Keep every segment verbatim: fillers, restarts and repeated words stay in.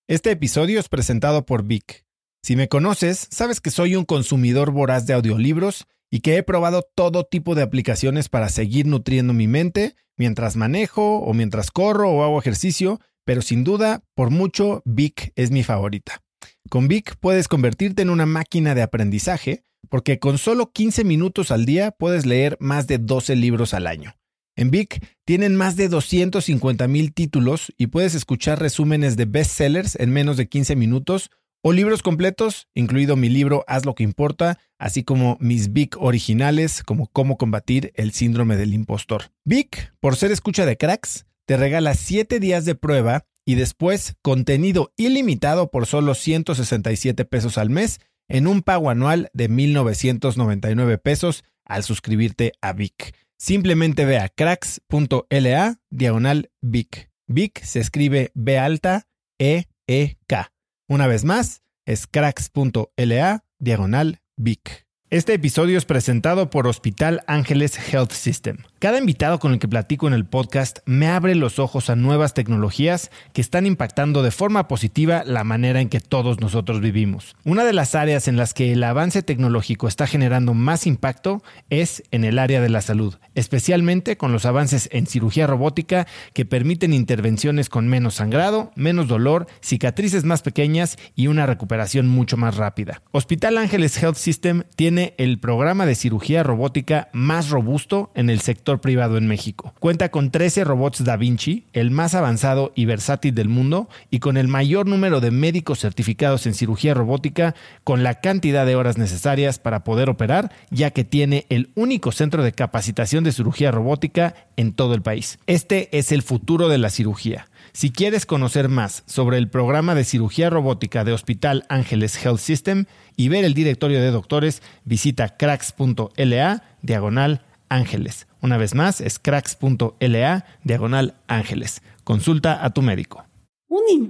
Este episodio es presentado por Vic. Si me conoces, sabes que soy un consumidor voraz de audiolibros y que he probado todo tipo de aplicaciones para seguir nutriendo mi mente mientras manejo o mientras corro o hago ejercicio, pero sin duda, por mucho, Vic es mi favorita. Con Vic puedes convertirte en una máquina de aprendizaje porque con solo quince minutos al día puedes leer más de doce libros al año. En Vic tienen más de doscientos cincuenta mil títulos y puedes escuchar resúmenes de bestsellers en menos de quince minutos o libros completos, incluido mi libro Haz lo que importa, así como mis Vic originales como Cómo combatir el síndrome del impostor. Vic, por ser escucha de Cracks, te regala siete días de prueba y después contenido ilimitado por solo ciento sesenta y siete pesos al mes en un pago anual de mil novecientos noventa y nueve pesos al suscribirte a Vic. Simplemente ve a cracks.la diagonal Vic. Vic se escribe B alta E E K. Una vez más, es cracks.la diagonal Vic. Este episodio es presentado por Hospital Ángeles Health System. Cada invitado con el que platico en el podcast me abre los ojos a nuevas tecnologías que están impactando de forma positiva la manera en que todos nosotros vivimos. Una de las áreas en las que el avance tecnológico está generando más impacto es en el área de la salud, especialmente con los avances en cirugía robótica que permiten intervenciones con menos sangrado, menos dolor, cicatrices más pequeñas y una recuperación mucho más rápida. Hospital Ángeles Health System tiene el programa de cirugía robótica más robusto en el sector privado en México. Cuenta con trece robots Da Vinci, el más avanzado y versátil del mundo, y con el mayor número de médicos certificados en cirugía robótica, con la cantidad de horas necesarias para poder operar, ya que tiene el único centro de capacitación de cirugía robótica en todo el país. Este es el futuro de la cirugía. Si quieres conocer más sobre el programa de cirugía robótica de Hospital Ángeles Health System y ver el directorio de doctores, visita cracks.la diagonal ángeles. Una vez más, es cracks.la diagonal ángeles. Consulta a tu médico. Un niño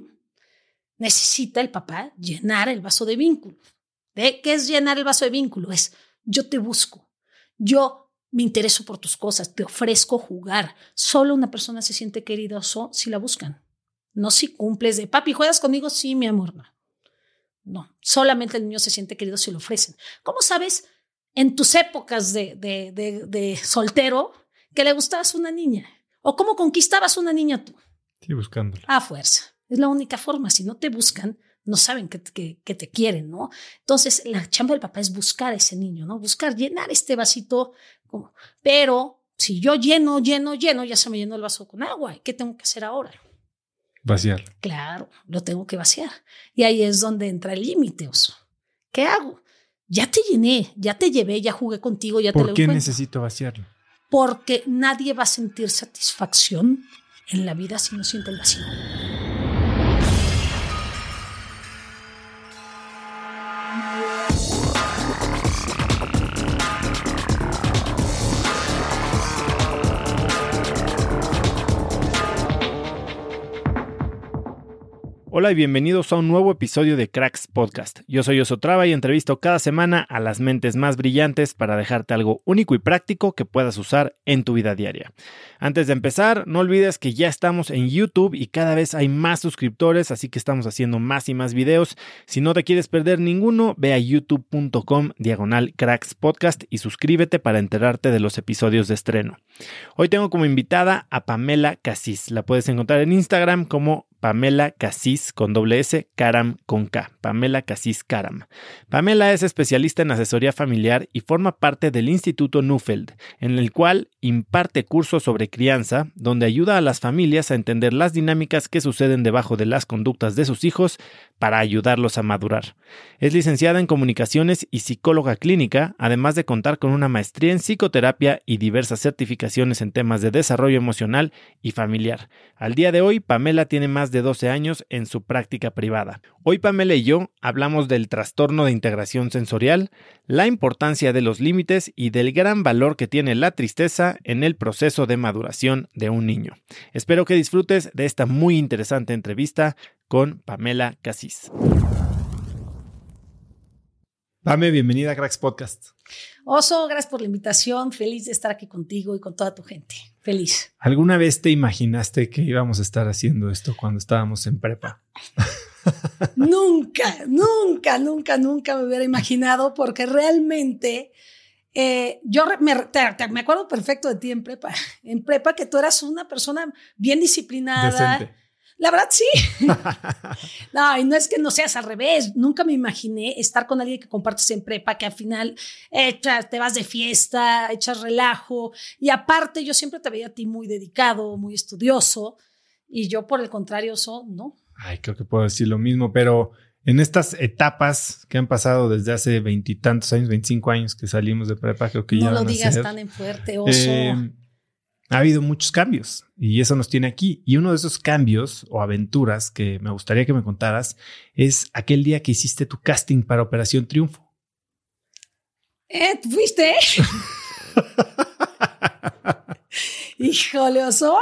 necesita el papá llenar el vaso de vínculo. ¿De qué es llenar el vaso de vínculo? Es yo te busco, yo me intereso por tus cosas, te ofrezco jugar. Solo una persona se siente querida si la buscan. No si cumples de papi, ¿juegas conmigo? Sí, mi amor, no. No, solamente el niño se siente querido si lo ofrecen. ¿Cómo sabes en tus épocas de, de, de, de soltero que le gustabas a una niña? ¿O cómo conquistabas a una niña tú? Sí, buscándola. A fuerza. Es la única forma. Si no te buscan, no saben que, que, que te quieren, ¿no? Entonces, la chamba del papá es buscar a ese niño, ¿no? Buscar, llenar este vasito. Como, pero si yo lleno, lleno, lleno, ya se me llenó el vaso con agua. ¿Qué tengo que hacer ahora? Vaciar. Claro, lo tengo que vaciar. Y ahí es donde entra el límite, oso. ¿Qué hago? Ya te llené, ya te llevé, ya jugué contigo, ya te lo ¿Por qué encuentro. necesito vaciarlo? Porque nadie va a sentir satisfacción en la vida si no siente el vacío. Hola y bienvenidos a un nuevo episodio de Cracks Podcast. Yo soy Oso Traba y entrevisto cada semana a las mentes más brillantes para dejarte algo único y práctico que puedas usar en tu vida diaria. Antes de empezar, no olvides que ya estamos en YouTube y cada vez hay más suscriptores, así que estamos haciendo más y más videos. Si no te quieres perder ninguno, ve a youtube.com diagonal Cracks Podcast y suscríbete para enterarte de los episodios de estreno. Hoy tengo como invitada a Pamela Casís. La puedes encontrar en Instagram como Pamela Casís con doble S, Caram con K. Pamela Casís Caram. Pamela es especialista en asesoría familiar y forma parte del Instituto Neufeld, en el cual imparte cursos sobre crianza, donde ayuda a las familias a entender las dinámicas que suceden debajo de las conductas de sus hijos para ayudarlos a madurar. Es licenciada en comunicaciones y psicóloga clínica, además de contar con una maestría en psicoterapia y diversas certificaciones en temas de desarrollo emocional y familiar. Al día de hoy, Pamela tiene más de doce años en su práctica privada. Hoy Pamela y yo hablamos del trastorno de integración sensorial, la importancia de los límites y del gran valor que tiene la tristeza en el proceso de maduración de un niño. Espero que disfrutes de esta muy interesante entrevista con Pamela Casís. Pame, bienvenida a Cracks Podcast. Oso, gracias por la invitación. Feliz de estar aquí contigo y con toda tu gente. Feliz. ¿Alguna vez te imaginaste que íbamos a estar haciendo esto cuando estábamos en prepa? Nunca, nunca, nunca, nunca me hubiera imaginado, porque realmente eh, yo me, te, te, me acuerdo perfecto de ti en prepa. En prepa que tú eras una persona bien disciplinada. Decente. La verdad, sí. No, y no es que no seas al revés. Nunca me imaginé estar con alguien que compartes en prepa, que al final eh, te vas de fiesta, echas relajo. Y aparte, yo siempre te veía a ti muy dedicado, muy estudioso. Y yo, por el contrario, so, no. Ay, creo que puedo decir lo mismo, pero en estas etapas que han pasado desde hace veintitantos años, veinticinco años que salimos de prepa, creo que no ya lo van a digas ser, tan en fuerte, oso. Eh, ha habido muchos cambios y eso nos tiene aquí. Y uno de esos cambios o aventuras que me gustaría que me contaras es aquel día que hiciste tu casting para Operación Triunfo. ¿Eh? ¿Fuiste? Híjole, oso.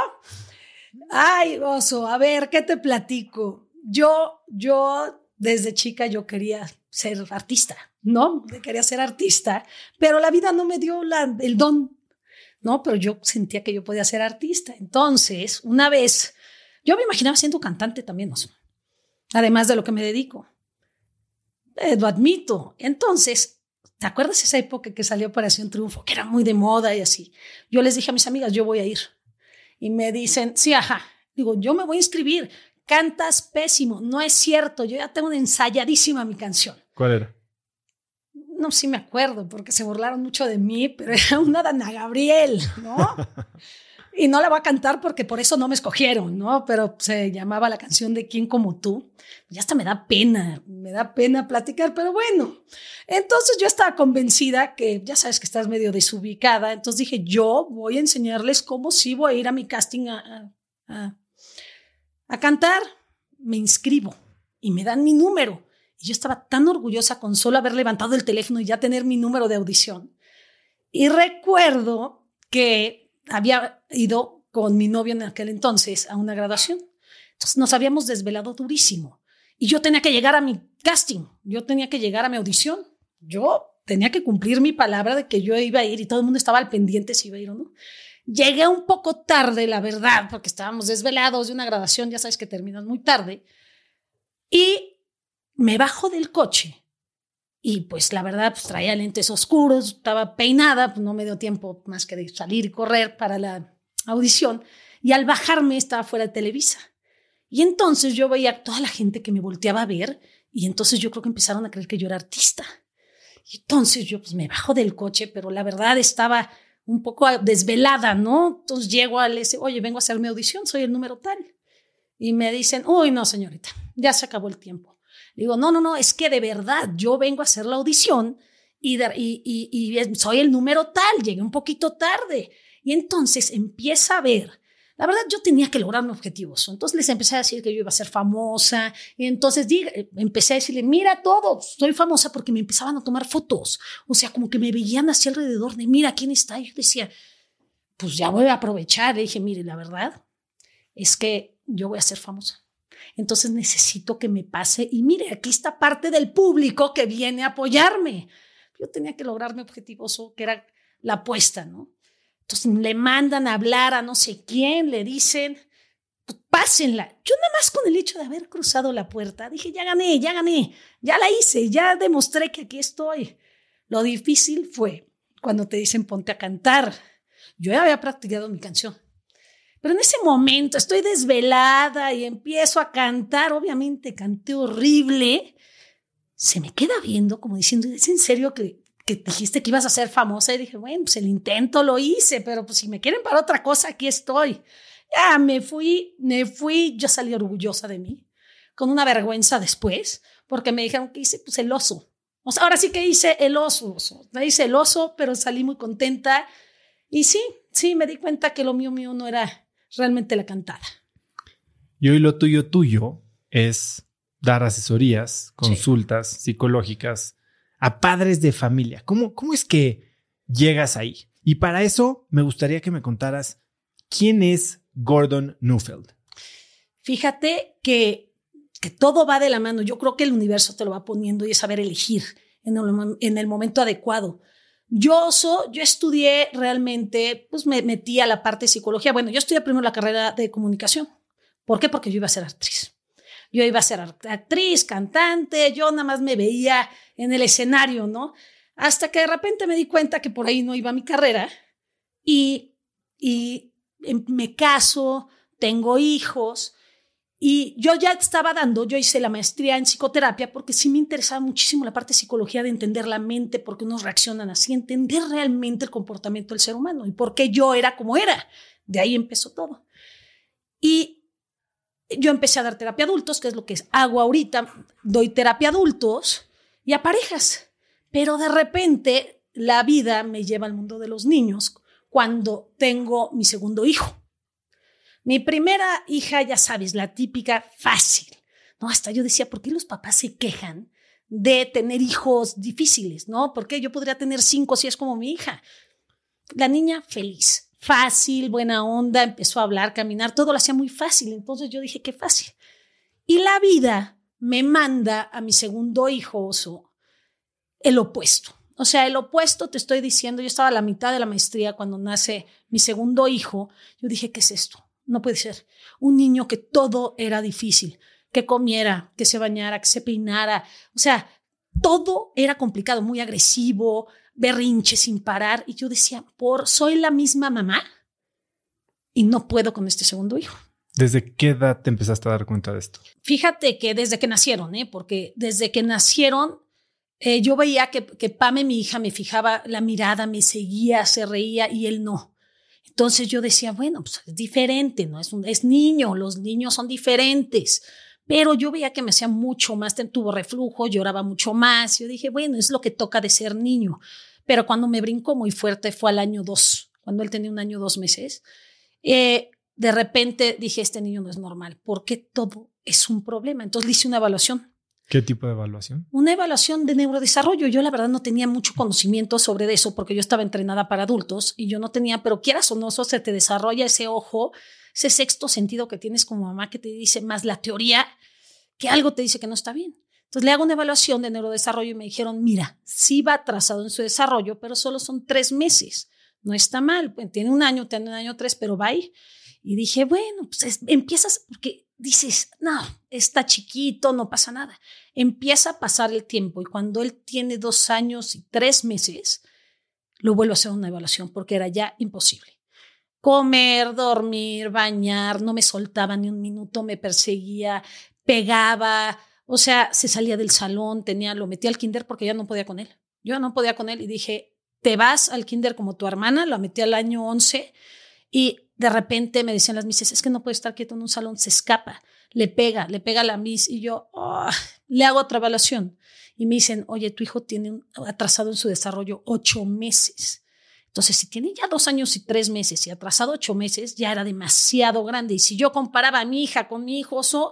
Ay, oso, a ver, ¿qué te platico? Yo, yo desde chica yo quería ser artista, ¿no? Quería ser artista, pero la vida no me dio la, el don, ¿no? Pero yo sentía que yo podía ser artista. Entonces, una vez, yo me imaginaba siendo cantante también, oso, además de lo que me dedico. Eh, lo admito. Entonces, ¿te acuerdas esa época que salió Operación Triunfo, que era muy de moda y así? Yo les dije a mis amigas, yo voy a ir. Y me dicen, sí, ajá. Digo, yo me voy a inscribir. Cantas pésimo. No es cierto. Yo ya tengo una ensayadísima mi canción. ¿Cuál era? No, sí me acuerdo, porque se burlaron mucho de mí, pero era una Dana Gabriel, ¿no? Y no la voy a cantar porque por eso no me escogieron, ¿no? Pero se llamaba la canción de ¿Quién como tú? Ya hasta me da pena, me da pena platicar, pero bueno. Entonces yo estaba convencida que, ya sabes que estás medio desubicada, entonces dije, yo voy a enseñarles cómo sí voy a ir a mi casting a, a, a cantar. Me inscribo y me dan mi número. Y yo estaba tan orgullosa con solo haber levantado el teléfono y ya tener mi número de audición. Y recuerdo que había ido con mi novio en aquel entonces a una graduación. Entonces nos habíamos desvelado durísimo. Y yo tenía que llegar a mi casting. Yo tenía que llegar a mi audición. Yo tenía que cumplir mi palabra de que yo iba a ir y todo el mundo estaba al pendiente si iba a ir o no. Llegué un poco tarde, la verdad, porque estábamos desvelados de una graduación, ya sabes que terminan muy tarde. Y me bajo del coche. Y pues la verdad, pues traía lentes oscuros, estaba peinada, pues no me dio tiempo más que de salir y correr para la audición. Y al bajarme estaba fuera de Televisa. Y entonces yo veía a toda la gente que me volteaba a ver y entonces yo creo que empezaron a creer que yo era artista. Y entonces yo pues me bajo del coche, pero la verdad estaba un poco desvelada, ¿no? Entonces llego al ese, oye, vengo a hacer mi audición, soy el número tal. Y me dicen, uy, no, señorita, ya se acabó el tiempo. Digo, no, no, no, es que de verdad yo vengo a hacer la audición y, de, y, y, y soy el número tal, llegué un poquito tarde. Y entonces empieza a ver, la verdad yo tenía que lograr mi objetivo. Entonces les empecé a decir que yo iba a ser famosa. Y entonces diga, empecé a decirle, mira todo, soy famosa porque me empezaban a tomar fotos. O sea, como que me veían así alrededor de, mira, ¿quién está? Y yo decía, pues ya voy a aprovechar. Le dije, mire, la verdad es que yo voy a ser famosa. Entonces necesito que me pase y mire, aquí está parte del público que viene a apoyarme. Yo tenía que lograr mi objetivo, que era la apuesta, ¿no? Entonces le mandan a hablar a no sé quién, le dicen, pues pásenla. Yo nada más con el hecho de haber cruzado la puerta, dije, ya gané, ya gané, ya la hice, ya demostré que aquí estoy. Lo difícil fue cuando te dicen ponte a cantar. Yo ya había practicado mi canción. Pero en ese momento estoy desvelada y empiezo a cantar. Obviamente canté horrible. Se me queda viendo como diciendo, ¿es en serio que, que dijiste que ibas a ser famosa? Y dije, bueno, pues el intento lo hice, pero pues si me quieren para otra cosa, aquí estoy. Ya me fui, me fui. Yo salí orgullosa de mí, con una vergüenza después, porque me dijeron que hice pues el oso. O sea, ahora sí que hice el oso, oso. Me hice el oso, pero salí muy contenta. Y sí, sí, me di cuenta que lo mío, mío no era realmente la cantada. Y hoy lo tuyo, tuyo es dar asesorías, consultas sí. psicológicas a padres de familia. ¿Cómo, ¿Cómo es que llegas ahí? Y para eso me gustaría que me contaras quién es Gordon Neufeld. Fíjate que, que todo va de la mano. Yo creo que el universo te lo va poniendo y es saber elegir en el, en el momento adecuado. Yo, so, yo estudié realmente, pues me metí a la parte de psicología. Bueno, yo estudié primero la carrera de comunicación. ¿Por qué? Porque yo iba a ser actriz. Yo iba a ser actriz, cantante, yo nada más me veía en el escenario, ¿no? Hasta que de repente me di cuenta que por ahí no iba mi carrera y, y me caso, tengo hijos y yo ya estaba dando, yo hice la maestría en psicoterapia porque sí me interesaba muchísimo la parte de psicología, de entender la mente, por qué unos reaccionan así, entender realmente el comportamiento del ser humano y por qué yo era como era. De ahí empezó todo. Y yo empecé a dar terapia a adultos, que es lo que hago ahorita. Doy terapia a adultos y a parejas. Pero de repente la vida me lleva al mundo de los niños cuando tengo mi segundo hijo. Mi primera hija, ya sabes, la típica fácil. No, hasta yo decía, ¿por qué los papás se quejan de tener hijos difíciles? ¿No? ¿Por qué yo podría tener cinco si es como mi hija? La niña feliz. Fácil, buena onda, empezó a hablar, caminar, todo lo hacía muy fácil. Entonces yo dije, qué fácil. Y la vida me manda a mi segundo hijo, Oso, el opuesto. O sea, el opuesto, te estoy diciendo, yo estaba a la mitad de la maestría cuando nace mi segundo hijo. Yo dije, ¿qué es esto? No puede ser. Un niño que todo era difícil, que comiera, que se bañara, que se peinara. O sea, todo era complicado, muy agresivo, berrinche sin parar. Y yo decía, por soy la misma mamá y no puedo con este segundo hijo. ¿Desde qué edad te empezaste a dar cuenta de esto? Fíjate que desde que nacieron, ¿eh? Porque desde que nacieron eh, yo veía que, que Pame, mi hija, me fijaba la mirada, me seguía, se reía y él no. Entonces yo decía, bueno, pues es diferente, ¿no? Es, un, es niño, los niños son diferentes. Pero yo veía que me hacía mucho más, tuvo reflujo, lloraba mucho más. Yo dije, bueno, es lo que toca de ser niño. Pero cuando me brincó muy fuerte fue al año dos, cuando él tenía un año, dos meses. Eh, de repente dije, este niño no es normal, porque todo es un problema. Entonces le hice una evaluación. ¿Qué tipo de evaluación? Una evaluación de neurodesarrollo. Yo la verdad no tenía mucho conocimiento sobre eso porque yo estaba entrenada para adultos y yo no tenía, pero quieras o no, eso se te desarrolla ese ojo, ese sexto sentido que tienes como mamá que te dice más la teoría, que algo te dice que no está bien. Entonces le hago una evaluación de neurodesarrollo y me dijeron, mira, sí va atrasado en su desarrollo, pero solo son tres meses. No está mal, tiene un año, tiene un año tres, pero va ahí. Y dije, bueno, pues es, empiezas, porque dices, no, está chiquito, no pasa nada. Empieza a pasar el tiempo y cuando él tiene dos años y tres meses, lo vuelvo a hacer una evaluación porque era ya imposible. Comer, dormir, bañar, no me soltaba ni un minuto, me perseguía, pegaba, o sea, se salía del salón, tenía, lo metí al kinder porque ya no podía con él. Yo no podía con él y dije, te vas al kinder como tu hermana, lo metí al año once y de repente me decían las mises, es que no puede estar quieto en un salón, se escapa, le pega, le pega a la mis y yo oh, le hago otra evaluación y me dicen, oye, tu hijo tiene un, atrasado en su desarrollo ocho meses. Entonces, si tiene ya dos años y tres meses y atrasado ocho meses, ya era demasiado grande. Y si yo comparaba a mi hija con mi hijo, so,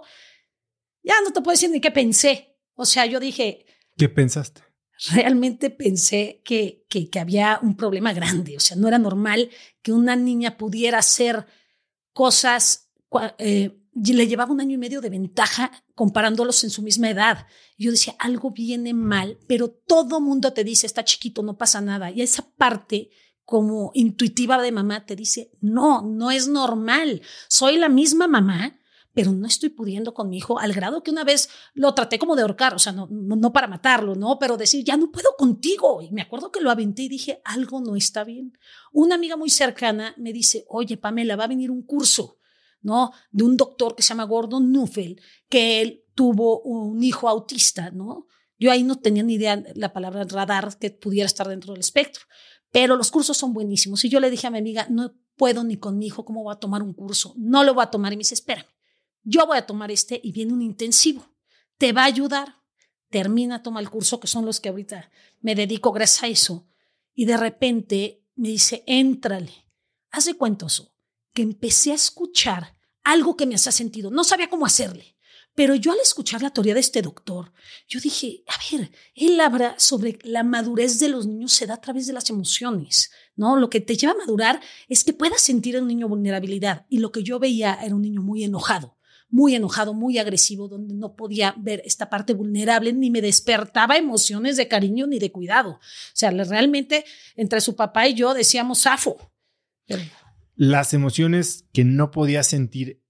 ya no te puedo decir ni qué pensé. O sea, yo dije... ¿Qué pensaste? Realmente pensé que, que, que había un problema grande. O sea, no era normal que una niña pudiera hacer cosas... Eh, le llevaba un año y medio de ventaja comparándolos en su misma edad. Y yo decía, algo viene mal, pero todo mundo te dice, está chiquito, no pasa nada. Y esa parte como intuitiva de mamá te dice, no, no es normal. Soy la misma mamá, pero no estoy pudiendo con mi hijo al grado que una vez lo traté como de ahorcar, o sea, no, no, no para matarlo, no, pero decir, ya no puedo contigo. Y me acuerdo que lo aventé y dije, algo no está bien. Una amiga muy cercana me dice, oye, Pamela, va a venir un curso, ¿no? De un doctor que se llama Gordon Neufeld, que él tuvo un hijo autista, ¿no? Yo ahí no tenía ni idea la palabra radar que pudiera estar dentro del espectro, pero los cursos son buenísimos. Y yo le dije a mi amiga, no puedo ni con mi hijo, ¿cómo voy a tomar un curso? No lo voy a tomar. Y me dice, espérame, yo voy a tomar este y viene un intensivo. Te va a ayudar. Termina, toma el curso, que son los que ahorita me dedico gracias a eso. Y de repente me dice, éntrale. Haz de cuenta, Oso, que empecé a escuchar algo que me hacía sentido. No sabía cómo hacerle. Pero yo al escuchar la teoría de este doctor, yo dije, a ver, él habla sobre la madurez de los niños se da a través de las emociones, ¿no? Lo que te lleva a madurar es que puedas sentir en un niño vulnerabilidad. Y lo que yo veía era un niño muy enojado, muy enojado, muy agresivo, donde no podía ver esta parte vulnerable, ni me despertaba emociones de cariño ni de cuidado. O sea, realmente entre su papá y yo decíamos zafo. Pero... Las emociones que no podía sentir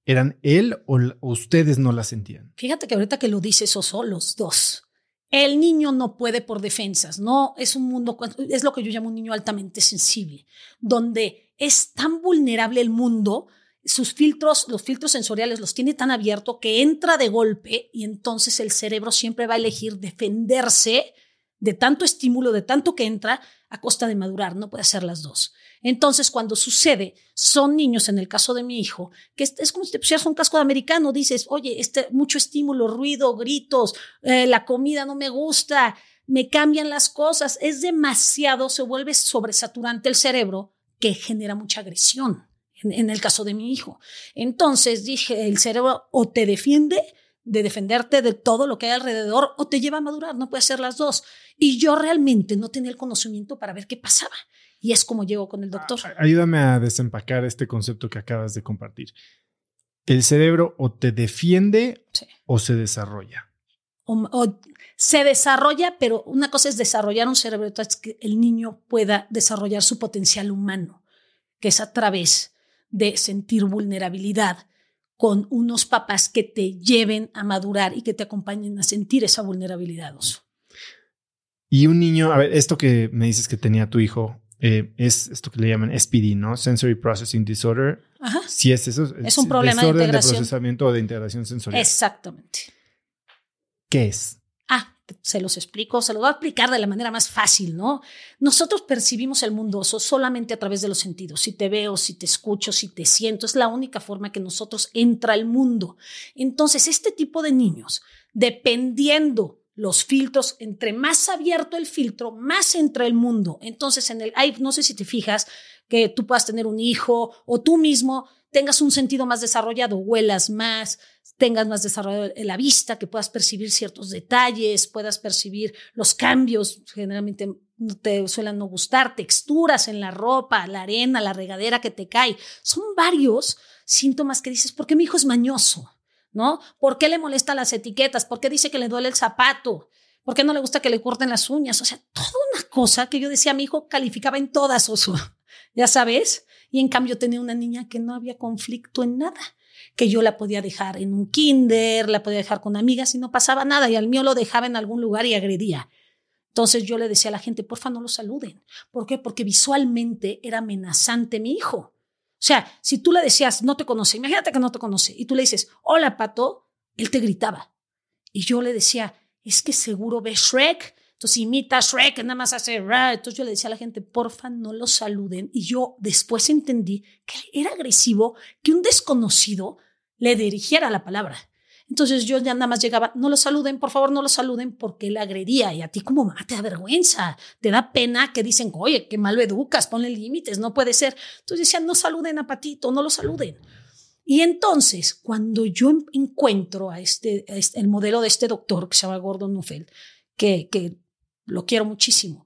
¿Eran él o, o ustedes no la sentían? Fíjate que ahorita que lo dices, Oso, los dos. El niño no puede por defensas, no es un mundo, es lo que yo llamo un niño altamente sensible, donde es tan vulnerable el mundo, sus filtros, los filtros sensoriales los tiene tan abierto que entra de golpe y entonces el cerebro siempre va a elegir defenderse de tanto estímulo, de tanto que entra a costa de madurar, no puede hacer las dos. Entonces, cuando sucede, son niños, en el caso de mi hijo, que es, es como si te pusieras un casco de americano, dices, oye, este, mucho estímulo, ruido, gritos, eh, la comida no me gusta, me cambian las cosas, es demasiado, se vuelve sobresaturante el cerebro que genera mucha agresión, en, en el caso de mi hijo. Entonces dije, el cerebro o te defiende de defenderte de todo lo que hay alrededor o te lleva a madurar, no puede ser las dos. Y yo realmente no tenía el conocimiento para ver qué pasaba. Y es como llego con el doctor. Ayúdame a desempacar este concepto que acabas de compartir. ¿El cerebro o te defiende sí. o se desarrolla? O, o se desarrolla, pero una cosa es desarrollar un cerebro, otra es que el niño pueda desarrollar su potencial humano, que es a través de sentir vulnerabilidad con unos papás que te lleven a madurar y que te acompañen a sentir esa vulnerabilidad. Oso. Y un niño, a ver, esto que me dices que tenía tu hijo, Eh, es esto que le llaman S P D, ¿no? Sensory Processing Disorder. Ajá. Sí, es eso. Es un problema de integración. De procesamiento o de integración sensorial. Exactamente. ¿Qué es? Ah, se los explico, se los voy a explicar de la manera más fácil, ¿no? Nosotros percibimos el mundo, Oso, solamente a través de los sentidos. Si te veo, si te escucho, si te siento, es la única forma que nosotros entra al mundo. Entonces, este tipo de niños, dependiendo los filtros, entre más abierto el filtro, más entra el mundo. Entonces, en el, hay, no sé si te fijas que tú puedas tener un hijo o tú mismo tengas un sentido más desarrollado, huelas más, tengas más desarrollado la vista, que puedas percibir ciertos detalles, puedas percibir los cambios, generalmente te suelen no gustar, texturas en la ropa, la arena, la regadera que te cae. Son varios síntomas que dices, ¿por qué mi hijo es mañoso? ¿No? ¿Por qué le molestan las etiquetas? ¿Por qué dice que le duele el zapato? ¿Por qué no le gusta que le corten las uñas? O sea, toda una cosa que yo decía, mi hijo calificaba en todas, Oso, ya sabes. Y en cambio tenía una niña que no había conflicto en nada, que yo la podía dejar en un kinder, la podía dejar con amigas y no pasaba nada. Y al mío lo dejaba en algún lugar y agredía. Entonces yo le decía a la gente, porfa, no lo saluden. ¿Por qué? Porque visualmente era amenazante mi hijo. O sea, si tú le decías, no te conoce, imagínate que no te conoce, y tú le dices, hola, Pato, él te gritaba. Y yo le decía, es que seguro ve Shrek, entonces imita a Shrek, nada más hace ra. Entonces yo le decía a la gente, porfa, no lo saluden. Y yo después entendí que era agresivo que un desconocido le dirigiera la palabra. Entonces yo ya nada más llegaba, no lo saluden, por favor, no lo saluden, porque él agredía. Y a ti como mamá te da vergüenza, te da pena que dicen, oye, qué mal lo educas, ponle límites, no puede ser. Entonces decían, no saluden a Patito, no lo saluden. Y entonces, cuando yo encuentro a este, a este el modelo de este doctor que se llama Gordon Neufeld, que, que lo quiero muchísimo,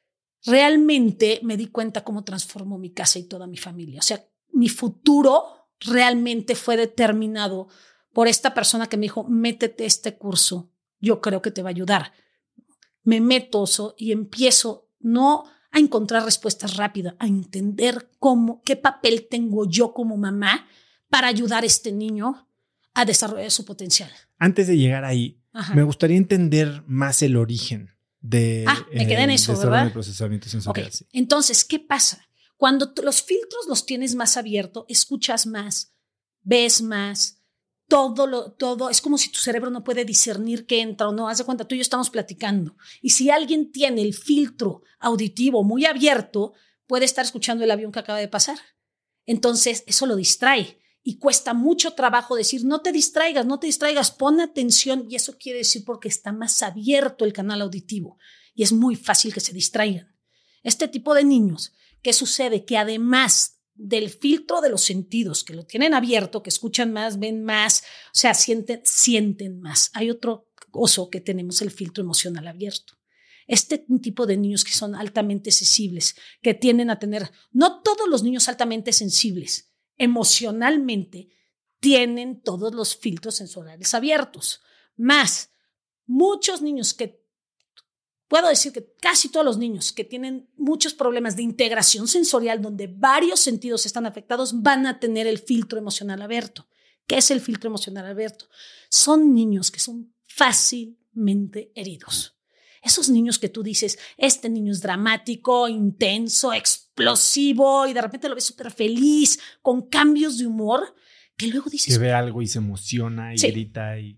realmente me di cuenta cómo transformó mi casa y toda mi familia. O sea, mi futuro realmente fue determinado por esta persona que me dijo, métete este curso, yo creo que te va a ayudar. Me meto, Oso, y empiezo no a encontrar respuestas rápidas, a entender cómo, qué papel tengo yo como mamá para ayudar a este niño a desarrollar su potencial. Antes de llegar ahí, Ajá. me gustaría entender más el origen de ah, me quedé en eso, desarrollo ¿verdad? de procesamiento sensorial. Okay. Sí. Entonces, ¿qué pasa? Cuando los filtros los tienes más abiertos, escuchas más, ves más, todo, lo, todo, es como si tu cerebro no puede discernir qué entra o no. Haz de cuenta, tú y yo estamos platicando. Y si alguien tiene el filtro auditivo muy abierto, puede estar escuchando el avión que acaba de pasar. Entonces, eso lo distrae. Y cuesta mucho trabajo decir, no te distraigas, no te distraigas, pon atención. Y eso quiere decir porque está más abierto el canal auditivo. Y es muy fácil que se distraigan. Este tipo de niños, ¿qué sucede? Que además del filtro de los sentidos, que lo tienen abierto, que escuchan más, ven más, o sea, sienten, sienten más. Hay otro Oso que tenemos el filtro emocional abierto. Este tipo de niños que son altamente sensibles, que tienden a tener, no todos los niños altamente sensibles, emocionalmente tienen todos los filtros sensoriales abiertos. Más, muchos niños que, puedo decir que casi todos los niños que tienen muchos problemas de integración sensorial donde varios sentidos están afectados van a tener el filtro emocional abierto. ¿Qué es el filtro emocional, Alberto? Son niños que son fácilmente heridos. Esos niños que tú dices, este niño es dramático, intenso, explosivo, y de repente lo ves súper feliz, con cambios de humor, que luego dices... Que ve algo y se emociona y sí. grita y...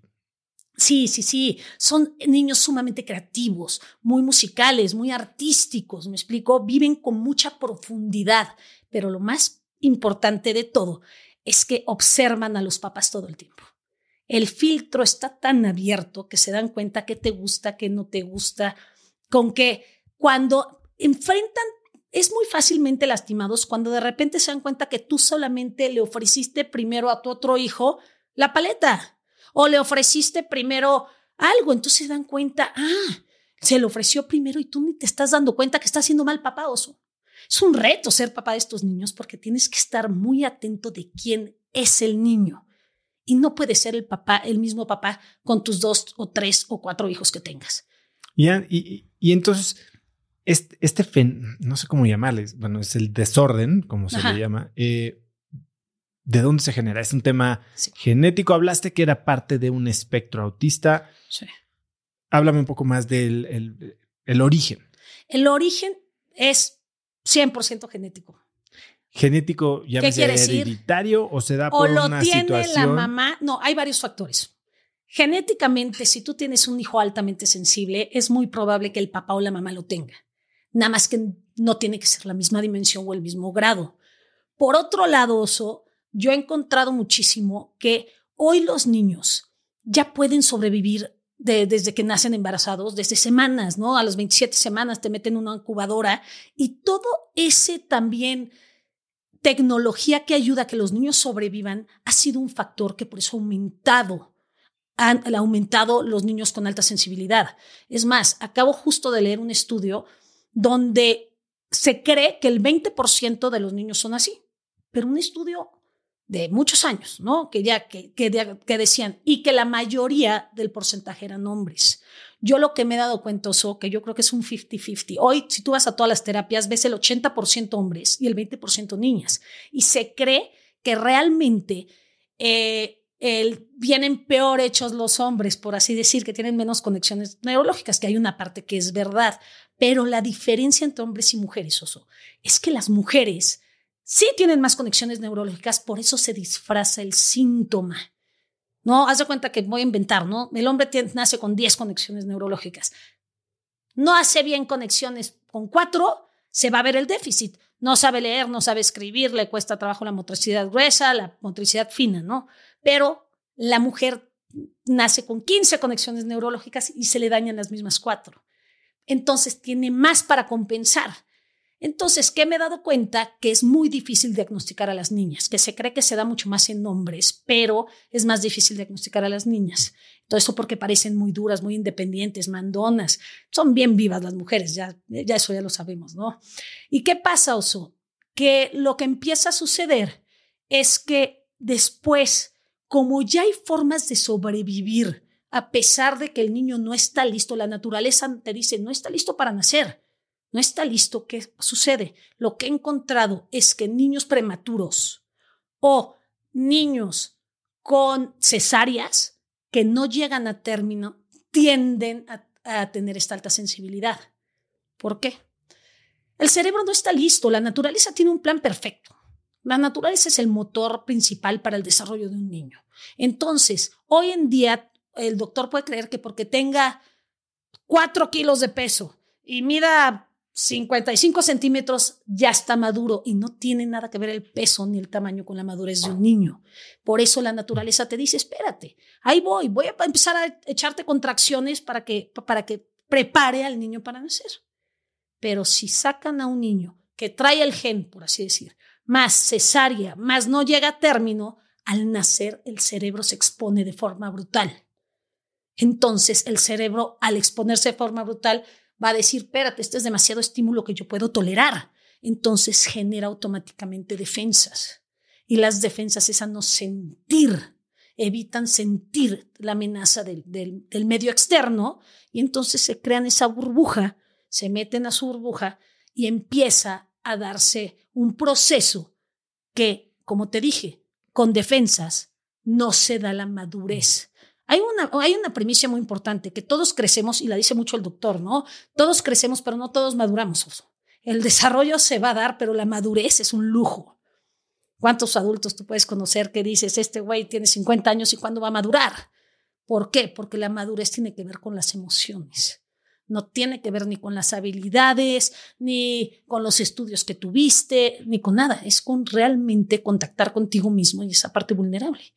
Sí, sí, sí. Son niños sumamente creativos, muy musicales, muy artísticos, ¿me explico? Viven con mucha profundidad, pero lo más importante de todo es que observan a los papás todo el tiempo. El filtro está tan abierto que se dan cuenta qué te gusta, qué no te gusta, con que cuando enfrentan, es muy fácilmente lastimados cuando de repente se dan cuenta que tú solamente le ofreciste primero a tu otro hijo la paleta. O le ofreciste primero algo, entonces se dan cuenta, ah, se le ofreció primero y tú ni te estás dando cuenta que está haciendo mal papá, oso. Es un reto ser papá de estos niños porque tienes que estar muy atento de quién es el niño. Y no puede ser el papá, el mismo papá con tus dos o tres o cuatro hijos que tengas. Y, y, y entonces, este, este fen, no sé cómo llamarles, bueno, es el desorden, como se Ajá. le llama, eh, ¿de dónde se genera? ¿Es un tema sí. genético? Hablaste que era parte de un espectro autista. Sí. Háblame un poco más del el, el origen. El origen es cien por ciento genético. ¿Genético, llámese hereditario o se da por una situación? O lo tiene la mamá. No, hay varios factores. Genéticamente, si tú tienes un hijo altamente sensible, es muy probable que el papá o la mamá lo tenga. Nada más que no tiene que ser la misma dimensión o el mismo grado. Por otro lado, Oso, yo he encontrado muchísimo que hoy los niños ya pueden sobrevivir de, desde que nacen embarazados, desde semanas, ¿no? A las veintisiete semanas te meten en una incubadora y todo ese también tecnología que ayuda a que los niños sobrevivan ha sido un factor que por eso ha aumentado, han aumentado los niños con alta sensibilidad. Es más, acabo justo de leer un estudio donde se cree que el veinte por ciento de los niños son así, pero un estudio de muchos años, ¿no? Que ya que, que, que decían, y que la mayoría del porcentaje eran hombres. Yo lo que me he dado cuenta, Oso, que yo creo que es un cincuenta cincuenta. Hoy, si tú vas a todas las terapias, ves el ochenta por ciento hombres y el veinte por ciento niñas. Y se cree que realmente eh, el, vienen peor hechos los hombres, por así decir, que tienen menos conexiones neurológicas, que hay una parte que es verdad. Pero la diferencia entre hombres y mujeres, Oso, es que las mujeres sí tienen más conexiones neurológicas, por eso se disfraza el síntoma. No, haz de cuenta que voy a inventar, ¿no? El hombre tiene, nace con diez conexiones neurológicas. No hace bien conexiones con cuatro, se va a ver el déficit. No sabe leer, no sabe escribir, le cuesta trabajo la motricidad gruesa, la motricidad fina, ¿no? Pero la mujer nace con quince conexiones neurológicas y se le dañan las mismas cuatro. Entonces tiene más para compensar. Entonces, ¿qué me he dado cuenta? Que es muy difícil diagnosticar a las niñas, que se cree que se da mucho más en hombres, pero es más difícil diagnosticar a las niñas. Todo esto porque parecen muy duras, muy independientes, mandonas. Son bien vivas las mujeres, ya, ya eso ya lo sabemos, ¿no? ¿Y qué pasa, Oso? Que lo que empieza a suceder es que después, como ya hay formas de sobrevivir, a pesar de que el niño no está listo, la naturaleza te dice, no está listo para nacer. No está listo. ¿Qué sucede? Lo que he encontrado es que niños prematuros o niños con cesáreas que no llegan a término tienden a, a tener esta alta sensibilidad. ¿Por qué? El cerebro no está listo. La naturaleza tiene un plan perfecto. La naturaleza es el motor principal para el desarrollo de un niño. Entonces, hoy en día, el doctor puede creer que porque tenga cuatro kilos de peso y mida cincuenta y cinco centímetros ya está maduro y no tiene nada que ver el peso ni el tamaño con la madurez de un niño. Por eso la naturaleza te dice, espérate, ahí voy, voy a empezar a echarte contracciones para que, para que prepare al niño para nacer. Pero si sacan a un niño que trae el gen, por así decir, más cesárea, más no llega a término, al nacer el cerebro se expone de forma brutal. Entonces el cerebro, al exponerse de forma brutal, va a decir, espérate, este es demasiado estímulo que yo puedo tolerar. Entonces genera automáticamente defensas. Y las defensas es a no sentir, evitan sentir la amenaza del, del, del medio externo y entonces se crean esa burbuja, se meten a su burbuja y empieza a darse un proceso que, como te dije, con defensas no se da la madurez. Hay una, hay una premisa muy importante, que todos crecemos, y la dice mucho el doctor, ¿no? Todos crecemos, pero no todos maduramos. Oso. El desarrollo se va a dar, pero la madurez es un lujo. ¿Cuántos adultos tú puedes conocer que dices, este güey tiene cincuenta años y cuándo va a madurar? ¿Por qué? Porque la madurez tiene que ver con las emociones. No tiene que ver ni con las habilidades, ni con los estudios que tuviste, ni con nada. Es con realmente contactar contigo mismo y esa parte vulnerable.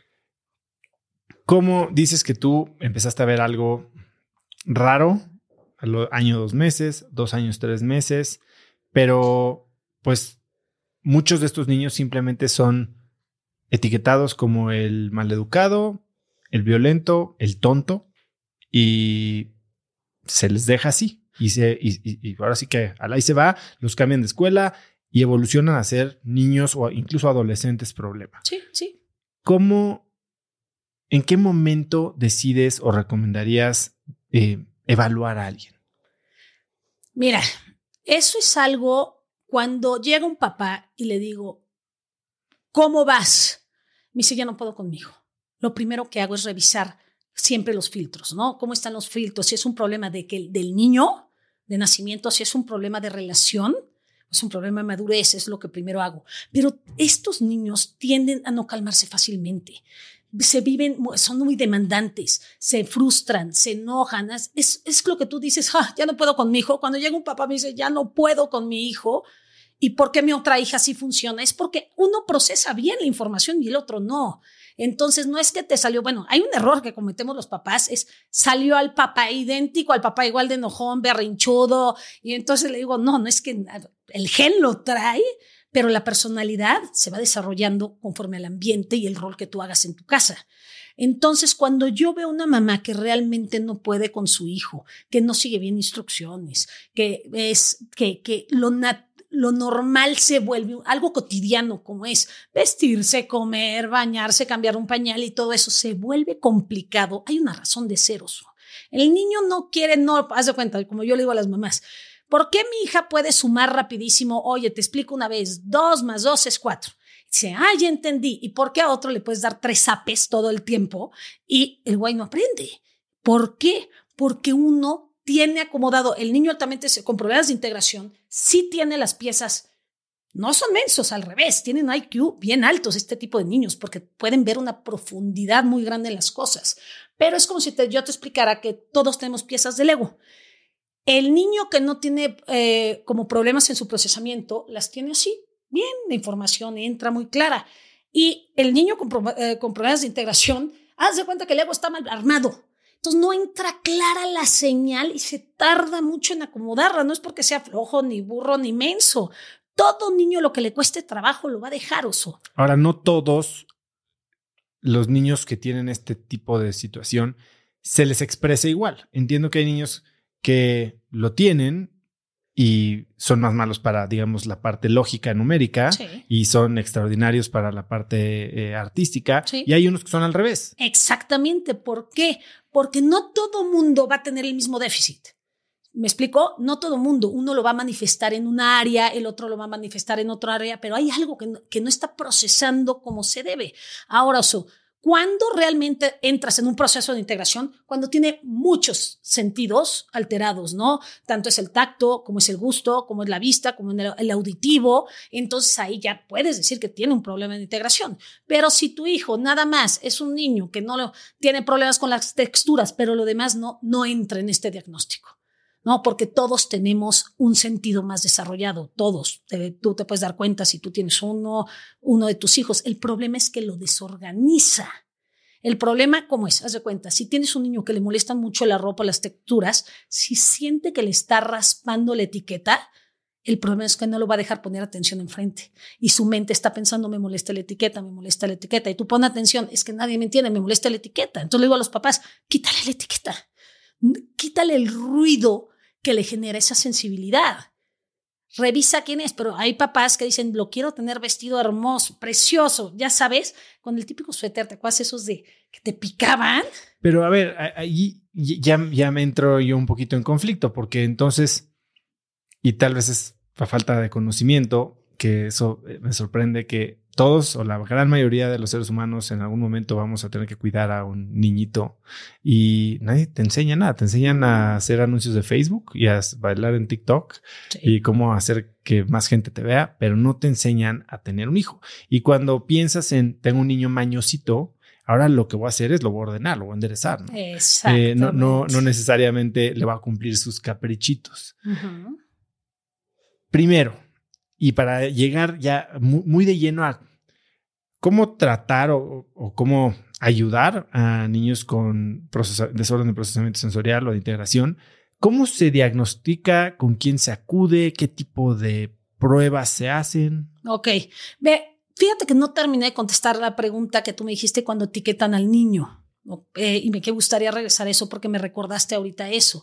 ¿Cómo dices que tú empezaste a ver algo raro al año dos meses, dos años tres meses, pero pues muchos de estos niños simplemente son etiquetados como el maleducado, el violento, el tonto, y se les deja así. Y, se, y, y, y ahora sí que al ahí se va, los cambian de escuela y evolucionan a ser niños o incluso adolescentes problema. Sí, sí. ¿Cómo, en qué momento decides o recomendarías eh, evaluar a alguien? Mira, eso es algo cuando llega un papá y le digo, ¿cómo vas? Me dice, ya no puedo conmigo. Lo primero que hago es revisar siempre los filtros, ¿no? ¿Cómo están los filtros? Si es un problema de que, del niño de nacimiento, si es un problema de relación, es un problema de madurez, es lo que primero hago. Pero estos niños tienden a no calmarse fácilmente. Se viven, son muy demandantes, se frustran, se enojan. Es, es lo que tú dices, ah, ya no puedo con mi hijo. Cuando llega un papá me dice, ya no puedo con mi hijo. ¿Y por qué mi otra hija sí funciona? Es porque uno procesa bien la información y el otro no. Entonces, no es que te salió, bueno, hay un error que cometemos los papás, es salió al papá idéntico, al papá igual de enojón, berrinchudo, y entonces le digo, no, no es que el gen lo trae, pero la personalidad se va desarrollando conforme al ambiente y el rol que tú hagas en tu casa. Entonces, cuando yo veo una mamá que realmente no puede con su hijo, que no sigue bien instrucciones, que es que, que lo natural, lo normal se vuelve algo cotidiano, como es vestirse, comer, bañarse, cambiar un pañal y todo eso se vuelve complicado. Hay una razón de ser, Oso. El niño no quiere, no, haz de cuenta, como yo le digo a las mamás, ¿por qué mi hija puede sumar rapidísimo? Oye, te explico una vez, dos más dos es cuatro. Dice, ah, ya entendí. ¿Y por qué a otro le puedes dar tres zapes todo el tiempo y el güey no aprende? ¿Por qué? Porque uno tiene acomodado, el niño altamente con problemas de integración, sí tiene las piezas, no son mensos, al revés, tienen I Q bien altos este tipo de niños porque pueden ver una profundidad muy grande en las cosas. Pero es como si te, yo te explicara que todos tenemos piezas de Lego. El niño que no tiene eh, como problemas en su procesamiento, las tiene así, bien, la información entra muy clara. Y el niño con, eh, con problemas de integración, haz de cuenta que el Lego está mal armado. Entonces no entra clara la señal y se tarda mucho en acomodarla. No es porque sea flojo, ni burro, ni menso. Todo niño lo que le cueste trabajo lo va a dejar, Oso. Ahora, no todos los niños que tienen este tipo de situación se les expresa igual. Entiendo que hay niños que lo tienen y son más malos para, digamos, la parte lógica numérica, sí, y son extraordinarios para la parte eh, artística, sí, y hay unos que son al revés. Exactamente. ¿Por qué? Porque no todo mundo va a tener el mismo déficit. ¿Me explico? No todo mundo. Uno lo va a manifestar en una área, el otro lo va a manifestar en otra área, pero hay algo que no, que no está procesando como se debe. Ahora, Oso, ¿cuándo realmente entras en un proceso de integración? Cuando tiene muchos sentidos alterados, ¿no? Tanto es el tacto, como es el gusto, como es la vista, como el, el auditivo. Entonces ahí ya puedes decir que tiene un problema de integración. Pero si tu hijo nada más es un niño que no lo, tiene problemas con las texturas, pero lo demás no, no entra en este diagnóstico. No, porque todos tenemos un sentido más desarrollado, todos. Te, tú te puedes dar cuenta si tú tienes uno, uno de tus hijos. El problema es que lo desorganiza. El problema, ¿cómo es? Haz de cuenta, si tienes un niño que le molestan mucho la ropa, las texturas, si siente que le está raspando la etiqueta, el problema es que no lo va a dejar poner atención enfrente. Y su mente está pensando, me molesta la etiqueta, me molesta la etiqueta. Y tú pon atención, es que nadie me entiende, me molesta la etiqueta. Entonces le digo a los papás, quítale la etiqueta, quítale el ruido que le genera esa sensibilidad. Revisa quién es, pero hay papás que dicen, lo quiero tener vestido hermoso, precioso, ya sabes, con el típico suéter, ¿te acuerdas esos de que te picaban? Pero a ver, ahí ya, ya me entro yo un poquito en conflicto, porque entonces, y tal vez es la falta de conocimiento, que eso me sorprende que todos o la gran mayoría de los seres humanos en algún momento vamos a tener que cuidar a un niñito y nadie te enseña nada. Te enseñan a hacer anuncios de Facebook y a bailar en TikTok sí. y cómo hacer que más gente te vea, pero no te enseñan a tener un hijo. Y cuando piensas en tengo un niño mañosito, ahora lo que voy a hacer es lo voy a ordenar, lo voy a enderezar, ¿no? Exactamente. Eh, no, no, no necesariamente le va a cumplir sus caprichitos. Uh-huh. Primero, y para llegar ya muy, muy de lleno a cómo tratar o, o cómo ayudar a niños con procesa- desorden de procesamiento sensorial o de integración, ¿cómo se diagnostica? ¿Con quién se acude? ¿Qué tipo de pruebas se hacen? Ok. Ve, fíjate que no terminé de contestar la pregunta que tú me dijiste cuando etiquetan al niño. Eh, y me que gustaría regresar a eso porque me recordaste ahorita eso.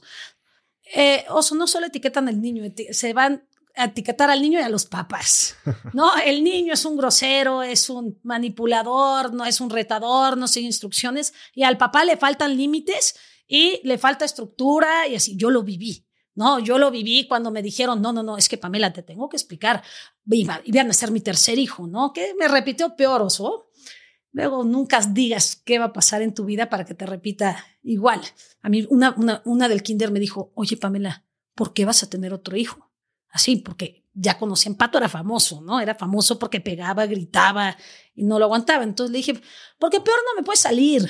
Eh, Oso, no solo etiquetan al niño, eti- se van a etiquetar al niño y a los papás. No, el niño es un grosero, es un manipulador, no es un retador, no sigue instrucciones y al papá le faltan límites y le falta estructura y así. Yo lo viví, ¿no? Yo lo viví cuando me dijeron, no, no, no, es que Pamela, te tengo que explicar. Iba, iban a ser mi tercer hijo, ¿no? Que me repitió peor, Oso. Luego nunca digas qué va a pasar en tu vida para que te repita igual. A mí una, una, una del kinder me dijo, oye, Pamela, ¿por qué vas a tener otro hijo? Así, porque ya conocían, Pato era famoso, ¿no? Era famoso porque pegaba, gritaba y no lo aguantaba. Entonces le dije, porque peor no me puede salir.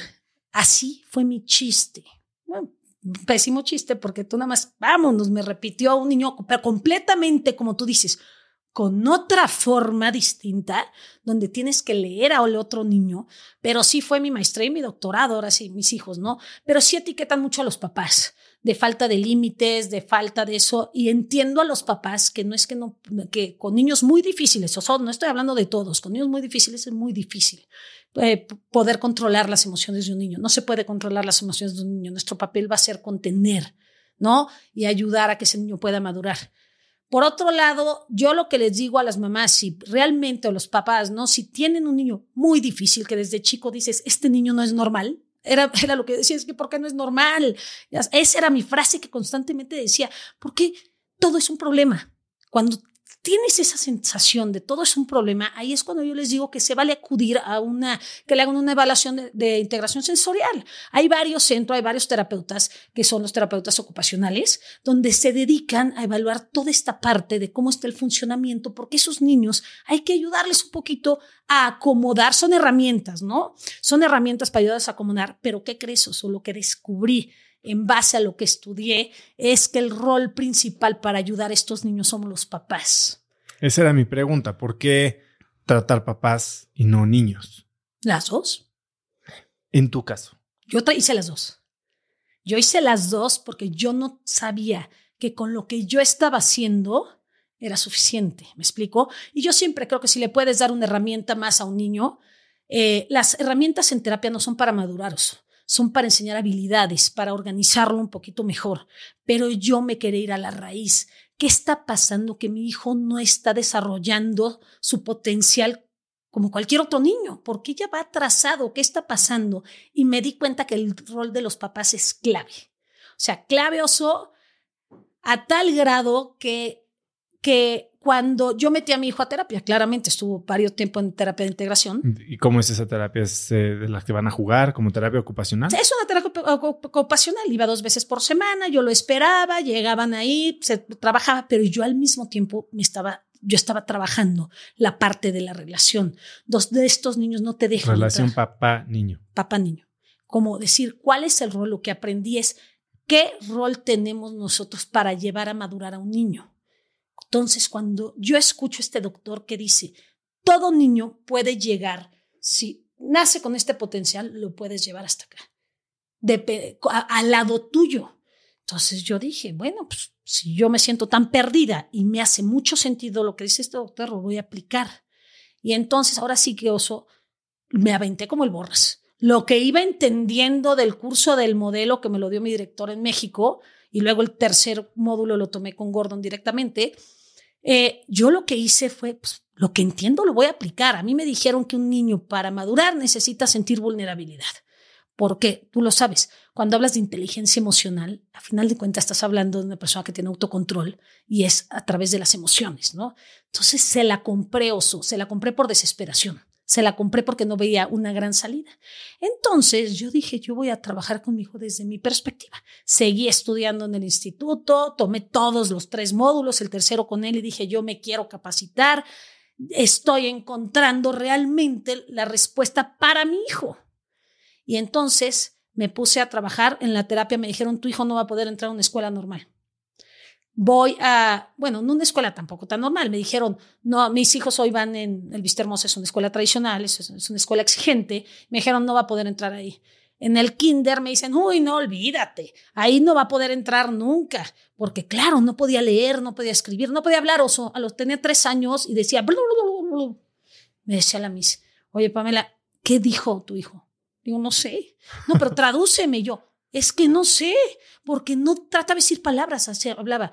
Así fue mi chiste. Bueno, pésimo chiste porque tú nada más, vámonos, me repitió un niño, pero completamente, como tú dices, con otra forma distinta, donde tienes que leer al otro niño, pero sí fue mi maestría y mi doctorado, ahora sí, mis hijos, ¿no? Pero sí etiquetan mucho a los papás, de falta de límites, de falta de eso, y entiendo a los papás que no es que no, que con niños muy difíciles, o sea, no estoy hablando de todos, con niños muy difíciles es muy difícil eh, poder controlar las emociones de un niño, no se puede controlar las emociones de un niño, nuestro papel va a ser contener, ¿no? Y ayudar a que ese niño pueda madurar. Por otro lado, yo lo que les digo a las mamás, si realmente, o los papás, ¿no? Si tienen un niño muy difícil que desde chico dices, este niño no es normal, era, era lo que decía, es que ¿por qué no es normal? Esa era mi frase que constantemente decía, porque todo es un problema. Cuando tienes esa sensación de todo es un problema, ahí es cuando yo les digo que se vale acudir a una, que le hagan una evaluación de, de integración sensorial. Hay varios centros, hay varios terapeutas, que son los terapeutas ocupacionales, donde se dedican a evaluar toda esta parte de cómo está el funcionamiento, porque esos niños hay que ayudarles un poquito a acomodar, son herramientas, ¿no? Son herramientas para ayudarles a acomodar, pero ¿qué crees? Eso lo que descubrí en base a lo que estudié, es que el rol principal para ayudar a estos niños somos los papás. Esa era mi pregunta. ¿Por qué tratar papás y no niños? ¿Las dos? En tu caso. Yo hice las dos. Yo hice las dos porque yo no sabía que con lo que yo estaba haciendo era suficiente. ¿Me explico? Y yo siempre creo que si le puedes dar una herramienta más a un niño, eh, las herramientas en terapia no son para maduraros. Son para enseñar habilidades, para organizarlo un poquito mejor. Pero yo me quería ir a la raíz. ¿Qué está pasando que mi hijo no está desarrollando su potencial como cualquier otro niño? ¿Por qué ya va atrasado? ¿Qué está pasando? Y me di cuenta que el rol de los papás es clave. O sea, clave, Oso, a tal grado que, que cuando yo metí a mi hijo a terapia, claramente estuvo varios tiempos en terapia de integración. ¿Y cómo es esa terapia? ¿Es eh, de las que van a jugar como terapia ocupacional? Es una terapia ocupacional, iba dos veces por semana, yo lo esperaba, llegaban ahí, se trabajaba, pero yo al mismo tiempo me estaba, yo estaba trabajando la parte de la relación. Dos de estos niños no te dejan. Relación papá-niño. Papá-niño. Como decir, ¿cuál es el rol? Lo que aprendí es, ¿qué rol tenemos nosotros para llevar a madurar a un niño? Entonces, cuando yo escucho a este doctor que dice, todo niño puede llegar, si nace con este potencial, lo puedes llevar hasta acá, de, a, al lado tuyo. Entonces yo dije, bueno, pues si yo me siento tan perdida y me hace mucho sentido lo que dice este doctor, lo voy a aplicar. Y entonces ahora sí que, Oso, me aventé como el borras. Lo que iba entendiendo del curso del modelo que me lo dio mi director en México, y luego el tercer módulo lo tomé con Gordon directamente, eh, yo lo que hice fue, pues, lo que entiendo lo voy a aplicar. A mí me dijeron que un niño para madurar necesita sentir vulnerabilidad. Porque tú lo sabes, cuando hablas de inteligencia emocional, a final de cuentas estás hablando de una persona que tiene autocontrol y es a través de las emociones, ¿no? Entonces se la compré, Oso, se la compré por desesperación, se la compré porque no veía una gran salida. Entonces yo dije, yo voy a trabajar con mi hijo desde mi perspectiva. Seguí estudiando en el instituto, tomé todos los tres módulos, el tercero con él y dije, yo me quiero capacitar, estoy encontrando realmente la respuesta para mi hijo. Y entonces me puse a trabajar en la terapia. Me dijeron, tu hijo no va a poder entrar a una escuela normal. Voy a, bueno, no una escuela tampoco tan normal. Me dijeron, no, mis hijos hoy van en el Vista Hermosa, es una escuela tradicional, es, es una escuela exigente. Me dijeron, no va a poder entrar ahí. En el kinder me dicen, uy, no, olvídate, ahí no va a poder entrar nunca. Porque claro, no podía leer, no podía escribir, no podía hablar, Oso. A los tenía tres años y decía, blu, blu, blu, blu. Me decía la miss, oye, Pamela, ¿qué dijo tu hijo? Digo, no sé. No, pero tradúceme. Yo, es que no sé, porque no trataba de decir palabras, así hablaba.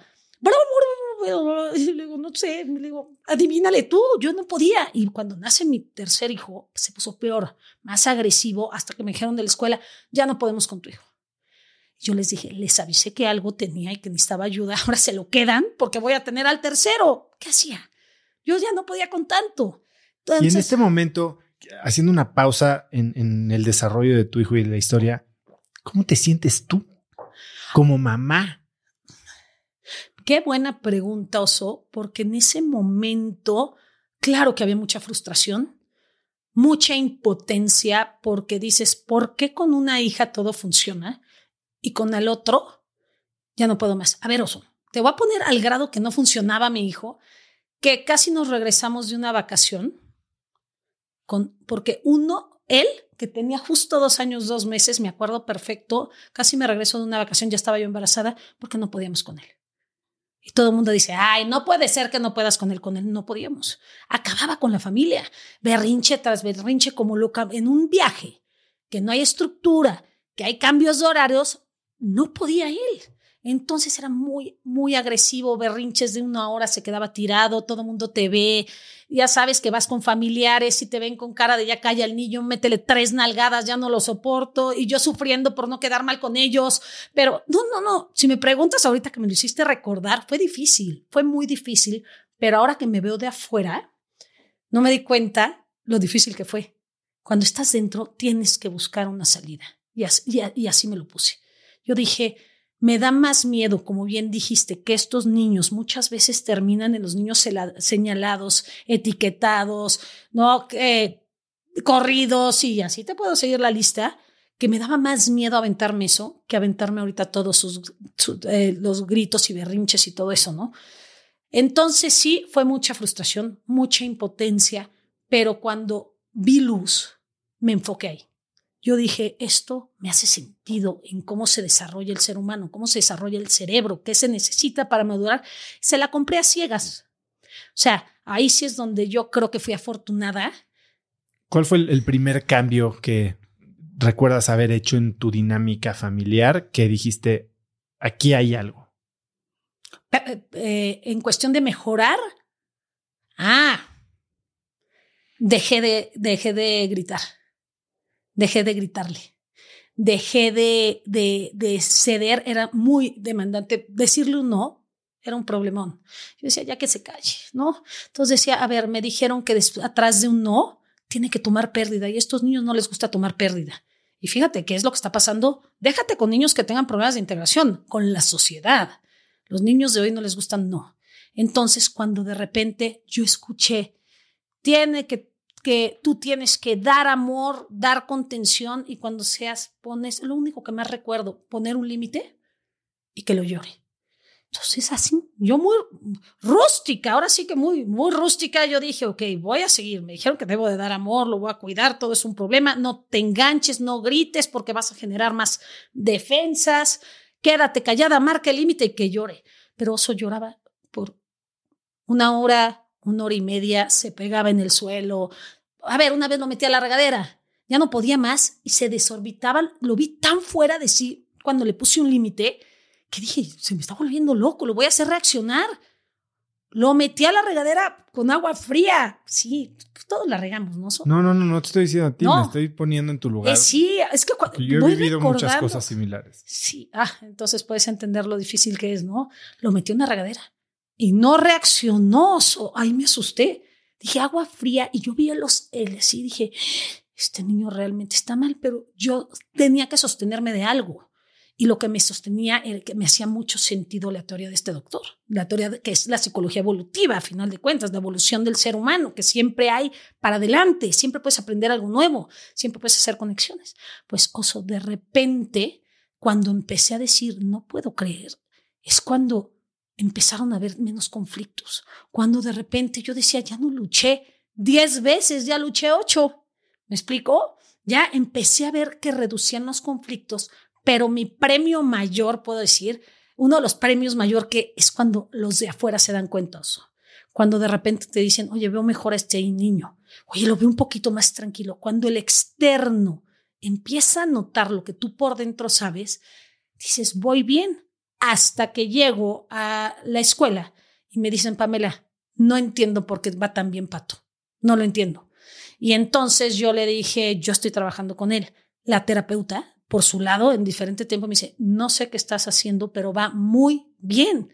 Y le digo, no sé, le digo, adivínale tú, yo no podía. Y cuando nace mi tercer hijo, se puso peor, más agresivo, hasta que me dijeron de la escuela, ya no podemos con tu hijo. Yo les dije, les avisé que algo tenía y que necesitaba ayuda, ahora se lo quedan porque voy a tener al tercero. ¿Qué hacía? Yo ya no podía con tanto. Entonces, y en este momento, haciendo una pausa en, en el desarrollo de tu hijo y de la historia, ¿cómo te sientes tú como mamá? Qué buena pregunta, Oso, porque en ese momento, claro que había mucha frustración, mucha impotencia, porque dices, ¿por qué con una hija todo funciona y con el otro ya no puedo más? A ver, Oso, te voy a poner al grado que no funcionaba mi hijo, que casi nos regresamos de una vacación. Con, porque uno, él, que tenía justo dos años, dos meses, me acuerdo perfecto, casi me regresó de una vacación, ya estaba yo embarazada, porque no podíamos con él. Y todo el mundo dice, ay, no puede ser que no puedas con él, con él no podíamos. Acababa con la familia, berrinche tras berrinche como loca, en un viaje, que no hay estructura, que hay cambios de horarios, no podía él. Entonces era muy, muy agresivo, berrinches de una hora, se quedaba tirado, todo el mundo te ve, ya sabes que vas con familiares y te ven con cara de ya calla el niño, métele tres nalgadas, ya no lo soporto, y yo sufriendo por no quedar mal con ellos, pero no, no, no, si me preguntas ahorita que me lo hiciste recordar, fue difícil, fue muy difícil, pero ahora que me veo de afuera, no me di cuenta lo difícil que fue. Cuando estás dentro tienes que buscar una salida, y así, y así me lo puse. Yo dije, me da más miedo, como bien dijiste, que estos niños muchas veces terminan en los niños señalados, etiquetados, ¿no? Eh, corridos y así te puedo seguir la lista, que me daba más miedo aventarme eso que aventarme ahorita todos sus, sus, eh, los gritos y berrinches y todo eso, ¿no? Entonces sí, fue mucha frustración, mucha impotencia, pero cuando vi luz, me enfoqué ahí. Yo dije, esto me hace sentido en cómo se desarrolla el ser humano, cómo se desarrolla el cerebro, qué se necesita para madurar. Se la compré a ciegas. O sea, ahí sí es donde yo creo que fui afortunada. ¿Cuál fue el, el primer cambio que recuerdas haber hecho en tu dinámica familiar que dijiste, aquí hay algo? Eh, eh, en cuestión de mejorar, ah, dejé de, dejé de gritar. Dejé de gritarle, dejé de, de, de ceder, era muy demandante. Decirle un no era un problemón. Yo decía, ya que se calle, ¿no? Entonces decía, a ver, me dijeron que des- atrás de un no tiene que tomar pérdida y a estos niños no les gusta tomar pérdida. Y fíjate qué es lo que está pasando. Déjate con niños que tengan problemas de integración con la sociedad. Los niños de hoy no les gustan no. Entonces, cuando de repente yo escuché, tiene que que tú tienes que dar amor, dar contención y cuando seas, pones, lo único que más recuerdo, poner un límite y que lo llore. Entonces así, yo muy rústica, ahora sí que muy, muy rústica, yo dije, ok, voy a seguir. Me dijeron que debo de dar amor, lo voy a cuidar, todo es un problema. No te enganches, no grites porque vas a generar más defensas. Quédate callada, marca el límite y que llore. Pero Oso lloraba por una hora, una hora y media, se pegaba en el suelo. A ver, una vez lo metí a la regadera, ya no podía más y se desorbitaba. Lo vi tan fuera de sí cuando le puse un límite que dije, se me está volviendo loco, lo voy a hacer reaccionar. Lo metí a la regadera con agua fría. Sí, todos la regamos, ¿no? No, no, no, no te estoy diciendo a ti, no. me estoy poniendo en tu lugar. Eh, sí, es que cuando yo he voy vivido recordando, muchas cosas similares. Sí, ah, entonces puedes entender lo difícil que es, ¿no? Lo metí en una regadera y no reaccionó. So, ahí me asusté. Dije, agua fría, y yo vi a los L's y dije, este niño realmente está mal, pero yo tenía que sostenerme de algo. Y lo que me sostenía era que me hacía mucho sentido la teoría de este doctor, la teoría de, que es la psicología evolutiva, a final de cuentas, la evolución del ser humano, que siempre hay para adelante, siempre puedes aprender algo nuevo, siempre puedes hacer conexiones. Pues, oso, de repente, cuando empecé a decir, no puedo creer, es cuando empezaron a haber menos conflictos. Cuando de repente yo decía, ya no luché diez veces, ya luché ocho. ¿Me explico? Ya empecé a ver que reducían los conflictos, pero mi premio mayor, puedo decir, uno de los premios mayor que es cuando los de afuera se dan cuenta. Cuando de repente te dicen, oye, veo mejor a este niño. Oye, lo veo un poquito más tranquilo. Cuando el externo empieza a notar lo que tú por dentro sabes, dices, voy bien. Hasta que llego a la escuela y me dicen, Pamela, no entiendo por qué va tan bien Pato. No lo entiendo. Y entonces yo le dije, yo estoy trabajando con él. La terapeuta, por su lado, en diferente tiempo me dice, no sé qué estás haciendo, pero va muy bien.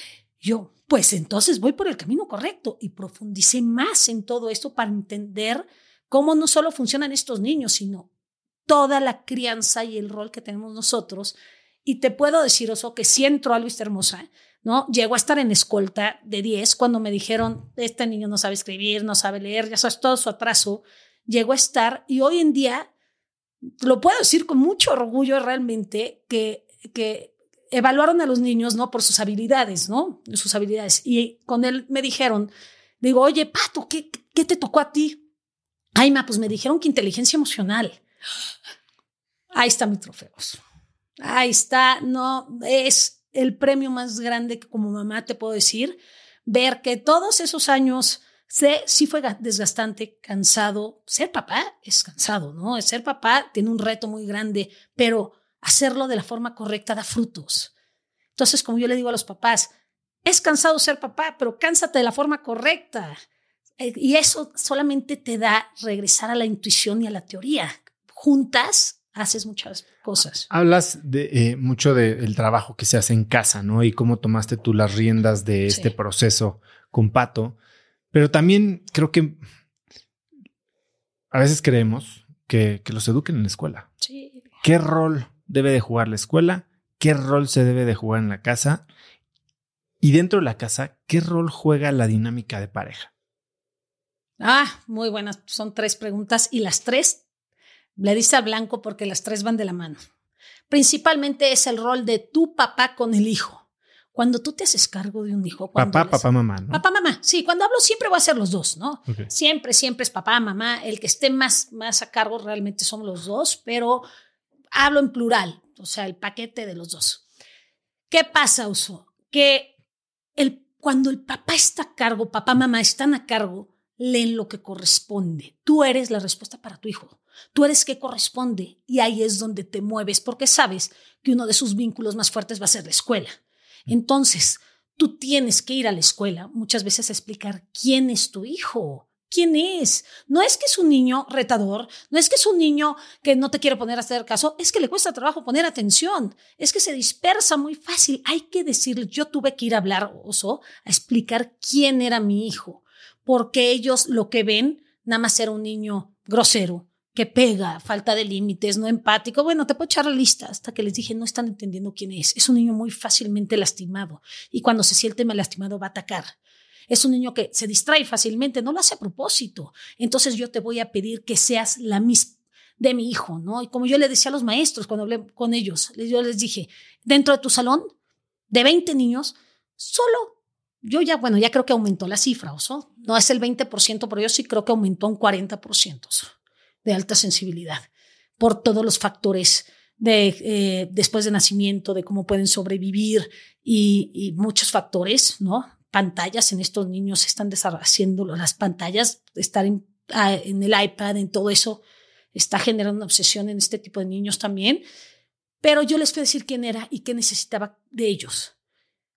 Yo, pues entonces voy por el camino correcto, y profundicé más en todo esto para entender cómo no solo funcionan estos niños, sino toda la crianza y el rol que tenemos nosotros. Y te puedo decir, Oso, que sí entró a Vista Hermosa, ¿no? Llegó a estar en escolta de diez cuando me dijeron, este niño no sabe escribir, no sabe leer, ya sabes, todo su atraso. Llegó a estar, y hoy en día lo puedo decir con mucho orgullo realmente, que, que evaluaron a los niños, ¿no? Por sus habilidades, ¿no? Sus habilidades. Y con él me dijeron, digo, oye, Pato, ¿qué, qué te tocó a ti? Ay, ma, pues me dijeron que inteligencia emocional. Ahí está mi trofeo. Ahí está, no, es el premio más grande que como mamá te puedo decir, ver que todos esos años sé, sí fue desgastante, cansado. Ser papá es cansado, ¿no? Ser papá tiene un reto muy grande, pero hacerlo de la forma correcta da frutos. Entonces, como yo le digo a los papás, es cansado ser papá, pero cánsate de la forma correcta. Y eso solamente te da regresar a la intuición y a la teoría. Juntas haces muchas cosas. Hablas de, eh, mucho del trabajo que se hace en casa, ¿no? Y cómo tomaste tú las riendas de este sí. proceso con Pato. Pero también creo que a veces creemos que, que los eduquen en la escuela. Sí. ¿Qué rol debe de jugar la escuela? ¿Qué rol se debe de jugar en la casa? Y dentro de la casa, ¿qué rol juega la dinámica de pareja? Ah, muy buenas. Son tres preguntas y las tres le diste al blanco porque las tres van de la mano. Principalmente es el rol de tu papá con el hijo. Cuando tú te haces cargo de un hijo. Papá, les... papá, mamá, ¿no? Papá, mamá. Sí, cuando hablo siempre voy a ser los dos, ¿no? Okay. Siempre, siempre es papá, mamá. El que esté más, más a cargo realmente son los dos, pero hablo en plural, o sea, el paquete de los dos. ¿Qué pasa, Uso? Que el, cuando el papá está a cargo, papá, mamá están a cargo, leen lo que corresponde. Tú eres la respuesta para tu hijo. Tú eres qué corresponde, y ahí es donde te mueves porque sabes que uno de sus vínculos más fuertes va a ser la escuela. Entonces, tú tienes que ir a la escuela muchas veces a explicar quién es tu hijo, quién es. No es que es un niño retador, no es que es un niño que no te quiere poner a hacer caso, es que le cuesta trabajo poner atención, es que se dispersa muy fácil. Hay que decirle, yo tuve que ir a hablar, Oso, a explicar quién era mi hijo, porque ellos lo que ven nada más era un niño grosero, que pega, falta de límites, no empático. Bueno, te puedo echar la lista hasta que les dije, no están entendiendo quién es. Es un niño muy fácilmente lastimado, y cuando se siente mal lastimado va a atacar. Es un niño que se distrae fácilmente, no lo hace a propósito. Entonces yo te voy a pedir que seas la misma de mi hijo, ¿no? Y como yo le decía a los maestros cuando hablé con ellos, yo les dije, dentro de tu salón de veinte niños, solo yo ya, bueno, ya creo que aumentó la cifra, Oso. No es el veinte por ciento, pero yo sí creo que aumentó un cuarenta por ciento, Oso, de alta sensibilidad, por todos los factores de eh, después de nacimiento, de cómo pueden sobrevivir y, y muchos factores, ¿no? Pantallas en estos niños están deshaciendo las pantallas, estar en, en el iPad, en todo eso, está generando una obsesión en este tipo de niños también. Pero yo les fui a decir quién era y qué necesitaba de ellos.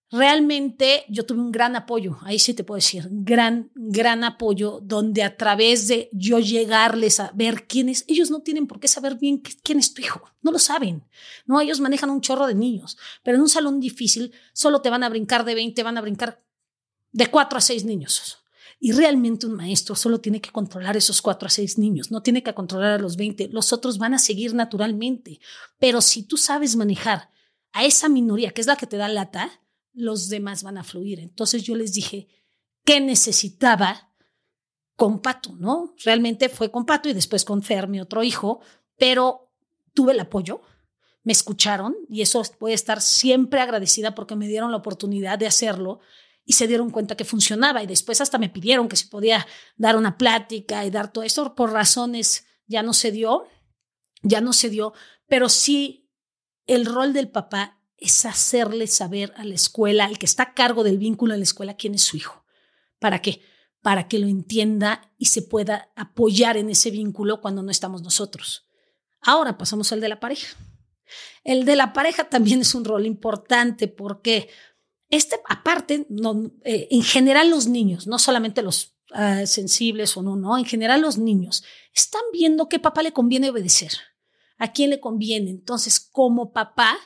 realmente yo tuve un gran apoyo, ahí sí te puedo decir, gran, gran apoyo, donde a través de yo llegarles a ver quién es, ellos no tienen por qué saber bien quién es tu hijo, no lo saben, no, ellos manejan un chorro de niños, pero en un salón difícil solo te van a brincar de veinte, van a brincar de cuatro a seis niños. Y realmente un maestro solo tiene que controlar esos cuatro a seis niños, no tiene que controlar a los veinte, los otros van a seguir naturalmente, pero si tú sabes manejar a esa minoría, que es la que te da lata, los demás van a fluir. Entonces yo les dije qué necesitaba con Pato, ¿no? Realmente fue con Pato y después con Fer, mi otro hijo, pero tuve el apoyo, me escucharon y eso voy a estar siempre agradecida porque me dieron la oportunidad de hacerlo y se dieron cuenta que funcionaba y después hasta me pidieron que si podía dar una plática y dar todo esto. Por razones ya no se dio, ya no se dio, pero sí el rol del papá es hacerle saber a la escuela, al que está a cargo del vínculo en la escuela, quién es su hijo. ¿Para qué? Para que lo entienda y se pueda apoyar en ese vínculo cuando no estamos nosotros. Ahora pasamos al de la pareja. El de la pareja también es un rol importante porque este, aparte, no, eh, en general los niños, no solamente los uh, sensibles o no, no, en general los niños están viendo qué papá le conviene obedecer, a quién le conviene. Entonces, como papá,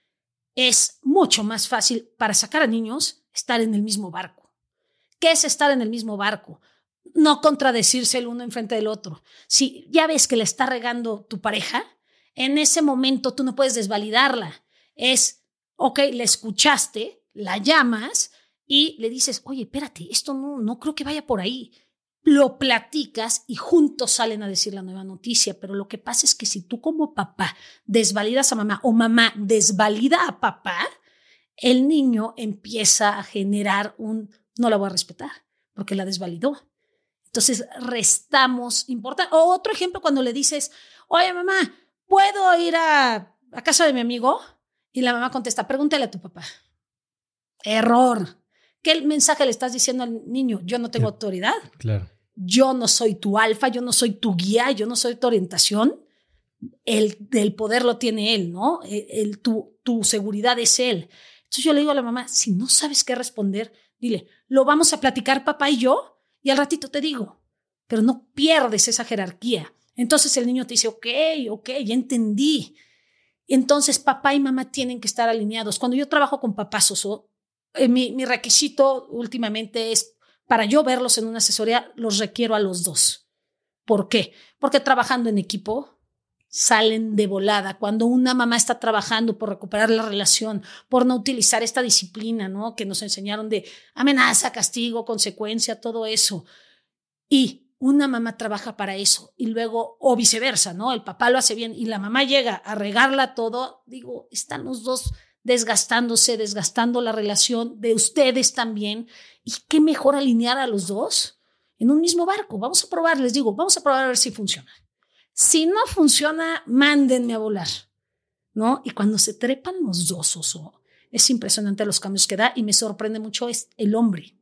es mucho más fácil para sacar a niños estar en el mismo barco. ¿Qué es estar en el mismo barco? No contradecirse el uno enfrente del otro. Si ya ves que le está regando tu pareja, en ese momento tú no puedes desvalidarla. Es, ok, la escuchaste, la llamas y le dices, oye, espérate, esto no, no creo que vaya por ahí. Lo platicas y juntos salen a decir la nueva noticia, pero lo que pasa es que si tú como papá desvalidas a mamá o mamá desvalida a papá, el niño empieza a generar un no la voy a respetar porque la desvalidó. Entonces restamos importancia. O otro ejemplo cuando le dices, oye mamá, ¿puedo ir a, a casa de mi amigo? Y la mamá contesta, pregúntale a tu papá. Error. ¿Qué mensaje le estás diciendo al niño? Yo no tengo autoridad. Claro. Yo no soy tu alfa, yo no soy tu guía, yo no soy tu orientación. El, el poder lo tiene él, ¿no? El, el, tu, tu seguridad es él. Entonces yo le digo a la mamá, si no sabes qué responder, dile, lo vamos a platicar papá y yo y al ratito te digo, pero no pierdes esa jerarquía. Entonces el niño te dice, ok, ok, ya entendí. Entonces papá y mamá tienen que estar alineados. Cuando yo trabajo con papás, Oso, eh, mi, mi requisito últimamente es, para yo verlos en una asesoría, los requiero a los dos. ¿Por qué? Porque trabajando en equipo salen de volada. Cuando una mamá está trabajando por recuperar la relación, por no utilizar esta disciplina, ¿no? Que nos enseñaron de amenaza, castigo, consecuencia, todo eso. Y una mamá trabaja para eso y luego, o viceversa, ¿no? El papá lo hace bien y la mamá llega a regarla todo. Digo, están los dos desgastándose, desgastando la relación de ustedes también. ¿Y qué mejor alinear a los dos en un mismo barco? Vamos a probar, les digo, vamos a probar a ver si funciona. Si no funciona, mándenme a volar, ¿no? Y cuando se trepan los dos, Oso, es impresionante los cambios que da y me sorprende mucho es el hombre.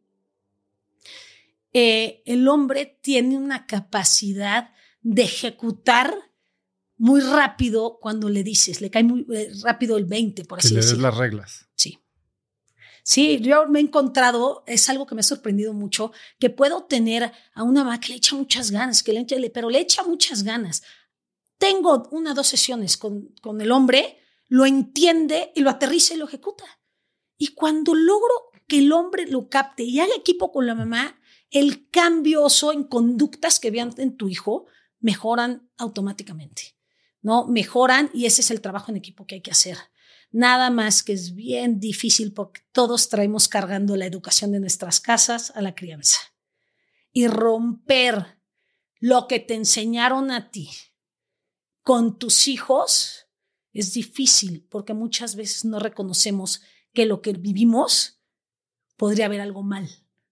Eh, el hombre tiene una capacidad de ejecutar muy rápido cuando le dices, le cae muy eh, rápido el veinte, por así decirlo. Que le des las reglas. Sí. Sí, yo me he encontrado, es algo que me ha sorprendido mucho, que puedo tener a una mamá que le echa muchas ganas, que le echa, pero le echa muchas ganas. Tengo una o dos sesiones con, con el hombre, lo entiende y lo aterriza y lo ejecuta. Y cuando logro que el hombre lo capte y haga equipo con la mamá, el cambio Oso en conductas que vean en tu hijo mejoran automáticamente, ¿no? Mejoran y ese es el trabajo en equipo que hay que hacer. Nada más que es bien difícil porque todos traemos cargando la educación de nuestras casas a la crianza. Y romper lo que te enseñaron a ti con tus hijos es difícil porque muchas veces no reconocemos que lo que vivimos podría haber algo mal.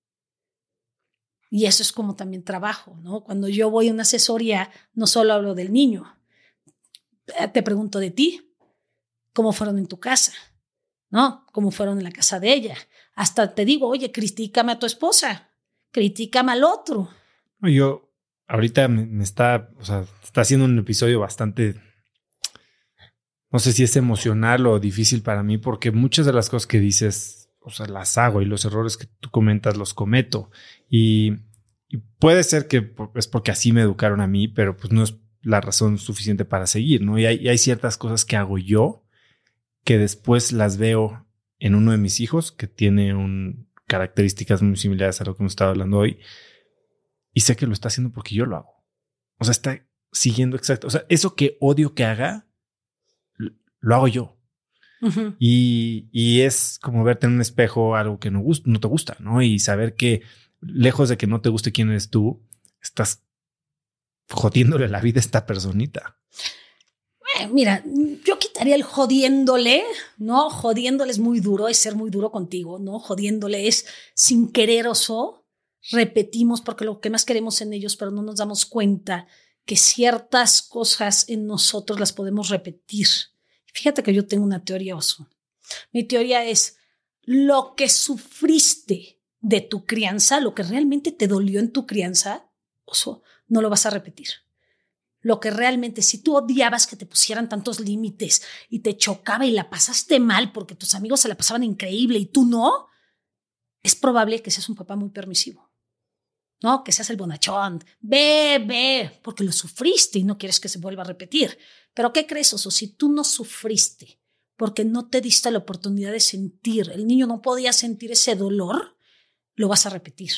Y eso es como también trabajo, ¿no? Cuando yo voy a una asesoría, no solo hablo del niño, te pregunto de ti. ¿Cómo fueron en tu casa? ¿No? ¿Cómo fueron en la casa de ella? Hasta te digo, oye, critícame a tu esposa, critícame al otro. Yo ahorita me, me está, o sea, está haciendo un episodio bastante, no sé si es emocional o difícil para mí, porque muchas de las cosas que dices o sea, las hago y los errores que tú comentas los cometo. Y, y puede ser que es porque así me educaron a mí, pero pues no es la razón suficiente para seguir, ¿no? Y hay, y hay ciertas cosas que hago yo que después las veo en uno de mis hijos que tiene un, características muy similares a lo que hemos estado hablando hoy y sé que lo está haciendo porque yo lo hago. O sea, está siguiendo exacto. O sea, eso que odio que haga, lo hago yo. Uh-huh. Y, y es como verte en un espejo algo que no, gust- no te gusta, ¿no? Y saber que lejos de que no te guste quién eres tú, estás jodiéndole la vida a esta personita. Eh, mira, yo quitaría el jodiéndole, ¿no? Jodiéndole es muy duro, es ser muy duro contigo, ¿no? Jodiéndole es sin querer oso, repetimos porque lo que más queremos en ellos, pero no nos damos cuenta que ciertas cosas en nosotros las podemos repetir. Fíjate que yo tengo una teoría, oso. Mi teoría es lo que sufriste de tu crianza, lo que realmente te dolió en tu crianza, oso, no lo vas a repetir. Lo que realmente, si tú odiabas que te pusieran tantos límites y te chocaba y la pasaste mal porque tus amigos se la pasaban increíble y tú no, es probable que seas un papá muy permisivo, ¿no? Que seas el bonachón, ve, ve, porque lo sufriste y no quieres que se vuelva a repetir. Pero ¿qué crees, oso? Si tú no sufriste porque no te diste la oportunidad de sentir, el niño no podía sentir ese dolor, lo vas a repetir.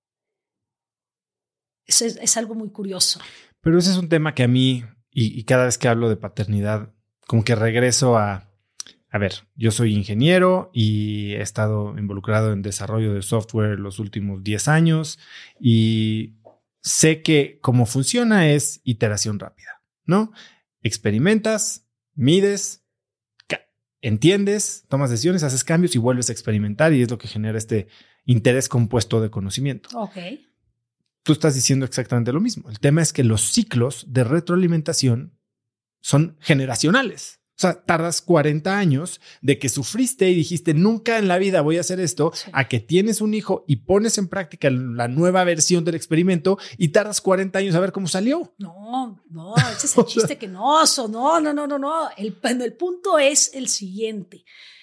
Eso es, es algo muy curioso. Pero ese es un tema que a mí, y, y cada vez que hablo de paternidad, como que regreso a, a ver, yo soy ingeniero y he estado involucrado en desarrollo de software los últimos diez años y sé que cómo funciona es iteración rápida, ¿no? Experimentas, mides, entiendes, tomas decisiones, haces cambios y vuelves a experimentar y es lo que genera este interés compuesto de conocimiento. Ok. Tú estás diciendo exactamente lo mismo. El tema es que los ciclos de retroalimentación son generacionales. O sea, tardas cuarenta años de que sufriste y dijiste nunca en la vida voy a hacer esto, sí, a que tienes un hijo y pones en práctica la nueva versión del experimento y tardas cuarenta años a ver cómo salió. No, no, ese es el chiste que no, oso, no, no, no, no, no. El, el punto es el siguiente.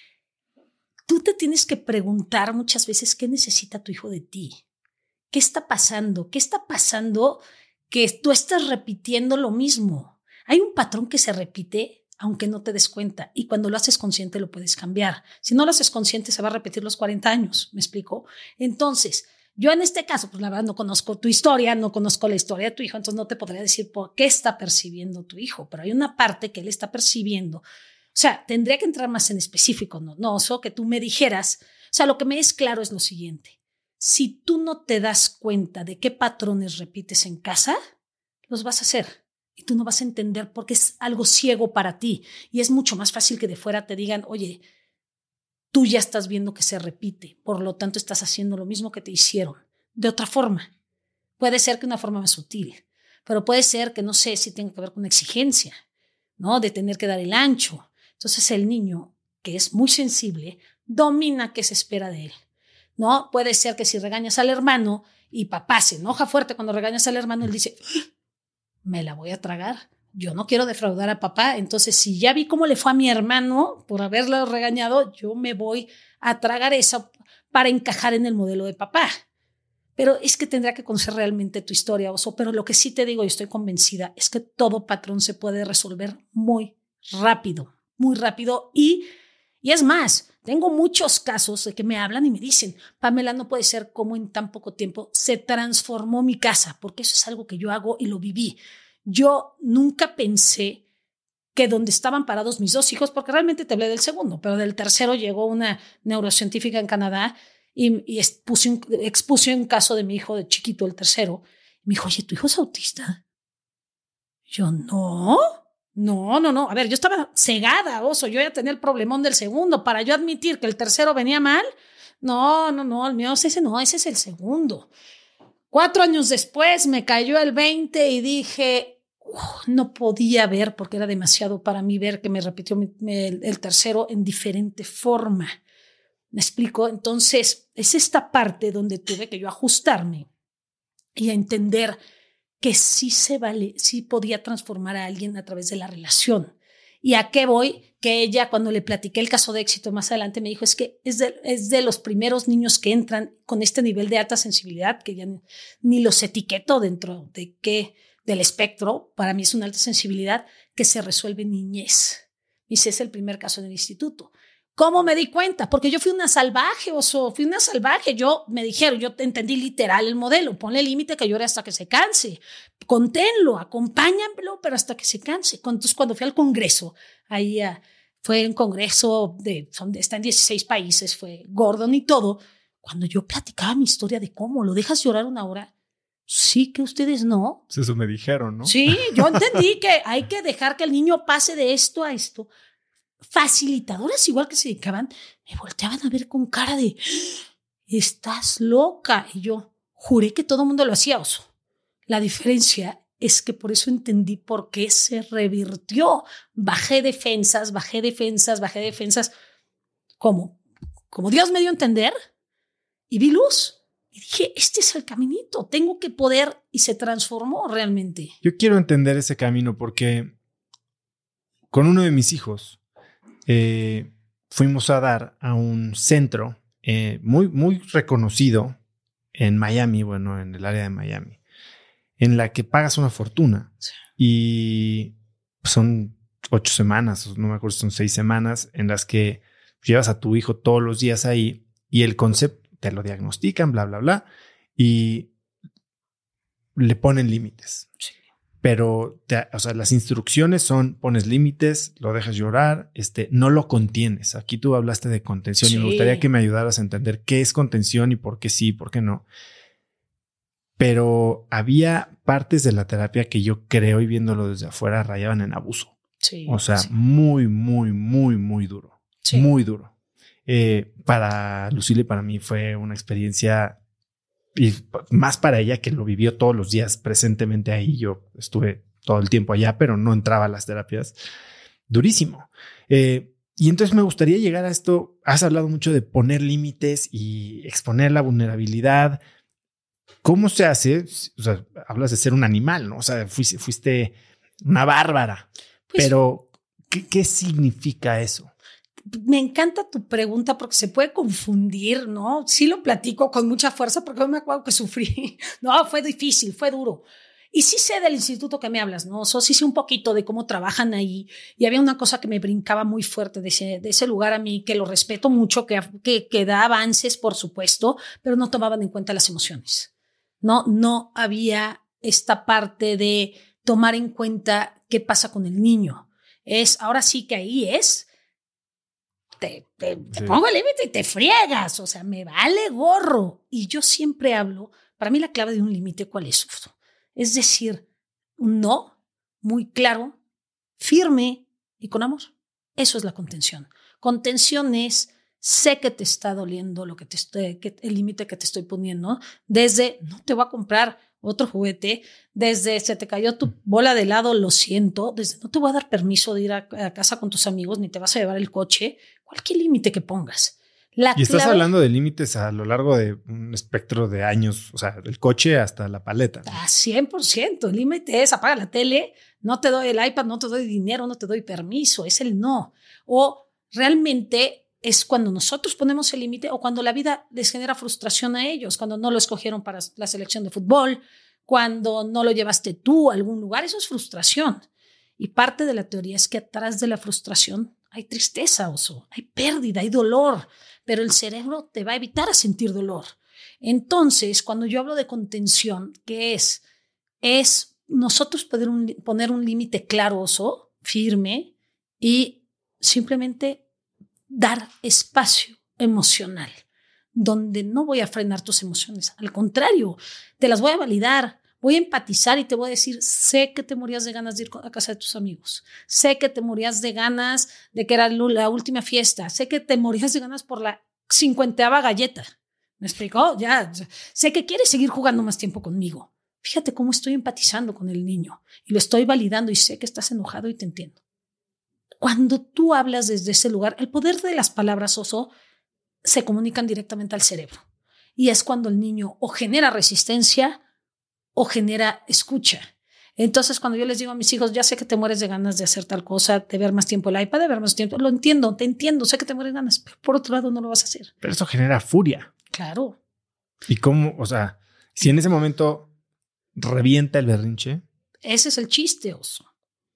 Tú te tienes que preguntar muchas veces qué necesita tu hijo de ti. ¿Qué está pasando? ¿Qué está pasando que tú estás repitiendo lo mismo? Hay un patrón que se repite aunque no te des cuenta y cuando lo haces consciente lo puedes cambiar. Si no lo haces consciente se va a repetir los cuarenta años, ¿me explico? Entonces, yo en este caso, pues la verdad no conozco tu historia, no conozco la historia de tu hijo, entonces no te podría decir por qué está percibiendo tu hijo, pero hay una parte que él está percibiendo. O sea, tendría que entrar más en específico, ¿no? No, eso que tú me dijeras. O sea, lo que me es claro es lo siguiente. Si tú no te das cuenta de qué patrones repites en casa, los vas a hacer y tú no vas a entender porque es algo ciego para ti y es mucho más fácil que de fuera te digan, oye, tú ya estás viendo que se repite, por lo tanto estás haciendo lo mismo que te hicieron, de otra forma. Puede ser que una forma más sutil, pero puede ser que no sé si tenga que ver con exigencia, ¿no? De tener que dar el ancho. Entonces el niño, que es muy sensible, domina qué se espera de él. ¿No? Puede ser que si regañas al hermano y papá se enoja fuerte cuando regañas al hermano, él dice, me la voy a tragar. Yo no quiero defraudar a papá. Entonces, si ya vi cómo le fue a mi hermano por haberlo regañado, yo me voy a tragar eso para encajar en el modelo de papá. Pero es que tendrá que conocer realmente tu historia, oso. Pero lo que sí te digo y estoy convencida es que todo patrón se puede resolver muy rápido, muy rápido y, y es más, tengo muchos casos de que me hablan y me dicen, Pamela, no puede ser cómo en tan poco tiempo se transformó mi casa, porque eso es algo que yo hago y lo viví. Yo nunca pensé que donde estaban parados mis dos hijos, porque realmente te hablé del segundo, pero del tercero llegó una neurocientífica en Canadá y, y expuse, un, expuse un caso de mi hijo de chiquito, el tercero. Me dijo, oye, ¿tu hijo es autista? Yo, no. No, no, no. A ver, yo estaba cegada, oso. Yo ya tenía el problemón del segundo. Para yo admitir que el tercero venía mal, no, no, no. El mío es ese, no, ese es el segundo. Cuatro años después me cayó el veinte y dije, uh, no podía ver porque era demasiado para mí ver que me repitió mi, me, el, el tercero en diferente forma. ¿Me explico? Entonces, es esta parte donde tuve que yo ajustarme y a entender que sí se vale, sí podía transformar a alguien a través de la relación ¿Y a qué voy? Que ella, cuando le platiqué el caso de éxito más adelante, me dijo, es que es de, es de los primeros niños que entran con este nivel de alta sensibilidad, que ya ni, ni los etiqueto dentro de qué, del espectro, para mí es una alta sensibilidad, que se resuelve en niñez. Y ese es el primer caso en el instituto. ¿Cómo me di cuenta? Porque yo fui una salvaje, oso, fui una salvaje. Yo me dijeron, yo entendí literal el modelo, ponle límite que llore hasta que se canse, conténlo, acompáñamelo, pero hasta que se canse. Entonces, cuando fui al congreso, ahí uh, fue un congreso de, son, está en dieciséis países, fue Gordon y todo. Cuando yo platicaba mi historia de cómo, ¿lo dejas llorar una hora? Sí, que ustedes no. Eso me dijeron, ¿no? Sí, yo entendí que hay que dejar que el niño pase de esto a esto. Facilitadoras igual que se dedicaban, me volteaban a ver con cara de estás loca. Y yo juré que todo el mundo lo hacía, oso. La diferencia es que por eso entendí por qué se revirtió. Bajé defensas, bajé defensas, bajé defensas. ¿Cómo? Como Dios me dio a entender y vi luz. Y dije, este es el caminito, tengo que poder, y se transformó realmente. Yo quiero entender ese camino porque con uno de mis hijos eh, fuimos a dar a un centro eh, muy, muy reconocido en Miami, bueno, en el área de Miami, en la que pagas una fortuna. Sí. Y son ocho semanas, no me acuerdo si son seis semanas, en las que llevas a tu hijo todos los días ahí y el concepto te lo diagnostican, bla, bla, bla, y le ponen límites. Sí. Pero, te, o sea, las instrucciones son, pones límites, lo dejas llorar, este, no lo contienes. Aquí tú hablaste de contención sí. Y me gustaría que me ayudaras a entender qué es contención y por qué sí, por qué no. Pero había partes de la terapia que yo creo, y viéndolo desde afuera, rayaban en abuso. Sí, o sea, sí. muy, muy, muy, muy duro. Sí. Muy duro. Eh, para Lucila y para mí fue una experiencia, y más para ella que lo vivió todos los días presentemente ahí. Yo estuve todo el tiempo allá, pero no entraba a las terapias. Durísimo. Eh, y entonces me gustaría llegar a esto. Has hablado mucho de poner límites y exponer la vulnerabilidad. ¿Cómo se hace? O sea, hablas de ser un animal, ¿no? O sea, fuiste, fuiste una bárbara. Pues, pero, ¿qué, qué significa eso? Me encanta tu pregunta porque se puede confundir, ¿no? Sí lo platico con mucha fuerza porque no me acuerdo que sufrí. No, fue difícil, fue duro. Y sí sé del instituto que me hablas, ¿no? O sea, sí sé un poquito de cómo trabajan ahí. Y había una cosa que me brincaba muy fuerte de ese, de ese lugar a mí, que lo respeto mucho, que, que, que da avances, por supuesto, pero no tomaban en cuenta las emociones. No, no había esta parte de tomar en cuenta qué pasa con el niño. Es, ahora sí que ahí es... Te, te, te sí. pongo el límite y te friegas, o sea, me vale gorro. Y yo siempre hablo, para mí la clave de un límite, ¿cuál es? Es decir, un no muy claro, firme y con amor. Eso es la contención. Contención es, sé que te está doliendo lo que te estoy, que, el límite que te estoy poniendo, desde no te voy a comprar otro juguete, desde se te cayó tu bola de helado, lo siento, desde no te voy a dar permiso de ir a, a casa con tus amigos, ni te vas a llevar el coche, cualquier límite que pongas. La y estás clave, hablando de límites a lo largo de un espectro de años, o sea, del coche hasta la paleta, ¿no? A cien por ciento, el límite es apaga la tele, no te doy el iPad, no te doy dinero, no te doy permiso, es el no. O realmente es cuando nosotros ponemos el límite o cuando la vida les genera frustración a ellos, cuando no lo escogieron para la selección de fútbol, cuando no lo llevaste tú a algún lugar, eso es frustración. Y parte de la teoría es que atrás de la frustración hay tristeza, oso, hay pérdida, hay dolor, pero el cerebro te va a evitar a sentir dolor. Entonces, cuando yo hablo de contención, ¿qué es? Es nosotros poder un, poner un límite claro, oso, firme, y simplemente dar espacio emocional, donde no voy a frenar tus emociones. Al contrario, te las voy a validar, voy a empatizar y te voy a decir, sé que te morías de ganas de ir a casa de tus amigos, sé que te morías de ganas de que era la última fiesta, sé que te morías de ganas por la cincuenteava galleta. ¿Me explicó? Ya, sé que quieres seguir jugando más tiempo conmigo. Fíjate cómo estoy empatizando con el niño y lo estoy validando y sé que estás enojado y te entiendo. Cuando tú hablas desde ese lugar, el poder de las palabras, oso, se comunican directamente al cerebro. Y es cuando el niño o genera resistencia o genera escucha. Entonces, cuando yo les digo a mis hijos, ya sé que te mueres de ganas de hacer tal cosa, de ver más tiempo el iPad, de ver más tiempo, lo entiendo, te entiendo, sé que te mueres de ganas, pero por otro lado no lo vas a hacer. Pero eso genera furia. Claro. ¿Y cómo? O sea, si en ese momento revienta el berrinche. Ese es el chiste, oso.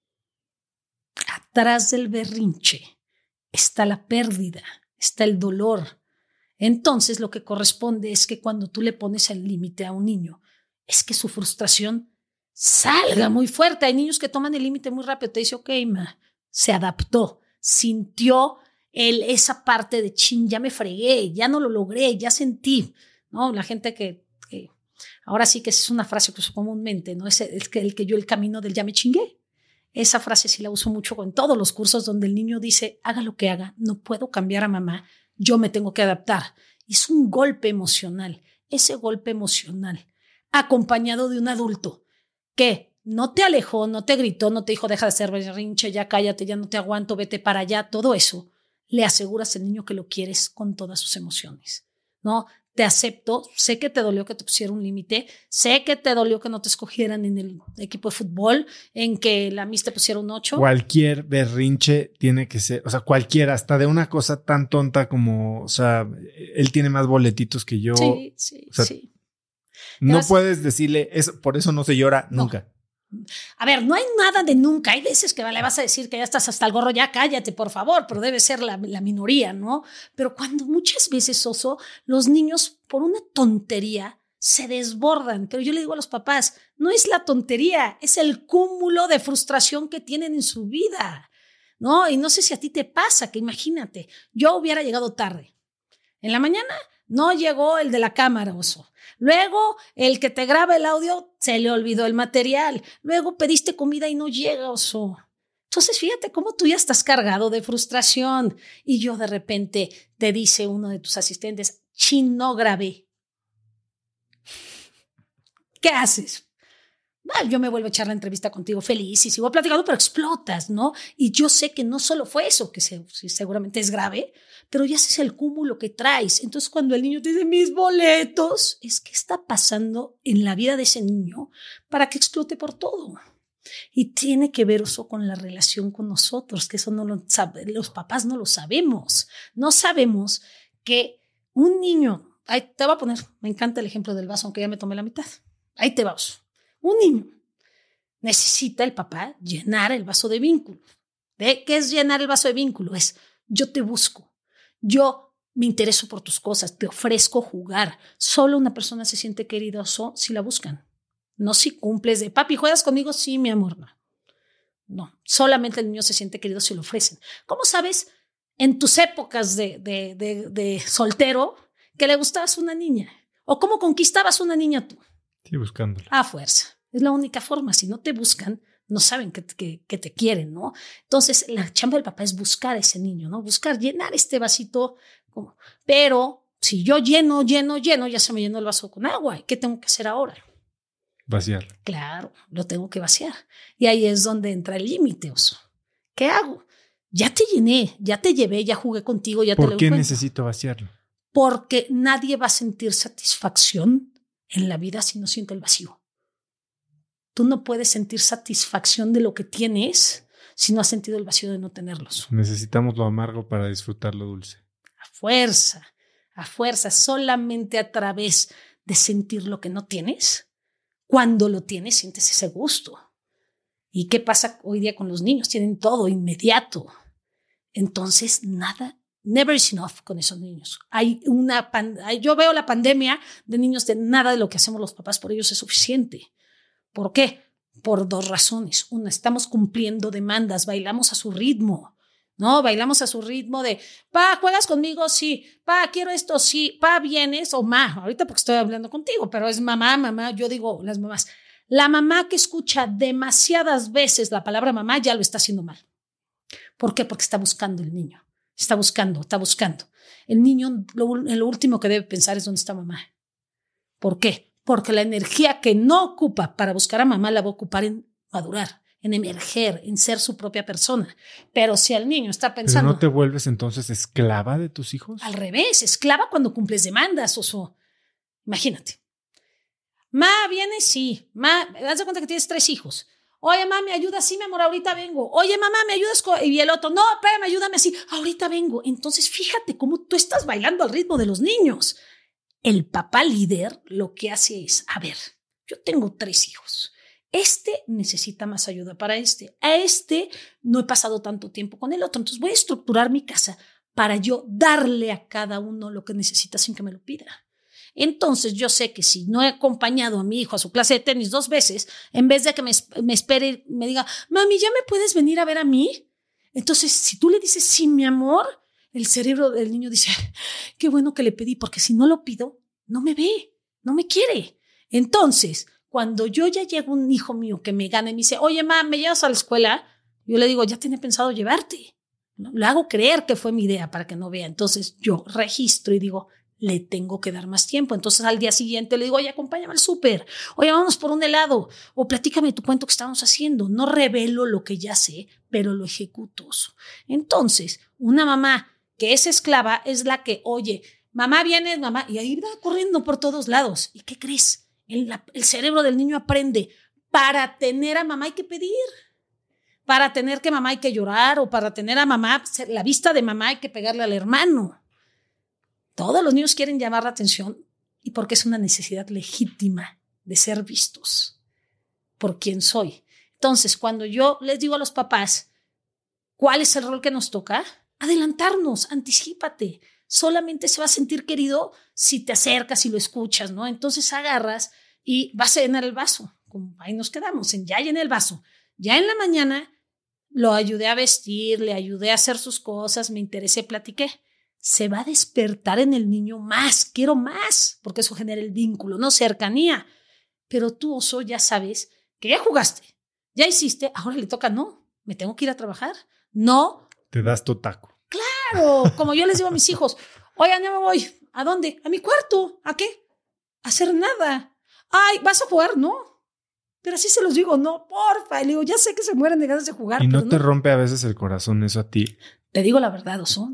Atrás del berrinche está la pérdida, está el dolor. Entonces, lo que corresponde es que cuando tú le pones el límite a un niño, es que su frustración salga muy fuerte. Hay niños que toman el límite muy rápido. Te dice, ok, ma, se adaptó, sintió el, esa parte de chin, ya me fregué, ya no lo logré, ya sentí, ¿no? La gente que, que ahora sí que es una frase que uso comúnmente, ¿no? Es el, el, el que yo el camino del ya me chingué. Esa frase sí la uso mucho en todos los cursos donde el niño dice, haga lo que haga, no puedo cambiar a mamá, yo me tengo que adaptar. Y es un golpe emocional, ese golpe emocional, acompañado de un adulto que no te alejó, no te gritó, no te dijo, deja de ser berrinche, ya cállate, ya no te aguanto, vete para allá, todo eso, le aseguras al niño que lo quieres con todas sus emociones, ¿no? Te acepto, sé que te dolió que te pusiera un límite, sé que te dolió que no te escogieran en el equipo de fútbol, en que la Miss te pusiera un ocho. Cualquier berrinche tiene que ser, o sea, cualquiera, hasta de una cosa tan tonta como, o sea, él tiene más boletitos que yo. Sí, sí, o sea, sí. No Además, puedes decirle, eso, por eso no se llora no. nunca. A ver, no hay nada de nunca. Hay veces que le vas a decir que ya estás hasta el gorro, ya cállate, por favor, pero debe ser la, la minoría, ¿no? Pero cuando muchas veces, oso, los niños por una tontería se desbordan. Pero yo le digo a los papás, no es la tontería, es el cúmulo de frustración que tienen en su vida, ¿no? Y no sé si a ti te pasa, que imagínate, yo hubiera llegado tarde. En la mañana no llegó el de la cámara, oso. Luego, el que te graba el audio, se le olvidó el material. Luego pediste comida y no llega, oso. Entonces, fíjate cómo tú ya estás cargado de frustración. Y yo de repente te dice uno de tus asistentes, chin, no grabé. ¿Qué haces? Bueno, yo me vuelvo a echar la entrevista contigo feliz y sigo platicando, pero explotas, ¿no? Y yo sé que no solo fue eso, que se, seguramente es grave, pero ya ese es el cúmulo que traes. Entonces, cuando el niño te dice, mis boletos, es que está pasando en la vida de ese niño para que explote por todo. Y tiene que ver eso con la relación con nosotros, que eso no lo sabe, los papás no lo sabemos. No sabemos que un niño, ahí te voy a poner, me encanta el ejemplo del vaso, aunque ya me tomé la mitad. Ahí te vas. Un niño necesita el papá llenar el vaso de vínculo. ¿De qué es llenar el vaso de vínculo? Es yo te busco, yo me intereso por tus cosas, te ofrezco jugar. Solo una persona se siente querida so, si la buscan. No si cumples de papi, ¿juegas conmigo? Sí, mi amor. No. no, solamente el niño se siente querido si lo ofrecen. ¿Cómo sabes en tus épocas de, de, de, de soltero que le gustabas una niña? ¿O cómo conquistabas una niña tú? Sí, buscándola. A fuerza. Es la única forma. Si no te buscan, no saben que, que, que te quieren, ¿no? Entonces, la chamba del papá es buscar a ese niño, ¿no? Buscar, llenar este vasito. Como, pero si yo lleno, lleno, lleno, ya se me llenó el vaso con agua. ¿Qué tengo que hacer ahora? Vaciarlo. Claro, lo tengo que vaciar. Y ahí es donde entra el límite, oso. ¿Qué hago? Ya te llené, ya te llevé, ya jugué contigo, ya te lo ¿Por qué encuentro. necesito vaciarlo? Porque nadie va a sentir satisfacción en la vida si no siente el vacío. Tú no puedes sentir satisfacción de lo que tienes si no has sentido el vacío de no tenerlos. Necesitamos lo amargo para disfrutar lo dulce. A fuerza, a fuerza, solamente a través de sentir lo que no tienes. Cuando lo tienes, sientes ese gusto. ¿Y qué pasa hoy día con los niños? Tienen todo inmediato. Entonces, nada. Never is enough con esos niños. Hay una pand- yo veo la pandemia de niños de nada de lo que hacemos los papás por ellos es suficiente. ¿Por qué? Por dos razones. Una, estamos cumpliendo demandas, bailamos a su ritmo, ¿no? Bailamos a su ritmo de, pa, ¿juegas conmigo? Sí. Pa, quiero esto, sí. Pa, ¿vienes? O ma, ahorita porque estoy hablando contigo, pero es mamá, mamá. Yo digo las mamás. La mamá que escucha demasiadas veces la palabra mamá ya lo está haciendo mal. ¿Por qué? Porque está buscando el niño. Está buscando, está buscando. El niño, lo, lo último que debe pensar es dónde está mamá. ¿Por qué? Porque la energía que no ocupa para buscar a mamá la va a ocupar en madurar, en emerger, en ser su propia persona. Pero si el niño está pensando... ¿Pero no te vuelves entonces esclava de tus hijos? Al revés, esclava cuando cumples demandas, oso. Imagínate. Ma, ¿vienes? Sí. Ma, haz de cuenta que tienes tres hijos. Oye, mamá, ¿me ayudas? Sí, mi amor, ahorita vengo. Oye, mamá, ¿me ayudas? Y el otro, no, espérame, ayúdame así. Ahorita vengo. Entonces, fíjate cómo tú estás bailando al ritmo de los niños. El papá líder lo que hace es, a ver, yo tengo tres hijos. Este necesita más ayuda para este. A este no he pasado tanto tiempo con el otro. Entonces, voy a estructurar mi casa para yo darle a cada uno lo que necesita sin que me lo pida. Entonces yo sé que si no he acompañado a mi hijo a su clase de tenis dos veces, en vez de que me, me espere y me diga, mami, ¿ya me puedes venir a ver a mí? Entonces, si tú le dices, sí, mi amor, el cerebro del niño dice, qué bueno que le pedí, porque si no lo pido, no me ve, no me quiere. Entonces, cuando yo ya llego un hijo mío que me gana y me dice, oye, ma, ¿me llevas a la escuela? Yo le digo, ya tenía pensado llevarte. ¿No? Le hago creer que fue mi idea para que no vea. Entonces, yo registro y digo, le tengo que dar más tiempo. Entonces al día siguiente le digo, oye, acompáñame al súper, oye, vamos por un helado, o platícame tu cuento que estábamos haciendo. No revelo lo que ya sé, pero lo ejecuto. Entonces, una mamá que es esclava es la que, oye, mamá viene, mamá, y ahí va corriendo por todos lados. ¿Y qué crees? El, la, el cerebro del niño aprende, para tener a mamá hay que pedir. Para tener que mamá hay que llorar, o para tener a mamá, la vista de mamá hay que pegarle al hermano. Todos los niños quieren llamar la atención y porque es una necesidad legítima de ser vistos por quien soy. Entonces, cuando yo les digo a los papás, ¿cuál es el rol que nos toca? Adelantarnos, anticípate. Solamente se va a sentir querido si te acercas y lo escuchas, ¿no? Entonces agarras y vas a llenar el vaso. Como ahí nos quedamos, en ya llené el vaso. Ya en la mañana lo ayudé a vestir, le ayudé a hacer sus cosas, me interesé, platiqué. Se va a despertar en el niño más, quiero más, porque eso genera el vínculo, no cercanía. Pero tú, oso, ya sabes que ya jugaste, ya hiciste, ahora le toca, no, me tengo que ir a trabajar. No. Te das tu taco. Claro, como yo les digo a mis hijos, oigan, ya me voy. ¿A dónde? A mi cuarto. ¿A qué? A hacer nada. Ay, ¿vas a jugar? No. Pero así se los digo, no, porfa. Y le digo, ya sé que se mueren de ganas de jugar. ¿Y no pero te no. rompe a veces el corazón eso a ti? Te digo la verdad, oso.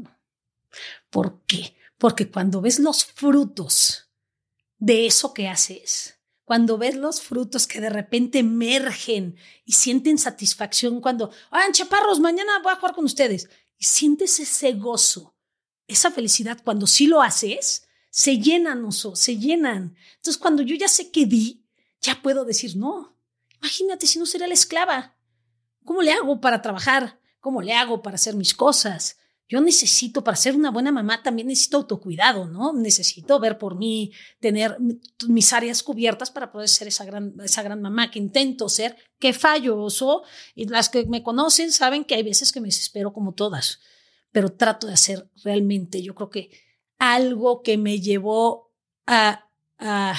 ¿Por qué? Porque cuando ves los frutos de eso que haces, cuando ves los frutos que de repente emergen y sienten satisfacción cuando, ah, chaparros, mañana voy a jugar con ustedes, y sientes ese gozo, esa felicidad, cuando sí lo haces, se llenan, oso, se llenan. Entonces, cuando yo ya sé que di, ya puedo decir, no, imagínate si no sería la esclava. ¿Cómo le hago para trabajar? ¿Cómo le hago para hacer mis cosas? Yo necesito, para ser una buena mamá, también necesito autocuidado, ¿no? Necesito ver por mí, tener mis áreas cubiertas para poder ser esa gran, esa gran mamá que intento ser, que fallo, oso. Y las que me conocen saben que hay veces que me desespero como todas, pero trato de hacer realmente, yo creo que algo que me llevó a, a,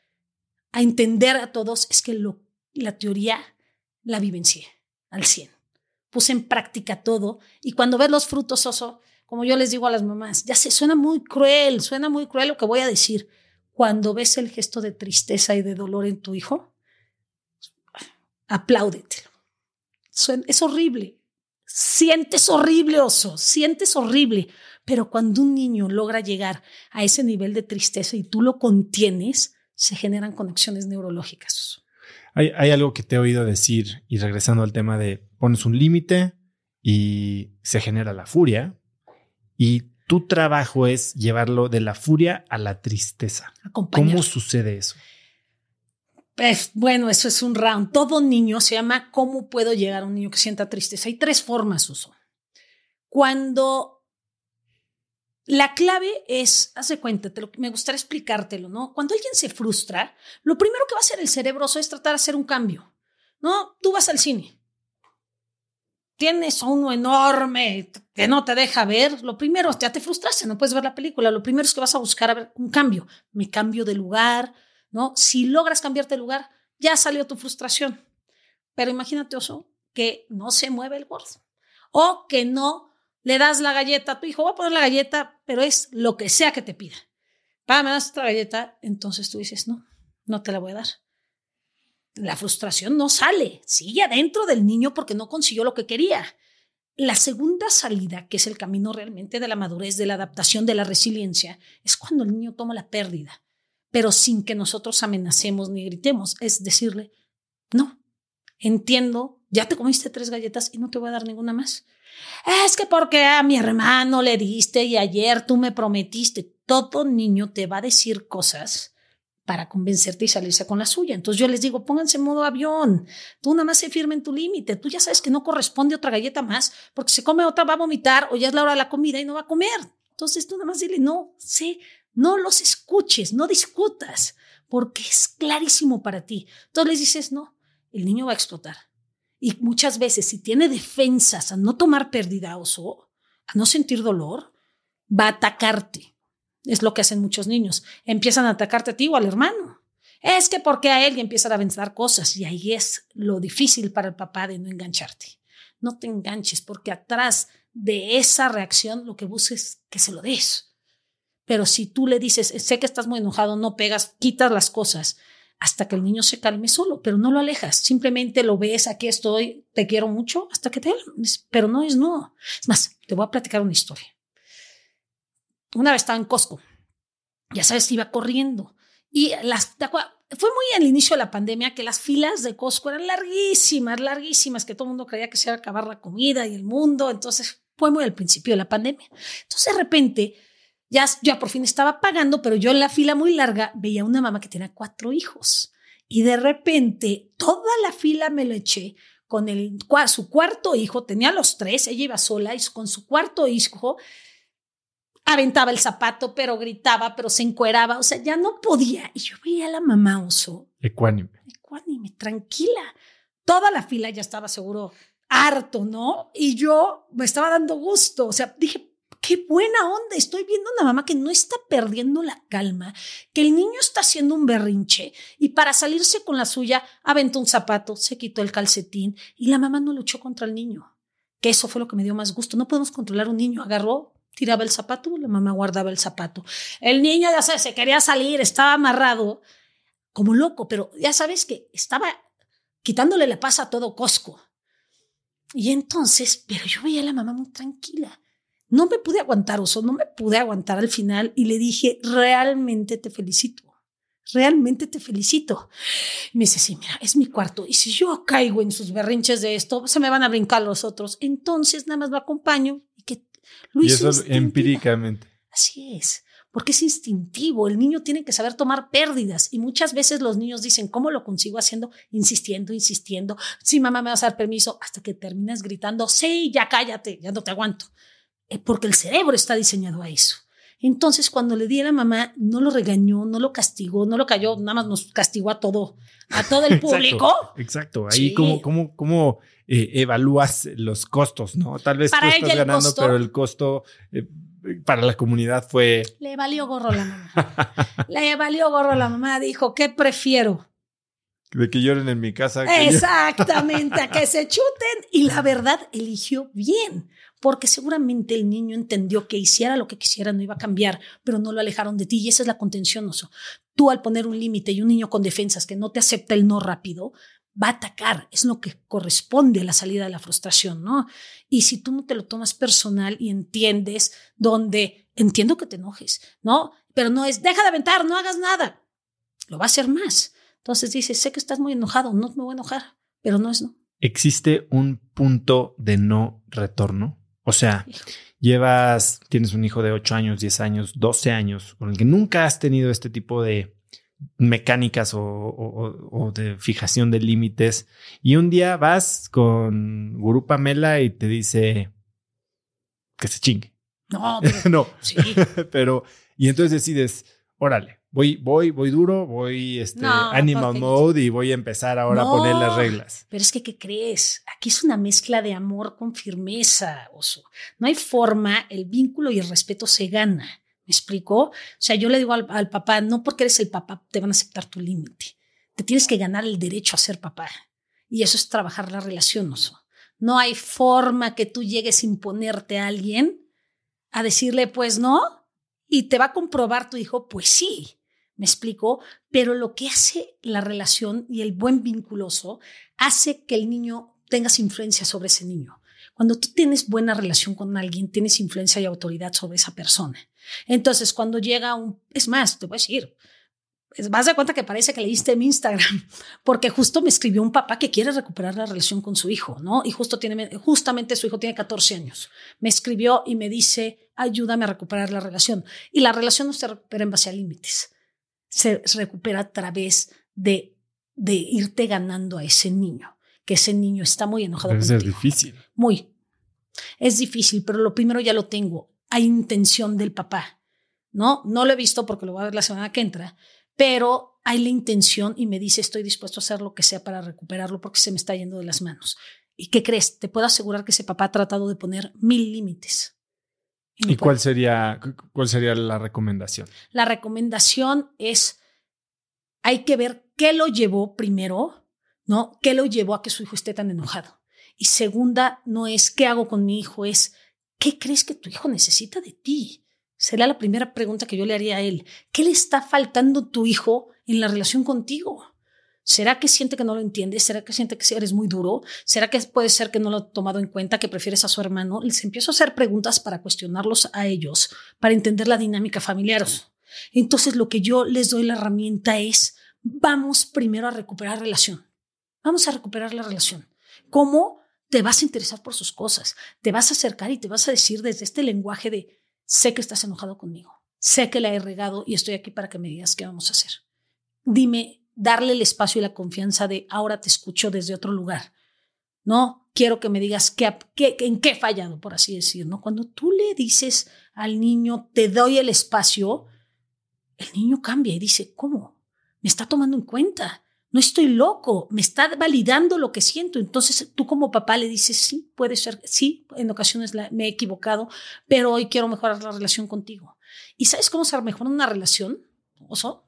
a entender a todos es que lo, la teoría la vivencié al cien. Puse en práctica todo y cuando ves los frutos, oso, como yo les digo a las mamás, ya sé, suena muy cruel, suena muy cruel lo que voy a decir. Cuando ves el gesto de tristeza y de dolor en tu hijo, apláudetelo. Suena, es horrible. Sientes horrible, oso, sientes horrible. Pero cuando un niño logra llegar a ese nivel de tristeza y tú lo contienes, se generan conexiones neurológicas, oso. Hay, hay algo que te he oído decir, y regresando al tema de pones un límite y se genera la furia, y tu trabajo es llevarlo de la furia a la tristeza. ¿Cómo sucede eso? Pues, bueno, eso es un round. Todo niño se llama ¿cómo puedo llegar a un niño que sienta tristeza? Hay tres formas, Uso. Cuando la clave es, haz de cuenta, te lo, me gustaría explicártelo, ¿no? Cuando alguien se frustra, lo primero que va a hacer el cerebro es tratar de hacer un cambio, ¿no? Tú vas al cine, tienes a uno enorme que no te deja ver, lo primero, ya te frustraste, no puedes ver la película, lo primero es que vas a buscar a ver un cambio, me cambio de lugar, ¿no? Si logras cambiarte de lugar, ya salió tu frustración, pero imagínate, oso, que no se mueve el gordo, o que no le das la galleta a tu hijo, voy a poner la galleta, pero es lo que sea que te pida. Pa, me das otra galleta, entonces tú dices, no, no te la voy a dar. La frustración no sale, sigue adentro del niño porque no consiguió lo que quería. La segunda salida, que es el camino realmente de la madurez, de la adaptación, de la resiliencia, es cuando el niño toma la pérdida. pero sin que nosotros amenacemos ni gritemos. Es decirle, no, entiendo, ya te comiste tres galletas y no te voy a dar ninguna más. Es que porque a mi hermano le diste y ayer tú me prometiste. Todo niño te va a decir cosas para convencerte y salirse con la suya. Entonces yo les digo, pónganse en modo avión. Tú nada más se firme en tu límite. Tú ya sabes que no corresponde otra galleta más, porque si come otra va a vomitar o ya es la hora de la comida y no va a comer. Entonces tú nada más dile, no, sí, no los escuches, no discutas, porque es clarísimo para ti. Entonces les dices, no, el niño va a explotar. Y muchas veces, si tiene defensas a no tomar pérdida, oso, a no sentir dolor, va a atacarte. Es lo que hacen muchos niños. Empiezan a atacarte a ti o al hermano. Es que porque a él y empiezan a aventar cosas. Y ahí es lo difícil para el papá de no engancharte. No te enganches, porque atrás de esa reacción lo que busques es que se lo des. Pero si tú le dices, sé que estás muy enojado, no pegas, quitas las cosas, hasta que el niño se calme solo, pero no lo alejas, simplemente lo ves, aquí estoy, te quiero mucho, hasta que te calmes, pero no es no. Es más, te voy a platicar una historia. Una vez estaba en Costco, ya sabes, iba corriendo y las, fue muy al inicio de la pandemia que las filas de Costco eran larguísimas, larguísimas, que todo el mundo creía que se iba a acabar la comida y el mundo, entonces fue muy al principio de la pandemia. Entonces de repente Ya, ya por fin estaba pagando, pero yo en la fila muy larga veía a una mamá que tenía cuatro hijos y de repente toda la fila me lo eché con el, su cuarto hijo, tenía los tres, ella iba sola y con su cuarto hijo aventaba el zapato, pero gritaba, pero se encueraba, o sea, ya no podía. Y yo veía a la mamá, oso. Ecuánime. Ecuánime, tranquila. Toda la fila ya estaba seguro harto, ¿no? Y yo me estaba dando gusto, o sea, dije, qué buena onda, estoy viendo a una mamá que no está perdiendo la calma, que el niño está haciendo un berrinche y para salirse con la suya aventó un zapato, se quitó el calcetín y la mamá no luchó contra el niño, que eso fue lo que me dio más gusto. No podemos controlar a un niño, agarró, tiraba el zapato, la mamá guardaba el zapato. El niño ya sabes, se quería salir, estaba amarrado como loco, pero ya sabes que estaba quitándole la paz a todo Costco. Y entonces, pero yo veía a la mamá muy tranquila. No me pude aguantar, oso, no me pude aguantar al final y le dije, realmente te felicito, realmente te felicito. Y me dice, sí, mira, es mi cuarto y si yo caigo en sus berrinches de esto, se me van a brincar los otros. Entonces nada más lo acompaño y que lo y hizo eso empíricamente. Así es, porque es instintivo. El niño tiene que saber tomar pérdidas y muchas veces los niños dicen, ¿cómo lo consigo haciendo? Insistiendo, insistiendo. Sí, mamá, me vas a dar permiso, hasta que terminas gritando, sí, ya cállate, ya no te aguanto. Porque el cerebro está diseñado a eso. Entonces, cuando le di a la mamá, no lo regañó, no lo castigó, no lo cayó, nada más nos castigó a todo, a todo el público. Exacto, exacto. Ahí sí. cómo, cómo, cómo eh, evalúas los costos, ¿no? Tal vez para tú estás ganando, costo, pero el costo eh, para la comunidad fue... Le valió gorro a la mamá. Le valió gorro a la mamá. Dijo, ¿qué prefiero? De que lloren en mi casa. Exactamente, a que se chuten. Y la verdad, eligió bien, porque seguramente el niño entendió que hiciera lo que quisiera no iba a cambiar, pero no lo alejaron de ti. Y esa es la contención, oso. Tú al poner un límite y un niño con defensas que no te acepta el no rápido, va a atacar. Es lo que corresponde a la salida de la frustración, ¿no? Y si tú no te lo tomas personal y entiendes donde, entiendo que te enojes, ¿no? Pero no es, deja de aventar, no hagas nada. Lo va a hacer más. Entonces dices, sé que estás muy enojado, no me voy a enojar, pero no es no. ¿Existe un punto de no retorno? O sea, hijo. llevas, tienes un hijo de ocho años, diez años, doce años, con el que nunca has tenido este tipo de mecánicas o, o, o de fijación de límites. Y un día vas con Gurú Pamela y te dice que se chingue. No, pero, no. Sí. pero, y entonces decides, órale. Voy, voy, voy duro, voy este no, animal mode y voy a empezar ahora no, a poner las reglas. Pero es que, ¿qué crees? Aquí es una mezcla de amor con firmeza, oso. No hay forma, el vínculo y el respeto se gana. ¿Me explico? O sea, yo le digo al, al papá, no porque eres el papá te van a aceptar tu límite. Te tienes que ganar el derecho a ser papá. Y eso es trabajar la relación, oso. No hay forma que tú llegues a imponerte a alguien, a decirle, pues no, y te va a comprobar tu hijo, pues sí. ¿Me explico? Pero lo que hace la relación y el buen vinculoso hace que el niño tengas influencia sobre ese niño. Cuando tú tienes buena relación con alguien, tienes influencia y autoridad sobre esa persona. Entonces, cuando llega un... Es más, te voy a decir, pues vas de cuenta que parece que leíste mi Instagram, porque justo me escribió un papá que quiere recuperar la relación con su hijo, ¿no? Y justo tiene, justamente su hijo tiene catorce años. Me escribió y me dice, ayúdame a recuperar la relación. Y la relación no se recupera en base a límites. Se recupera a través de, de irte ganando a ese niño, que ese niño está muy enojado Debe contigo. ser difícil. Muy. Es difícil, pero lo primero ya lo tengo. Hay intención del papá, ¿no? No lo he visto porque lo voy a ver la semana que entra, pero hay la intención y me dice, estoy dispuesto a hacer lo que sea para recuperarlo porque se me está yendo de las manos. ¿Y qué crees? Te puedo asegurar que ese papá ha tratado de poner mil límites. ¿Y, no ¿Y cuál sería, cuál sería la recomendación? La recomendación es, hay que ver qué lo llevó primero, ¿no? ¿Qué lo llevó a que su hijo esté tan enojado? Y segunda, no es qué hago con mi hijo, es qué crees que tu hijo necesita de ti. Sería la primera pregunta que yo le haría a él. ¿Qué le está faltando tu hijo en la relación contigo? ¿Será que siente que no lo entiendes? ¿Será que siente que eres muy duro? ¿Será que puede ser que no lo ha tomado en cuenta, que prefieres a su hermano? Les empiezo a hacer preguntas para cuestionarlos a ellos, para entender la dinámica familiar. Entonces lo que yo les doy la herramienta es, vamos primero a recuperar relación. Vamos a recuperar la relación. ¿Cómo? Te vas a interesar por sus cosas. Te vas a acercar y te vas a decir desde este lenguaje de sé que estás enojado conmigo, sé que la he regado y estoy aquí para que me digas qué vamos a hacer. Dime, darle el espacio y la confianza de ahora te escucho desde otro lugar. No quiero que me digas qué, qué, en qué he fallado, por así decir, ¿no? Cuando tú le dices al niño, te doy el espacio, el niño cambia y dice, ¿cómo? Me está tomando en cuenta. No estoy loco, me está validando lo que siento. Entonces tú como papá le dices, sí, puede ser, sí, en ocasiones la, me he equivocado, pero hoy quiero mejorar la relación contigo. ¿Y sabes cómo se mejora una relación, Oso?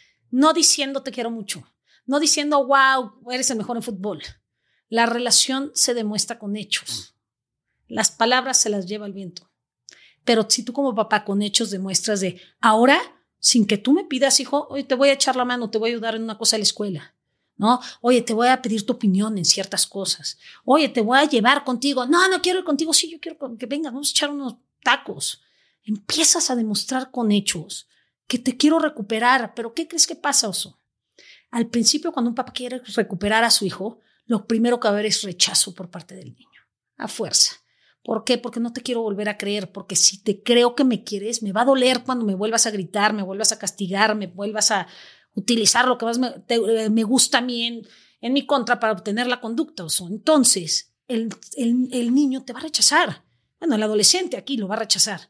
No diciendo te quiero mucho, no diciendo, wow, eres el mejor en fútbol. La relación se demuestra con hechos. Las palabras se las lleva el viento. Pero si tú como papá con hechos demuestras de ahora, sin que tú me pidas, hijo, oye, te voy a echar la mano, te voy a ayudar en una cosa de la escuela, ¿no? Oye, te voy a pedir tu opinión en ciertas cosas. Oye, te voy a llevar contigo. No, no quiero ir contigo. Sí, yo quiero que venga, vamos a echar unos tacos. Empiezas a demostrar con hechos que te quiero recuperar. ¿Pero qué crees que pasa, Oso? Al principio, cuando un papá quiere recuperar a su hijo, lo primero que va a haber es rechazo por parte del niño, a fuerza. ¿Por qué? Porque no te quiero volver a creer, porque si te creo que me quieres, me va a doler cuando me vuelvas a gritar, me vuelvas a castigar, me vuelvas a utilizar lo que más me, te, me gusta a mí en, en mi contra para obtener la conducta. Oso. Entonces, el, el, el niño te va a rechazar. Bueno, el adolescente aquí lo va a rechazar,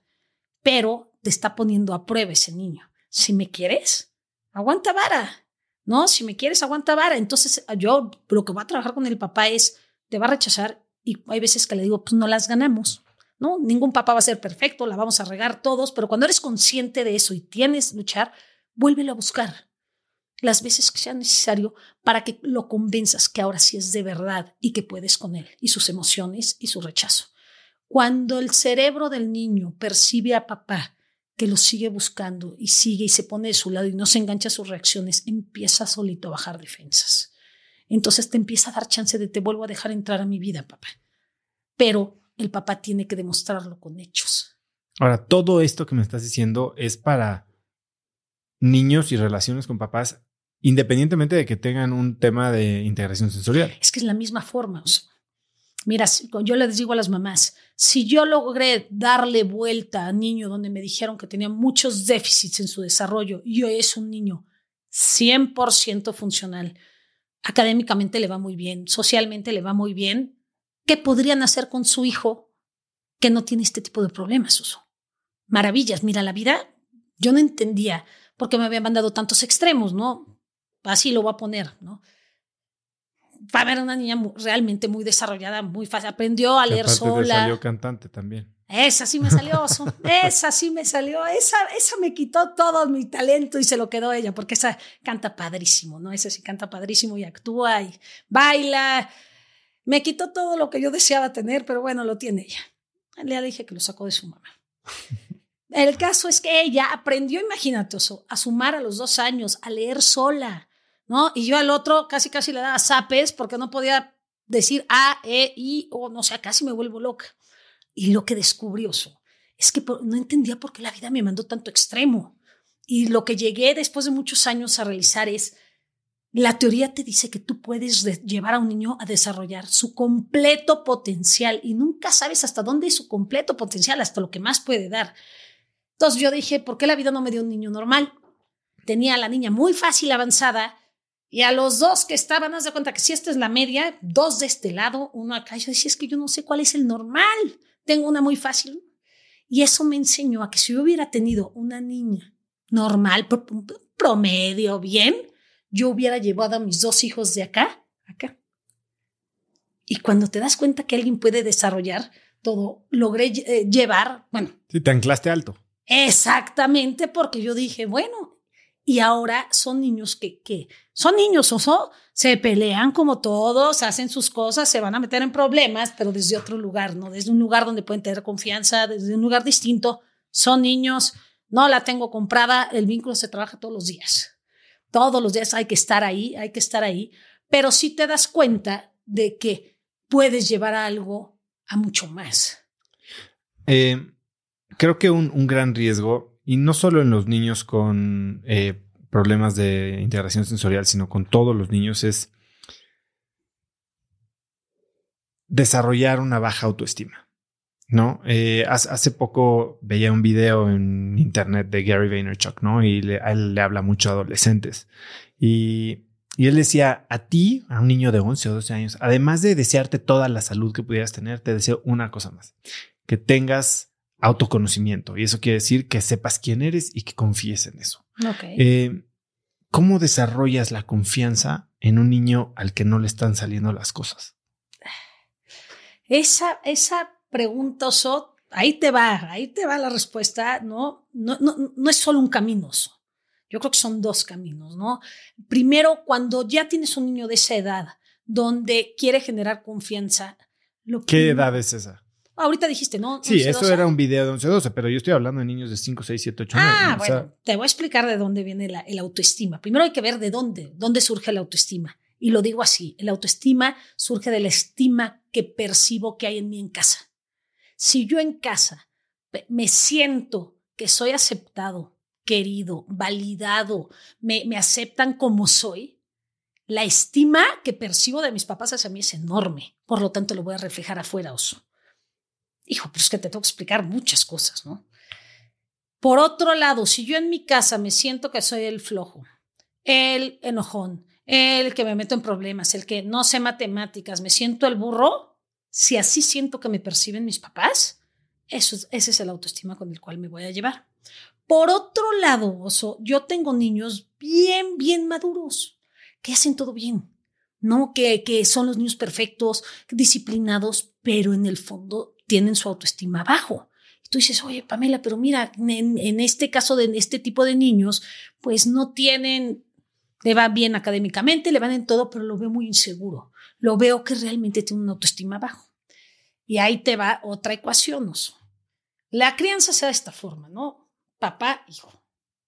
pero te está poniendo a prueba ese niño. Si me quieres, aguanta vara, ¿no? Si me quieres, aguanta vara. Entonces, yo lo que voy a trabajar con el papá es, te va a rechazar. Y hay veces que le digo, pues no las ganamos, ¿no? Ningún papá va a ser perfecto, la vamos a regar todos, pero cuando eres consciente de eso y tienes que luchar, vuélvelo a buscar las veces que sea necesario para que lo convenzas que ahora sí es de verdad y que puedes con él y sus emociones y su rechazo. Cuando el cerebro del niño percibe a papá que lo sigue buscando y sigue y se pone de su lado y no se engancha a sus reacciones, empieza solito a bajar defensas. Entonces te empieza a dar chance de te vuelvo a dejar entrar a mi vida, papá. Pero el papá tiene que demostrarlo con hechos. Ahora, todo esto que me estás diciendo es para niños y relaciones con papás, independientemente de que tengan un tema de integración sensorial. Es que es la misma forma. O sea, mira, yo les digo a las mamás, si yo logré darle vuelta a niño donde me dijeron que tenía muchos déficits en su desarrollo y hoy es un niño cien por ciento funcional, académicamente le va muy bien, socialmente le va muy bien, ¿qué podrían hacer con su hijo que no tiene este tipo de problemas, Oso? Maravillas. Mira, la vida, yo no entendía por qué me habían mandado tantos extremos, ¿no? Así lo voy a poner, ¿no? Va a ver una niña muy, realmente muy desarrollada, muy fácil, aprendió a leer sola. Te salió cantante también. Esa sí me salió, Oso. Esa sí me salió. Esa, esa me quitó todo mi talento y se lo quedó ella, porque esa canta padrísimo, ¿no? Esa sí canta padrísimo y actúa y baila. Me quitó todo lo que yo deseaba tener, pero bueno, lo tiene ella. Le dije que lo sacó de su mamá. El caso es que ella aprendió, imagínate, Oso, a sumar a los dos años, a leer sola, ¿no? Y yo al otro casi casi le daba zapes porque no podía decir A, E, I, o no sé, casi me vuelvo loca. Y lo que descubrió, Oso, es que no entendía por qué la vida me mandó tanto extremo. y lo que llegué después de muchos años a realizar es, la teoría te dice que tú puedes de- llevar a un niño a desarrollar su completo potencial y nunca sabes hasta dónde es su completo potencial, hasta lo que más puede dar. Entonces yo dije, ¿por qué la vida no me dio un niño normal? Tenía a la niña muy fácil, avanzada, y a los dos que estaban, haz de cuenta que si esta es la media, dos de este lado, uno acá. Yo decía, es que yo no sé cuál es el normal. Tengo una muy fácil. Y eso me enseñó a que si yo hubiera tenido una niña normal, promedio, bien, yo hubiera llevado a mis dos hijos de acá, acá. Y cuando te das cuenta que alguien puede desarrollar todo, logré eh, llevar, bueno. Sí, te anclaste alto. Exactamente, porque yo dije, bueno, y ahora son niños que, que son niños, oso, se pelean como todos, hacen sus cosas, se van a meter en problemas, pero desde otro lugar, ¿no? Desde un lugar donde pueden tener confianza, desde un lugar distinto. Son niños, no la tengo comprada, el vínculo se trabaja todos los días. Todos los días hay que estar ahí, hay que estar ahí, pero sí te das cuenta de que puedes llevar algo a mucho más. Eh, creo que un, un gran riesgo, y no solo en los niños con eh, problemas de integración sensorial, sino con todos los niños, es desarrollar una baja autoestima, ¿no? Eh, hace, hace poco veía un video en internet de Gary Vaynerchuk, ¿no? Y le, a él le habla mucho a adolescentes. Y, y él decía, a ti, a un niño de once o doce años, además de desearte toda la salud que pudieras tener, te deseo una cosa más, que tengas autoconocimiento. Y eso quiere decir que sepas quién eres y que confíes en eso. Okay. Eh, ¿Cómo desarrollas la confianza en un niño al que no le están saliendo las cosas? Esa, esa pregunta, Oso, ahí te va, ahí te va la respuesta, ¿no? No, no, no es solo un camino, Oso. Yo creo que son dos caminos, ¿no? Primero, cuando ya tienes un niño de esa edad, donde quiere generar confianza. Lo ¿Qué que, edad es esa? Ahorita dijiste, ¿no? Sí, once, eso doce. era un video de once doce, pero yo estoy hablando de niños de cinco, seis, siete, ocho, nueve. Ah, ¿no? bueno, O sea, te voy a explicar de dónde viene la, el autoestima. Primero hay que ver de dónde, dónde surge la autoestima. Y lo digo así, el autoestima surge de la estima que percibo que hay en mí en casa. Si yo en casa me siento que soy aceptado, querido, validado, me, me aceptan como soy, la estima que percibo de mis papás hacia mí es enorme. Por lo tanto, lo voy a reflejar afuera, Oso. Hijo, pero es que te tengo que explicar muchas cosas, ¿no? Por otro lado, si yo en mi casa me siento que soy el flojo, el enojón, el que me meto en problemas, el que no sé matemáticas, me siento el burro, si así siento que me perciben mis papás, eso es, ese es el autoestima con el cual me voy a llevar. Por otro lado, Oso, yo tengo niños bien, bien maduros, que hacen todo bien, ¿no? Que, que son los niños perfectos, disciplinados, pero en el fondo tienen su autoestima bajo. Tú dices, oye, Pamela, pero mira, en, en este caso de este tipo de niños, pues no tienen, le va bien académicamente, le van en todo, pero lo veo muy inseguro. Lo veo que realmente tiene una autoestima bajo. Y ahí te va otra ecuación, Oso. La crianza se da de esta forma, ¿no? Papá, hijo.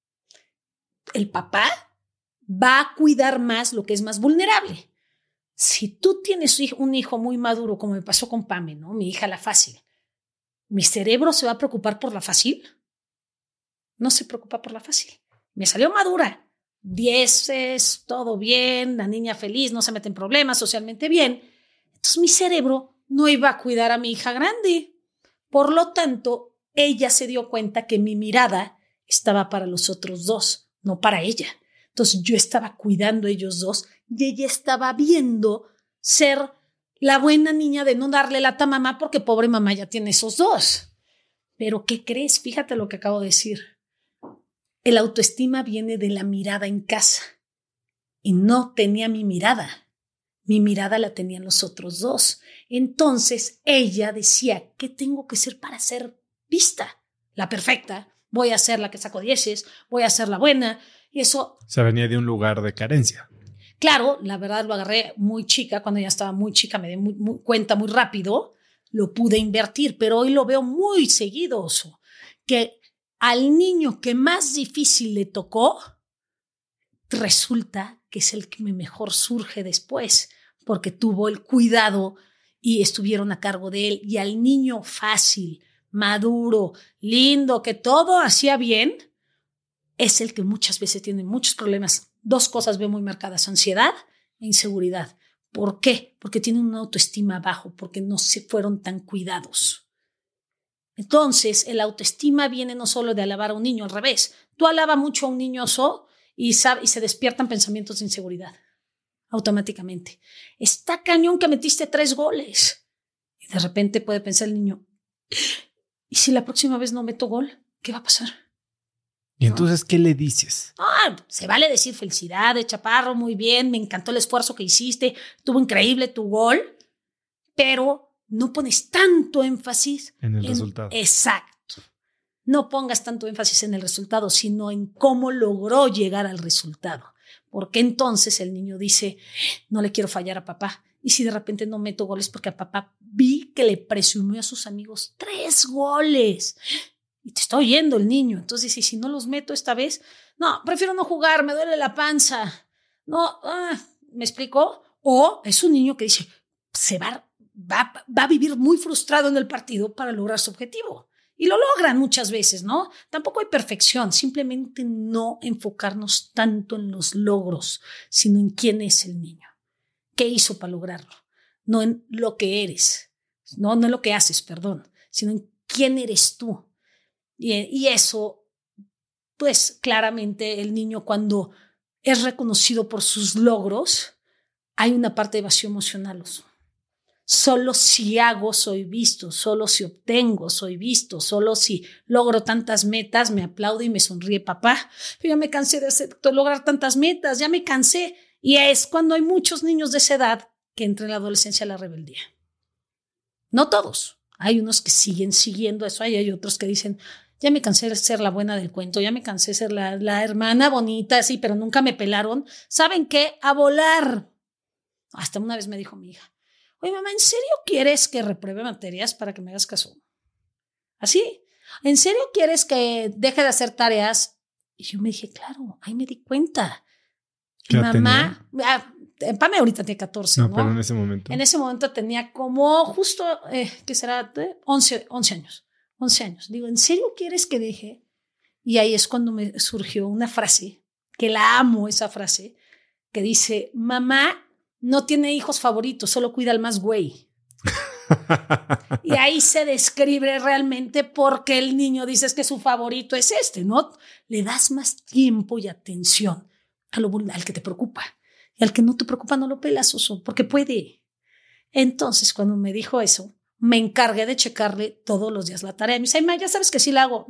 El papá va a cuidar más lo que es más vulnerable. Si tú tienes un hijo muy maduro, como me pasó con Pame, ¿no? Mi hija la fácil, ¿mi cerebro se va a preocupar por la fácil? No se preocupa por la fácil. Me salió madura. Dieces, todo bien, la niña feliz, no se mete en problemas, socialmente bien. Entonces mi cerebro no iba a cuidar a mi hija grande. Por lo tanto, ella se dio cuenta que mi mirada estaba para los otros dos, no para ella. Entonces yo estaba cuidando a ellos dos y ella estaba viendo ser la buena niña de no darle lata a mamá porque pobre mamá ya tiene esos dos. Pero ¿qué crees? Fíjate lo que acabo de decir. El autoestima viene de la mirada en casa y no tenía mi mirada. Mi mirada la tenían los otros dos. Entonces ella decía, ¿qué tengo que ser para ser vista? La perfecta. Voy a ser la que saco dieces, voy a ser la buena. Y eso... O sea, venía de un lugar de carencia. Claro, la verdad lo agarré muy chica, cuando ya estaba muy chica me di muy, muy, cuenta muy rápido, lo pude invertir, pero hoy lo veo muy seguido, Oso, que al niño que más difícil le tocó, resulta que es el que mejor surge después, porque tuvo el cuidado y estuvieron a cargo de él, y al niño fácil, maduro, lindo, que todo hacía bien, es el que muchas veces tiene muchos problemas. Dos cosas veo muy marcadas: ansiedad e inseguridad. ¿Por qué? Porque tienen una autoestima bajo, porque no se fueron tan cuidados. Entonces, el autoestima viene no solo de alabar a un niño, al revés. Tú alabas mucho a un niño oso y, sabe, y se despiertan pensamientos de inseguridad automáticamente. Está cañón que metiste tres goles. Y de repente puede pensar el niño, ¿y si la próxima vez no meto gol? ¿Qué va a pasar? ¿Y entonces qué le dices? Ah, se vale decir felicidades, chaparro, muy bien, me encantó el esfuerzo que hiciste, estuvo increíble tu gol, pero no pones tanto énfasis en el en, resultado. Exacto. No pongas tanto énfasis en el resultado, sino en cómo logró llegar al resultado. Porque entonces el niño dice, no le quiero fallar a papá. Y si de repente no meto goles porque a papá vi que le presumió a sus amigos tres goles. Y te está oyendo el niño. Entonces, ¿y si no los meto esta vez? No, prefiero no jugar, me duele la panza. No, ah, ¿me explico? O es un niño que dice, se va, va, va a vivir muy frustrado en el partido para lograr su objetivo. Y lo logran muchas veces, ¿no? Tampoco hay perfección, simplemente no enfocarnos tanto en los logros, sino en quién es el niño. ¿Qué hizo para lograrlo? No en lo que eres, no, no en lo que haces, perdón, sino en quién eres tú. Y, y eso, pues claramente el niño cuando es reconocido por sus logros, hay una parte de vacío emocional. Solo si hago soy visto, solo si obtengo soy visto, solo si logro tantas metas me aplaude y me sonríe papá. Pero ya me cansé de, hacer, de lograr tantas metas, ya me cansé. Y es cuando hay muchos niños de esa edad que entran en la adolescencia a la rebeldía. No todos. Hay unos que siguen siguiendo eso. Hay, hay otros que dicen, ya me cansé de ser la buena del cuento, ya me cansé de ser la, la hermana bonita, sí, pero nunca me pelaron. ¿Saben qué? A volar. Hasta una vez me dijo mi hija, oye, mamá, ¿en serio quieres que repruebe materias para que me hagas caso? ¿Así? ¿En serio quieres que deje de hacer tareas? Y yo me dije, claro, ahí me di cuenta. Mi mamá, ah, Pame ahorita tiene catorce, ¿no? No, pero en ese momento. En ese momento tenía como justo, eh, ¿qué será? once, once años. once años. Digo, ¿en serio quieres que deje? Y ahí es cuando me surgió una frase, que la amo esa frase, que dice, mamá no tiene hijos favoritos, solo cuida al más güey. Y ahí se describe realmente por qué el niño dice que su favorito es este, ¿no? Le das más tiempo y atención a lo, al que te preocupa. Y al que no te preocupa no lo pelas, oso, porque puede. Entonces, cuando me dijo eso, me encargué de checarle todos los días la tarea. Me dice, ya sabes que sí la hago.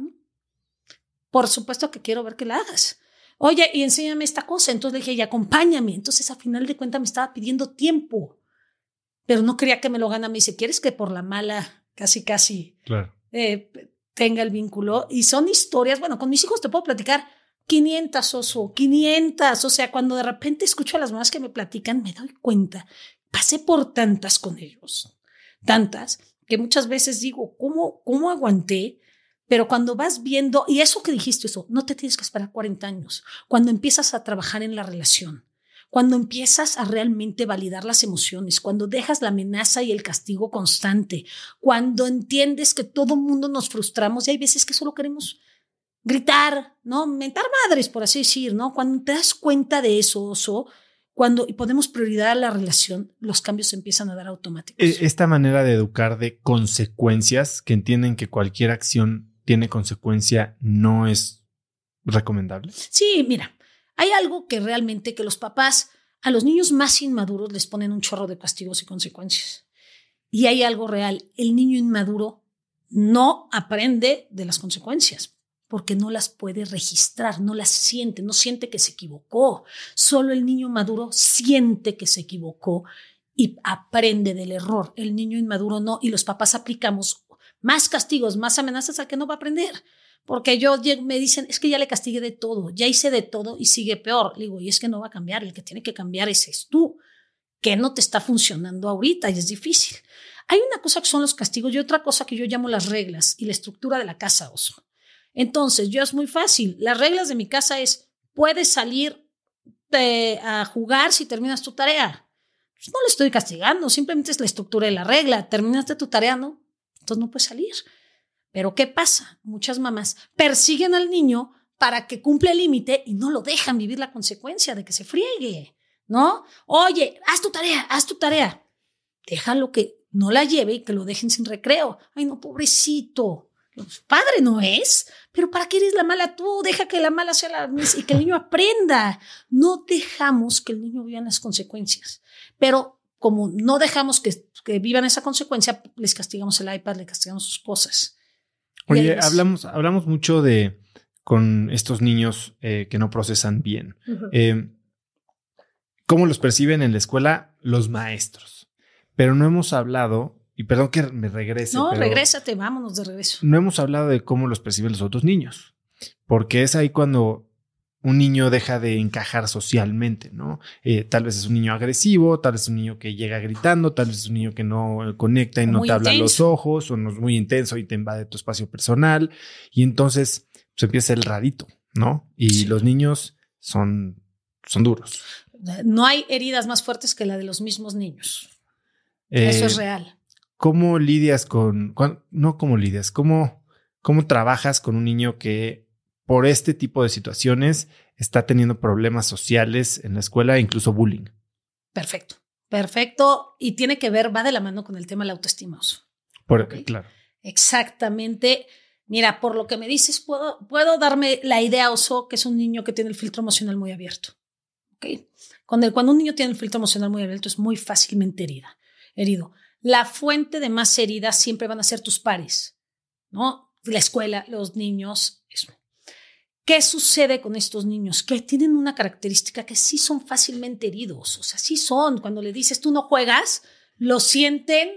Por supuesto que quiero ver que la hagas. Oye, y enséñame esta cosa. Entonces le dije, y acompáñame. Entonces, a final de cuentas, me estaba pidiendo tiempo. Pero no quería que me lo gana. Me dice, ¿quieres que por la mala casi, casi claro. eh, tenga el vínculo? Y son historias. Bueno, con mis hijos te puedo platicar quinientas, oso, quinientas. O sea, cuando de repente escucho a las mamás que me platican, me doy cuenta. Pasé por tantas con ellos. Tantas, que muchas veces digo, ¿cómo, cómo aguanté? Pero cuando vas viendo, y eso que dijiste, eso, no te tienes que esperar cuarenta años. Cuando empiezas a trabajar en la relación, cuando empiezas a realmente validar las emociones, cuando dejas la amenaza y el castigo constante, cuando entiendes que todo el mundo nos frustramos y hay veces que solo queremos gritar, ¿no? Mentar madres, por así decir, ¿no? Cuando te das cuenta de eso, oso, cuando y ponemos prioridad a la relación, los cambios se empiezan a dar automáticos. Esta manera de educar de consecuencias, que entienden que cualquier acción tiene consecuencia, ¿no es recomendable? Sí, mira, hay algo que realmente que los papás a los niños más inmaduros les ponen un chorro de castigos y consecuencias. Y hay algo real, el niño inmaduro no aprende de las consecuencias porque no las puede registrar, no las siente, no siente que se equivocó. Solo el niño maduro siente que se equivocó y aprende del error. El niño inmaduro no, y los papás aplicamos más castigos, más amenazas al que no va a aprender. Porque yo me dicen, es que ya le castigué de todo, ya hice de todo y sigue peor. Le digo, y es que no va a cambiar, el que tiene que cambiar ese es tú, que no te está funcionando ahorita y es difícil. Hay una cosa que son los castigos y otra cosa que yo llamo las reglas y la estructura de la casa, oso. Entonces, yo es muy fácil. Las reglas de mi casa es, puedes salir de, a jugar si terminas tu tarea. Pues no le estoy castigando, simplemente es la estructura de la regla. Terminaste tu tarea, ¿no? Entonces no puedes salir. Pero ¿qué pasa? Muchas mamás persiguen al niño para que cumpla el límite y no lo dejan vivir la consecuencia de que se friegue, ¿no? Oye, haz tu tarea, haz tu tarea. Déjalo que no la lleve y que lo dejen sin recreo. Ay, no, pobrecito. Padre no es, pero ¿para qué eres la mala tú? Deja que la mala sea la miss y que el niño aprenda. No dejamos que el niño viva las consecuencias. Pero como no dejamos que, que vivan esa consecuencia, les castigamos el iPad, le castigamos sus cosas. Oye, hablamos, hablamos mucho de con estos niños eh, que no procesan bien. Uh-huh. Eh, ¿Cómo los perciben en la escuela los maestros? Pero no hemos hablado, y perdón que me regrese. No, pero regrésate, vámonos de regreso. No hemos hablado de cómo los perciben los otros niños, porque es ahí cuando un niño deja de encajar socialmente, ¿no? Eh, tal vez es un niño agresivo, tal vez es un niño que llega gritando, tal vez es un niño que no conecta y no te habla a los ojos, o no es muy intenso y te invade tu espacio personal, y entonces pues, empieza el rarito, ¿no? Y sí. Los niños son, son duros. No hay heridas más fuertes que la de los mismos niños. Eh, Eso es real. ¿Cómo lidias con, con no cómo lidias, cómo, cómo trabajas con un niño que por este tipo de situaciones está teniendo problemas sociales en la escuela e incluso bullying? Perfecto, perfecto. Y tiene que ver, va de la mano con el tema de la autoestima. Por, ¿Okay? Claro. Exactamente. Mira, por lo que me dices, puedo, puedo darme la idea, Oso, que es un niño que tiene el filtro emocional muy abierto. ¿Okay? Cuando, cuando un niño tiene el filtro emocional muy abierto, es muy fácilmente herida, herido. La fuente de más heridas siempre van a ser tus pares, ¿no? La escuela, los niños. Eso. ¿Qué sucede con estos niños? Que tienen una característica que sí son fácilmente heridos. O sea, sí son. Cuando le dices tú no juegas, lo sienten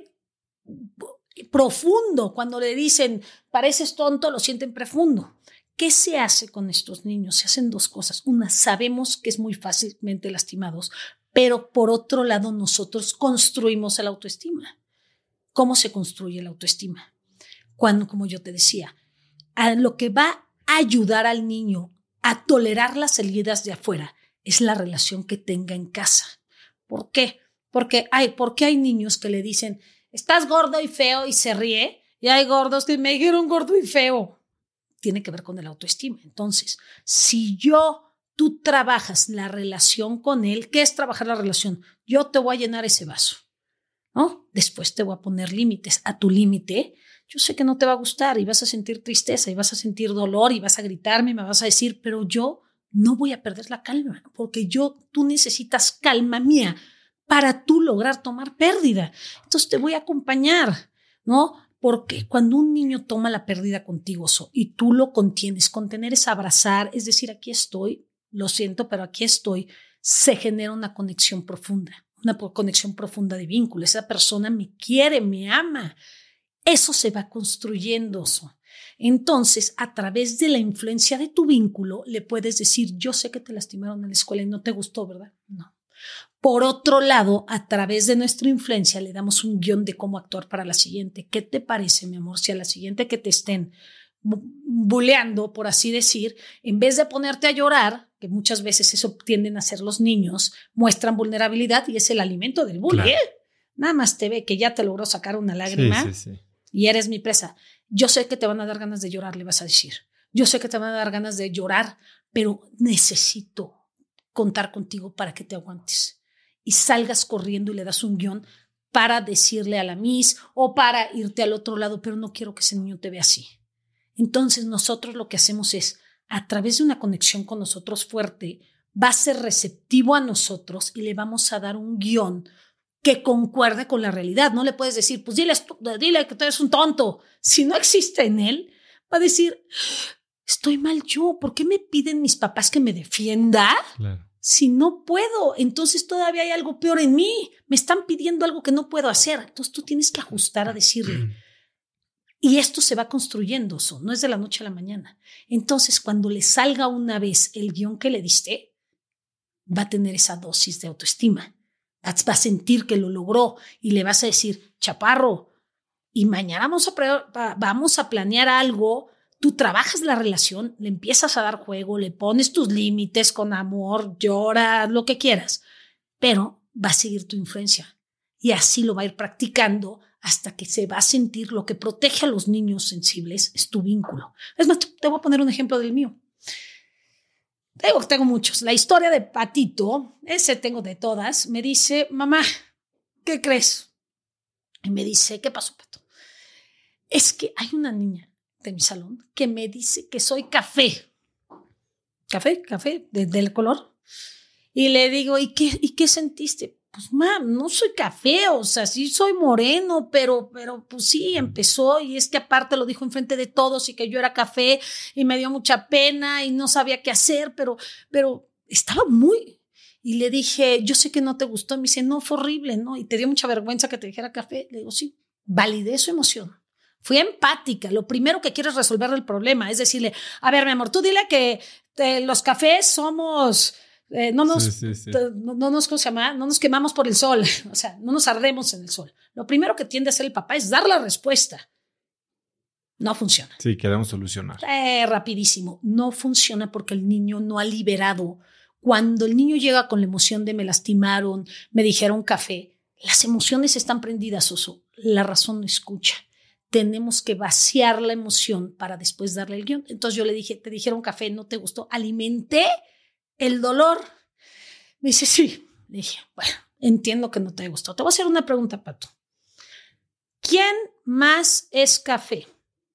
profundo. Cuando le dicen pareces tonto, lo sienten profundo. ¿Qué se hace con estos niños? Se hacen dos cosas. Una, sabemos que es muy fácilmente lastimados, pero por otro lado nosotros construimos el autoestima. ¿Cómo se construye la autoestima? Cuando, como yo te decía, a lo que va a ayudar al niño a tolerar las heridas de afuera es la relación que tenga en casa. ¿Por qué? Porque hay, porque hay niños que le dicen, estás gordo y feo y se ríe, y hay gordos que me dijeron gordo y feo. Tiene que ver con el autoestima. Entonces, si yo tú trabajas la relación con él, ¿qué es trabajar la relación? Yo te voy a llenar ese vaso, ¿no? Después te voy a poner límites. A tu límite, yo sé que no te va a gustar y vas a sentir tristeza y vas a sentir dolor y vas a gritarme y me vas a decir, pero yo no voy a perder la calma porque yo, tú necesitas calma mía para tú lograr tomar pérdida. Entonces te voy a acompañar, ¿no? Porque cuando un niño toma la pérdida contigo so, y tú lo contienes, contener es abrazar, es decir, aquí estoy, lo siento, pero aquí estoy, se genera una conexión profunda, una conexión profunda de vínculo. Esa persona me quiere, me ama. Eso se va construyendo. So. Entonces, a través de la influencia de tu vínculo, le puedes decir, yo sé que te lastimaron en la escuela y no te gustó, ¿verdad? No. Por otro lado, a través de nuestra influencia, le damos un guión de cómo actuar para la siguiente. ¿Qué te parece, mi amor, si a la siguiente que te estén buleando, por así decir, en vez de ponerte a llorar, que muchas veces eso tienden a hacer los niños, muestran vulnerabilidad y es el alimento del bullying. Claro. Nada más te ve que ya te logró sacar una lágrima sí, sí, sí. y eres mi presa. Yo sé que te van a dar ganas de llorar, le vas a decir. Yo sé que te van a dar ganas de llorar, pero necesito contar contigo para que te aguantes y salgas corriendo y le das un guión para decirle a la miss o para irte al otro lado, pero no quiero que ese niño te vea así. Entonces nosotros lo que hacemos es, a través de una conexión con nosotros fuerte, va a ser receptivo a nosotros y le vamos a dar un guión que concuerde con la realidad. No le puedes decir, pues dile, dile que tú eres un tonto. Si no existe en él, va a decir, estoy mal yo, ¿por qué me piden mis papás que me defienda? Claro. Si no puedo, entonces todavía hay algo peor en mí. Me están pidiendo algo que no puedo hacer. Entonces tú tienes que ajustar a decirle. Y esto se va construyendo, so, no es de la noche a la mañana. Entonces, cuando le salga una vez el guión que le diste, va a tener esa dosis de autoestima. Va a sentir que lo logró y le vas a decir, chaparro, y mañana vamos a, pre- vamos a planear algo. Tú trabajas la relación, le empiezas a dar juego, le pones tus límites con amor, lloras, lo que quieras, pero va a seguir tu influencia y así lo va a ir practicando hasta que se va a sentir lo que protege a los niños sensibles es tu vínculo. Es más, te voy a poner un ejemplo del mío. Tengo, tengo muchos. La historia de Patito, ese tengo de todas, me dice, mamá, ¿qué crees? Y me dice, ¿qué pasó, Pato? Es que hay una niña de mi salón que me dice que soy café. Café, café, de, del color. Y le digo, ¿y qué, ¿y qué sentiste? Pues, mam, no soy café, o sea, sí soy moreno, pero, pero pues sí, empezó y es que aparte lo dijo enfrente de todos y que yo era café y me dio mucha pena y no sabía qué hacer, pero, pero estaba muy... Y le dije, yo sé que no te gustó. Y me dice, no, fue horrible, ¿no? Y te dio mucha vergüenza que te dijera café. Le digo, sí, validé su emoción. Fui empática. Lo primero que quiero es resolverle el problema, es decirle, a ver, mi amor, tú dile que eh, los cafés somos... Eh, no, nos, sí, sí, sí. No, no, nos, ¿cómo se llama? No nos quemamos por el sol, o sea, no nos ardemos en el sol. Lo primero que tiende a hacer el papá es dar la respuesta. No funciona. Sí, queremos solucionar. Eh, rapidísimo. No funciona porque el niño no ha liberado. Cuando el niño llega con la emoción de me lastimaron, me dijeron café, las emociones están prendidas, Oso. La razón no escucha. Tenemos que vaciar la emoción para después darle el guión. Entonces yo le dije, te dijeron café, no te gustó, alimenté el dolor. Me dice, sí. Le dije, bueno, entiendo que no te gustó. Te voy a hacer una pregunta, Pato. ¿Quién más es café?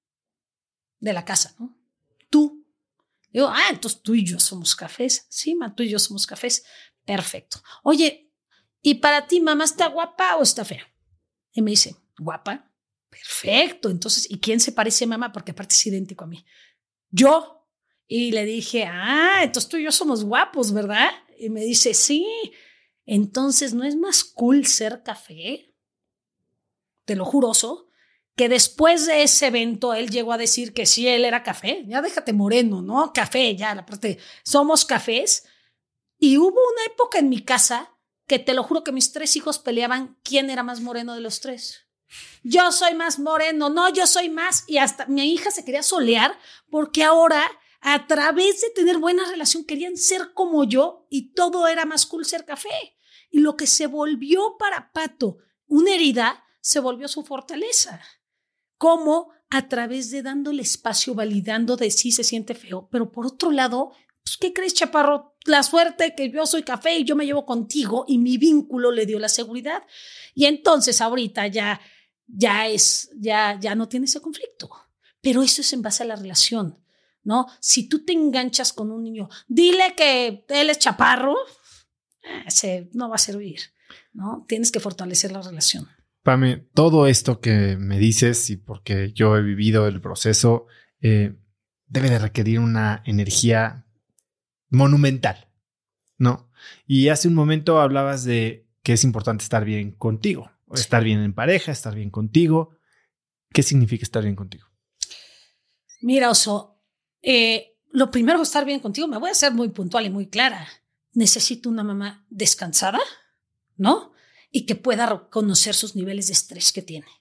De la casa, ¿no? Tú. Digo, ah, entonces tú y yo somos cafés. Sí, ma, tú y yo somos cafés. Perfecto. Oye, ¿y para ti, mamá, está guapa o está fea? Y me dice, guapa. Perfecto. Entonces, ¿y quién se parece a mamá? Porque aparte es idéntico a mí. Yo. Y le dije, ah, entonces tú y yo somos guapos, ¿verdad? Y me dice, sí. Entonces, ¿no es más cool ser café? Te lo juro, Oso, que después de ese evento él llegó a decir que sí, él era café. Ya déjate moreno, ¿no? Café, ya, la parte, somos cafés. Y hubo una época en mi casa que te lo juro que mis tres hijos peleaban quién era más moreno de los tres. Yo soy más moreno, no, yo soy más. Y hasta mi hija se quería solear porque ahora... a través de tener buena relación, querían ser como yo y todo era más cool ser café. Y lo que se volvió para Pato una herida, se volvió su fortaleza. ¿Cómo? A través de dándole espacio, validando de sí se siente feo. Pero por otro lado, pues, ¿qué crees, chaparro? La suerte que yo soy café y yo me llevo contigo y mi vínculo le dio la seguridad. Y entonces ahorita ya, ya, es, ya, ya no tiene ese conflicto. Pero eso es en base a la relación. ¿No? Si tú te enganchas con un niño, dile que él es chaparro, ese no va a servir, ¿no? Tienes que fortalecer la relación. Pame, todo esto que me dices y porque yo he vivido el proceso, eh, debe de requerir una energía monumental, ¿no? Y hace un momento hablabas de que es importante estar bien contigo, sí. Estar bien en pareja, estar bien contigo. ¿Qué significa estar bien contigo? Mira, Oso, Eh, lo primero es estar bien contigo. Me voy a ser muy puntual y muy clara. Necesito una mamá descansada, ¿no? Y que pueda reconocer sus niveles de estrés que tiene.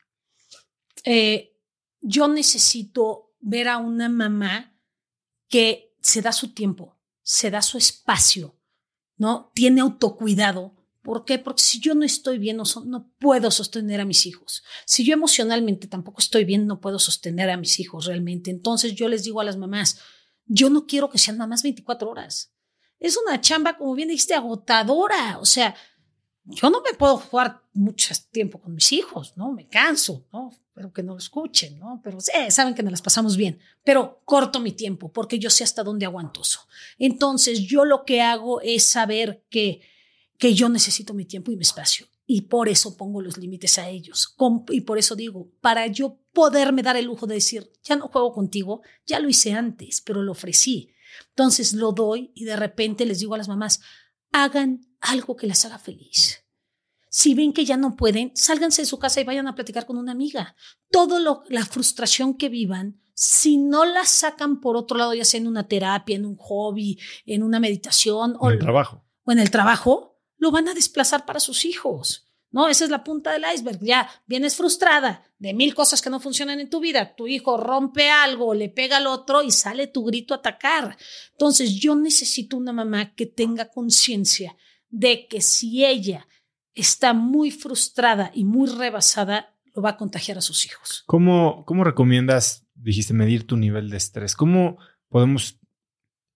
Eh, yo necesito ver a una mamá que se da su tiempo, se da su espacio, ¿no? Tiene autocuidado. ¿Por qué? Porque si yo no estoy bien, no, so, no puedo sostener a mis hijos. Si yo emocionalmente tampoco estoy bien, no puedo sostener a mis hijos realmente. Entonces yo les digo a las mamás, yo no quiero que sean mamás veinticuatro horas. Es una chamba, como bien dijiste, agotadora. O sea, yo no me puedo jugar mucho tiempo con mis hijos, ¿no? Me canso, ¿no? Espero que no lo escuchen, ¿no? Pero eh, saben que nos las pasamos bien. Pero corto mi tiempo porque yo sé hasta dónde aguanto eso. Entonces yo lo que hago es saber que que yo necesito mi tiempo y mi espacio. Y por eso pongo los límites a ellos. Y por eso digo, para yo poderme dar el lujo de decir, ya no juego contigo, ya lo hice antes, pero lo ofrecí. Entonces lo doy y de repente les digo a las mamás, hagan algo que las haga feliz. Si ven que ya no pueden, sálganse de su casa y vayan a platicar con una amiga. Todo lo, la frustración que vivan, si no la sacan por otro lado, ya sea en una terapia, en un hobby, en una meditación. En o el trabajo. O en el trabajo, lo van a desplazar para sus hijos, ¿no? Esa es la punta del iceberg. Ya vienes frustrada de mil cosas que no funcionan en tu vida. Tu hijo rompe algo, le pega al otro y sale tu grito a atacar. Entonces, yo necesito una mamá que tenga conciencia de que si ella está muy frustrada y muy rebasada, lo va a contagiar a sus hijos. ¿Cómo, cómo recomiendas, dijiste, medir tu nivel de estrés? ¿Cómo podemos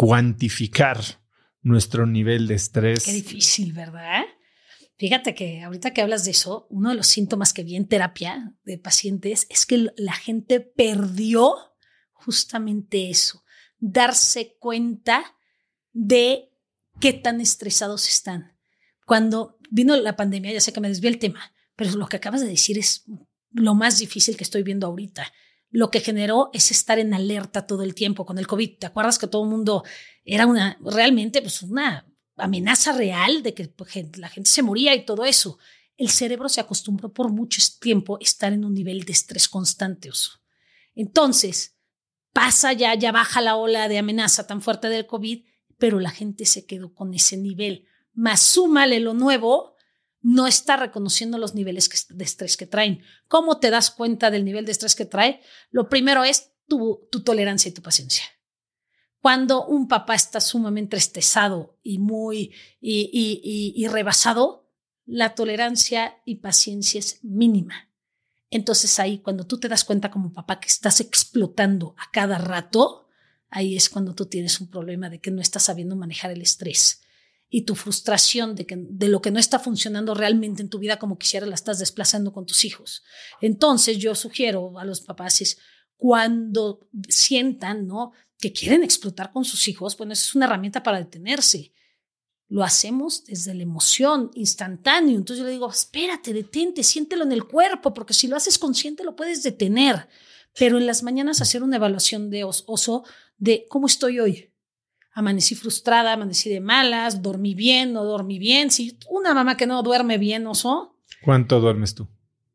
cuantificar nuestro nivel de estrés? Qué difícil, ¿verdad? Fíjate que ahorita que hablas de eso, uno de los síntomas que vi en terapia de pacientes es que la gente perdió justamente eso, darse cuenta de qué tan estresados están. Cuando vino la pandemia, ya sé que me desvié el tema, pero lo que acabas de decir es lo más difícil que estoy viendo ahorita. Lo que generó es estar en alerta todo el tiempo con el COVID. ¿Te acuerdas que todo el mundo era una, realmente pues una amenaza real de que la gente se moría y todo eso? El cerebro se acostumbró por mucho tiempo a estar en un nivel de estrés constante. Oso. Entonces, pasa ya, ya baja la ola de amenaza tan fuerte del COVID, pero la gente se quedó con ese nivel. Más súmale lo nuevo, no está reconociendo los niveles de estrés que traen. ¿Cómo te das cuenta del nivel de estrés que trae? Lo primero es tu, tu tolerancia y tu paciencia. Cuando un papá está sumamente estresado y muy y, y, y, y rebasado, la tolerancia y paciencia es mínima. Entonces ahí, cuando tú te das cuenta como papá que estás explotando a cada rato, ahí es cuando tú tienes un problema de que no estás sabiendo manejar el estrés. Y tu frustración de, que, de lo que no está funcionando realmente en tu vida como quisiera la estás desplazando con tus hijos. Entonces yo sugiero a los papás es cuando sientan, ¿no?, que quieren explotar con sus hijos, bueno, eso es una herramienta para detenerse. Lo hacemos desde la emoción, instantáneo. Entonces yo le digo, espérate, detente, siéntelo en el cuerpo, porque si lo haces consciente lo puedes detener. Pero en las mañanas hacer una evaluación de oso de cómo estoy hoy. Amanecí frustrada, amanecí de malas, dormí bien, no dormí bien. Si una mamá que no duerme bien, oso. ¿Cuánto duermes tú?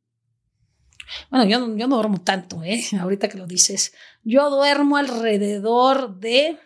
Bueno, yo no, yo no duermo tanto, ¿eh? Ahorita que lo dices. Yo duermo alrededor de,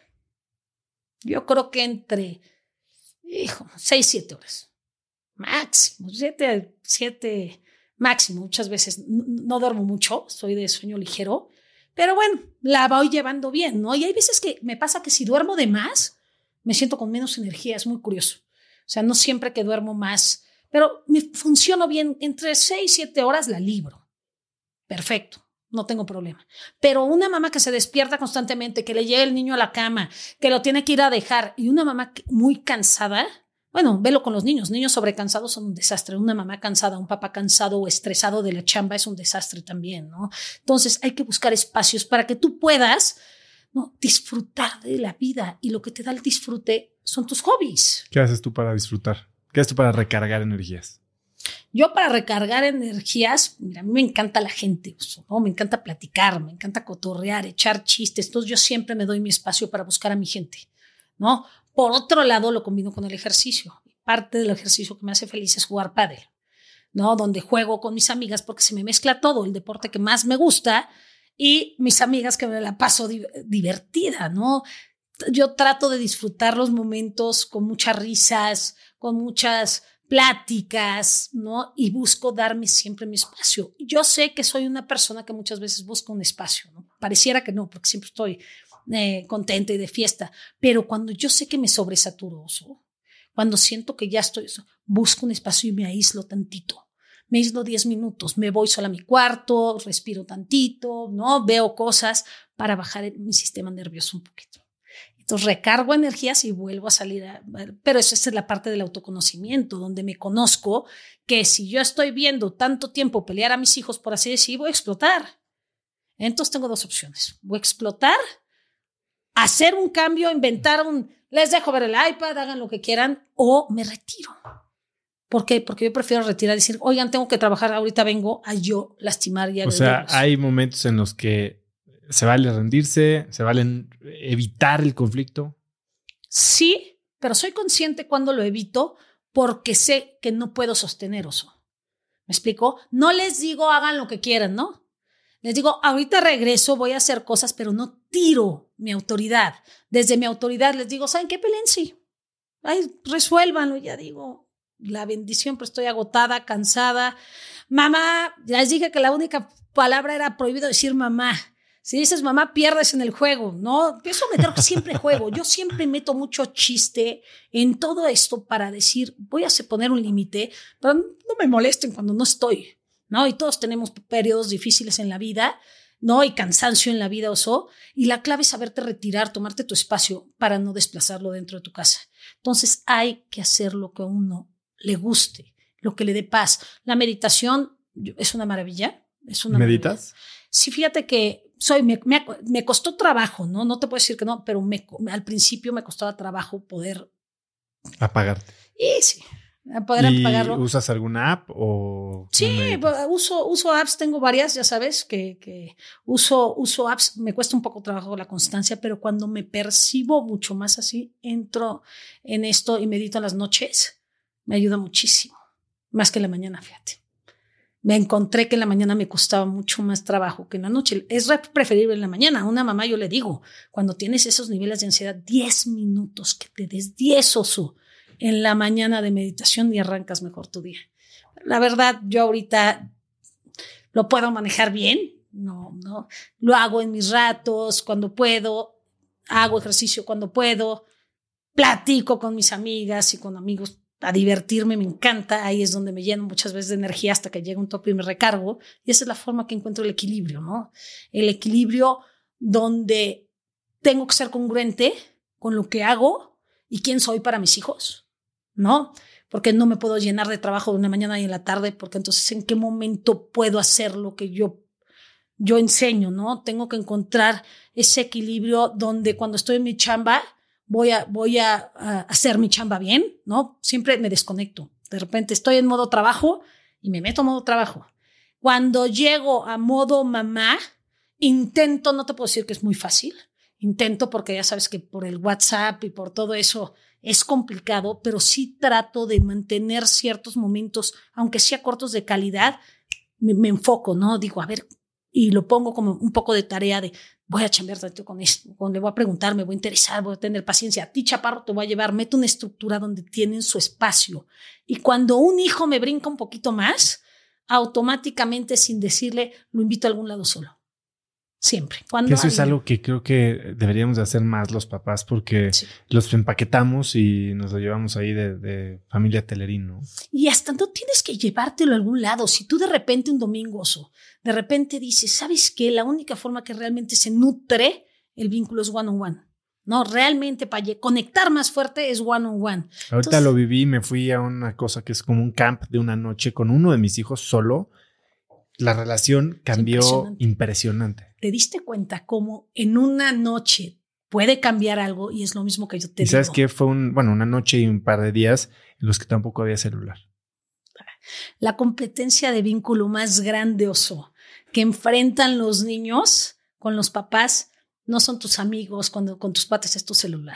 yo creo que entre, hijo, seis, siete horas. Máximo, siete, siete, máximo. Muchas veces no, no duermo mucho, soy de sueño ligero. Pero bueno, la voy llevando bien, ¿no? Y hay veces que me pasa que si duermo de más, me siento con menos energía. Es muy curioso. O sea, no siempre que duermo más, pero me funciono bien. Entre seis, siete horas la libro. Perfecto, no tengo problema. Pero una mamá que se despierta constantemente, que le llega el niño a la cama, que lo tiene que ir a dejar, y una mamá muy cansada, bueno, velo con los niños. Niños sobrecansados son un desastre. Una mamá cansada, un papá cansado o estresado de la chamba es un desastre también, ¿no? Entonces hay que buscar espacios para que tú puedas, ¿no?, disfrutar de la vida. Y lo que te da el disfrute son tus hobbies. ¿Qué haces tú para disfrutar? ¿Qué haces tú para recargar energías? Yo para recargar energías, mira, a mí me encanta la gente, ¿no? Me encanta platicar, me encanta cotorrear, echar chistes. Entonces yo siempre me doy mi espacio para buscar a mi gente, ¿no? Por otro lado, lo combino con el ejercicio. Parte del ejercicio que me hace feliz es jugar pádel, ¿no? Donde juego con mis amigas porque se me mezcla todo, el deporte que más me gusta y mis amigas que me la paso di- divertida, ¿no? Yo trato de disfrutar los momentos con muchas risas, con muchas pláticas, ¿no? Y busco darme siempre mi espacio. Yo sé que soy una persona que muchas veces busca un espacio, ¿no? Pareciera que no, porque siempre estoy Eh, contenta y de fiesta, pero cuando yo sé que me sobresaturo, cuando siento que ya estoy, busco un espacio y me aíslo tantito, me aíslo diez minutos, me voy sola a mi cuarto, respiro tantito, ¿no? Veo cosas para bajar el, mi sistema nervioso un poquito. Entonces recargo energías y vuelvo a salir, a, pero esa es la parte del autoconocimiento, donde me conozco que si yo estoy viendo tanto tiempo pelear a mis hijos, por así decir, voy a explotar. Entonces tengo dos opciones, voy a explotar, hacer un cambio, inventar un, les dejo ver el iPad, hagan lo que quieran, o me retiro. ¿Por qué? Porque yo prefiero retirar y decir, oigan, tengo que trabajar, ahorita vengo a yo lastimar y agredirlos. O sea, hay momentos en los que se vale rendirse, se vale evitar el conflicto. Sí, pero soy consciente cuando lo evito porque sé que no puedo sostener eso. ¿Me explico? No les digo hagan lo que quieran, ¿no? Les digo, ahorita regreso, voy a hacer cosas, pero no tiro mi autoridad. Desde mi autoridad les digo, ¿saben qué? Peleen, sí. Ay, resuélvanlo. Ya digo, la bendición, pero estoy agotada, cansada. Mamá, ya les dije que la única palabra era prohibido decir mamá. Si dices mamá, pierdes en el juego, ¿no? Eso meter siempre juego. Yo siempre meto mucho chiste en todo esto para decir, voy a poner un límite, pero no me molesten cuando no estoy, ¿no? Y todos tenemos periodos difíciles en la vida, ¿no? Y cansancio en la vida, oso. Y la clave es saberte retirar, tomarte tu espacio para no desplazarlo dentro de tu casa. Entonces hay que hacer lo que a uno le guste, lo que le dé paz. La meditación es una maravilla. Es una ¿Meditas? Maravilla. Sí, fíjate que soy, me, me, me costó trabajo, ¿no? No te puedo decir que no, pero me, al principio me costaba trabajo poder apagarte. Y sí. Poder ¿Y apagarlo. usas alguna app o...? Sí, uso, uso apps, tengo varias, ya sabes, que, que uso, uso apps, me cuesta un poco trabajo la constancia, pero cuando me percibo mucho más así, entro en esto y medito en las noches, me ayuda muchísimo, más que en la mañana, fíjate. Me encontré que en la mañana me costaba mucho más trabajo que en la noche. Es preferible en la mañana. A una mamá yo le digo, cuando tienes esos niveles de ansiedad, diez minutos, que te des diez oso en la mañana de meditación y arrancas mejor tu día. La verdad, yo ahorita lo puedo manejar bien, no, no, lo hago en mis ratos, cuando puedo, hago ejercicio cuando puedo, platico con mis amigas y con amigos a divertirme, me encanta, ahí es donde me lleno muchas veces de energía hasta que llega un tope y me recargo, y esa es la forma que encuentro el equilibrio, ¿no? El equilibrio donde tengo que ser congruente con lo que hago y quién soy para mis hijos, ¿no? Porque no me puedo llenar de trabajo de una mañana y en la tarde, porque entonces ¿en qué momento puedo hacer lo que yo, yo enseño, ¿no? Tengo que encontrar ese equilibrio donde cuando estoy en mi chamba voy a, voy a, a hacer mi chamba bien, ¿no? Siempre me desconecto. De repente estoy en modo trabajo y me meto en modo trabajo. Cuando llego a modo mamá, intento, no te puedo decir que es muy fácil, intento porque ya sabes que por el WhatsApp y por todo eso es complicado, pero sí trato de mantener ciertos momentos, aunque sea cortos de calidad, me, me enfoco, ¿no? Digo, a ver, y lo pongo como un poco de tarea de voy a chambear tanto con esto, con, le voy a preguntar, me voy a interesar, voy a tener paciencia. A ti, chaparro, te voy a llevar, meto una estructura donde tienen su espacio. Y cuando un hijo me brinca un poquito más, automáticamente, sin decirle, lo invito a algún lado solo. Siempre. Cuando que eso alguien... es algo que creo que deberíamos de hacer más los papás porque sí. Los empaquetamos y nos lo llevamos ahí de, de familia Telerín, ¿no? Y hasta no tienes que llevártelo a algún lado. Si tú de repente un domingo, oso, de repente dices, ¿sabes qué? La única forma que realmente se nutre el vínculo es one on one. No, realmente para conectar más fuerte es one on one. Ahorita Entonces, lo viví, me fui a una cosa que es como un camp de una noche con uno de mis hijos solo. La relación cambió impresionante. impresionante. ¿Te diste cuenta cómo en una noche puede cambiar algo? Y es lo mismo que yo te ¿Y digo. sabes qué? Fue un, bueno, una noche y un par de días en los que tampoco había celular. La competencia de vínculo más grande, oso, que enfrentan los niños con los papás, no son tus amigos, cuando con tus patas es tu celular.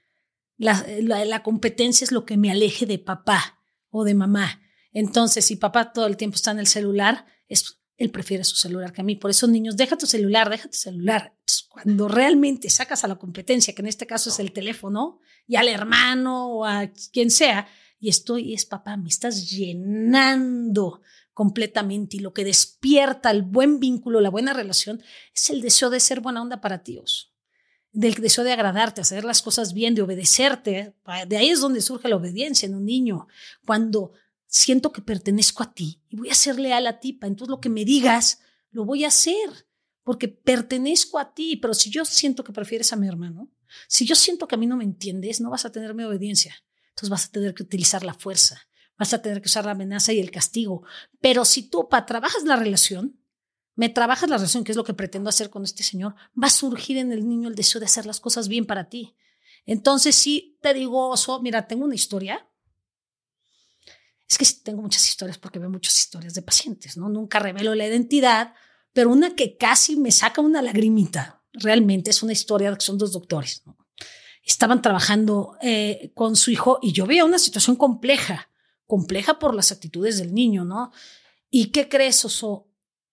La, la, la competencia es lo que me aleje de papá o de mamá. Entonces, si papá todo el tiempo está en el celular, es, él prefiere su celular que a mí. Por eso, niños, deja tu celular, deja tu celular. Entonces, cuando realmente sacas a la competencia, que en este caso es el teléfono, y al hermano o a quien sea, y estoy, y es papá, me estás llenando completamente. Y lo que despierta el buen vínculo, la buena relación, es el deseo de ser buena onda para ti, oso. Del deseo de agradarte, hacer las cosas bien, de obedecerte. De ahí es donde surge la obediencia en un niño. Cuando siento que pertenezco a ti y voy a ser leal a ti, entonces lo que me digas lo voy a hacer porque pertenezco a ti. Pero si yo siento que prefieres a mi hermano, si yo siento que a mí no me entiendes, no vas a tener mi obediencia. Entonces vas a tener que utilizar la fuerza, vas a tener que usar la amenaza y el castigo. Pero si tú pa, trabajas la relación, me trabajas la relación, que es lo que pretendo hacer con este señor, va a surgir en el niño el deseo de hacer las cosas bien para ti. Entonces sí te digo, Oso, mira, tengo una historia. Es que sí tengo muchas historias porque veo muchas historias de pacientes, ¿no? Nunca revelo la identidad, pero una que casi me saca una lagrimita. Realmente es una historia de que son dos doctores, ¿no? Estaban trabajando eh, con su hijo y yo veía una situación compleja, compleja por las actitudes del niño, ¿no? ¿Y qué crees, Oso?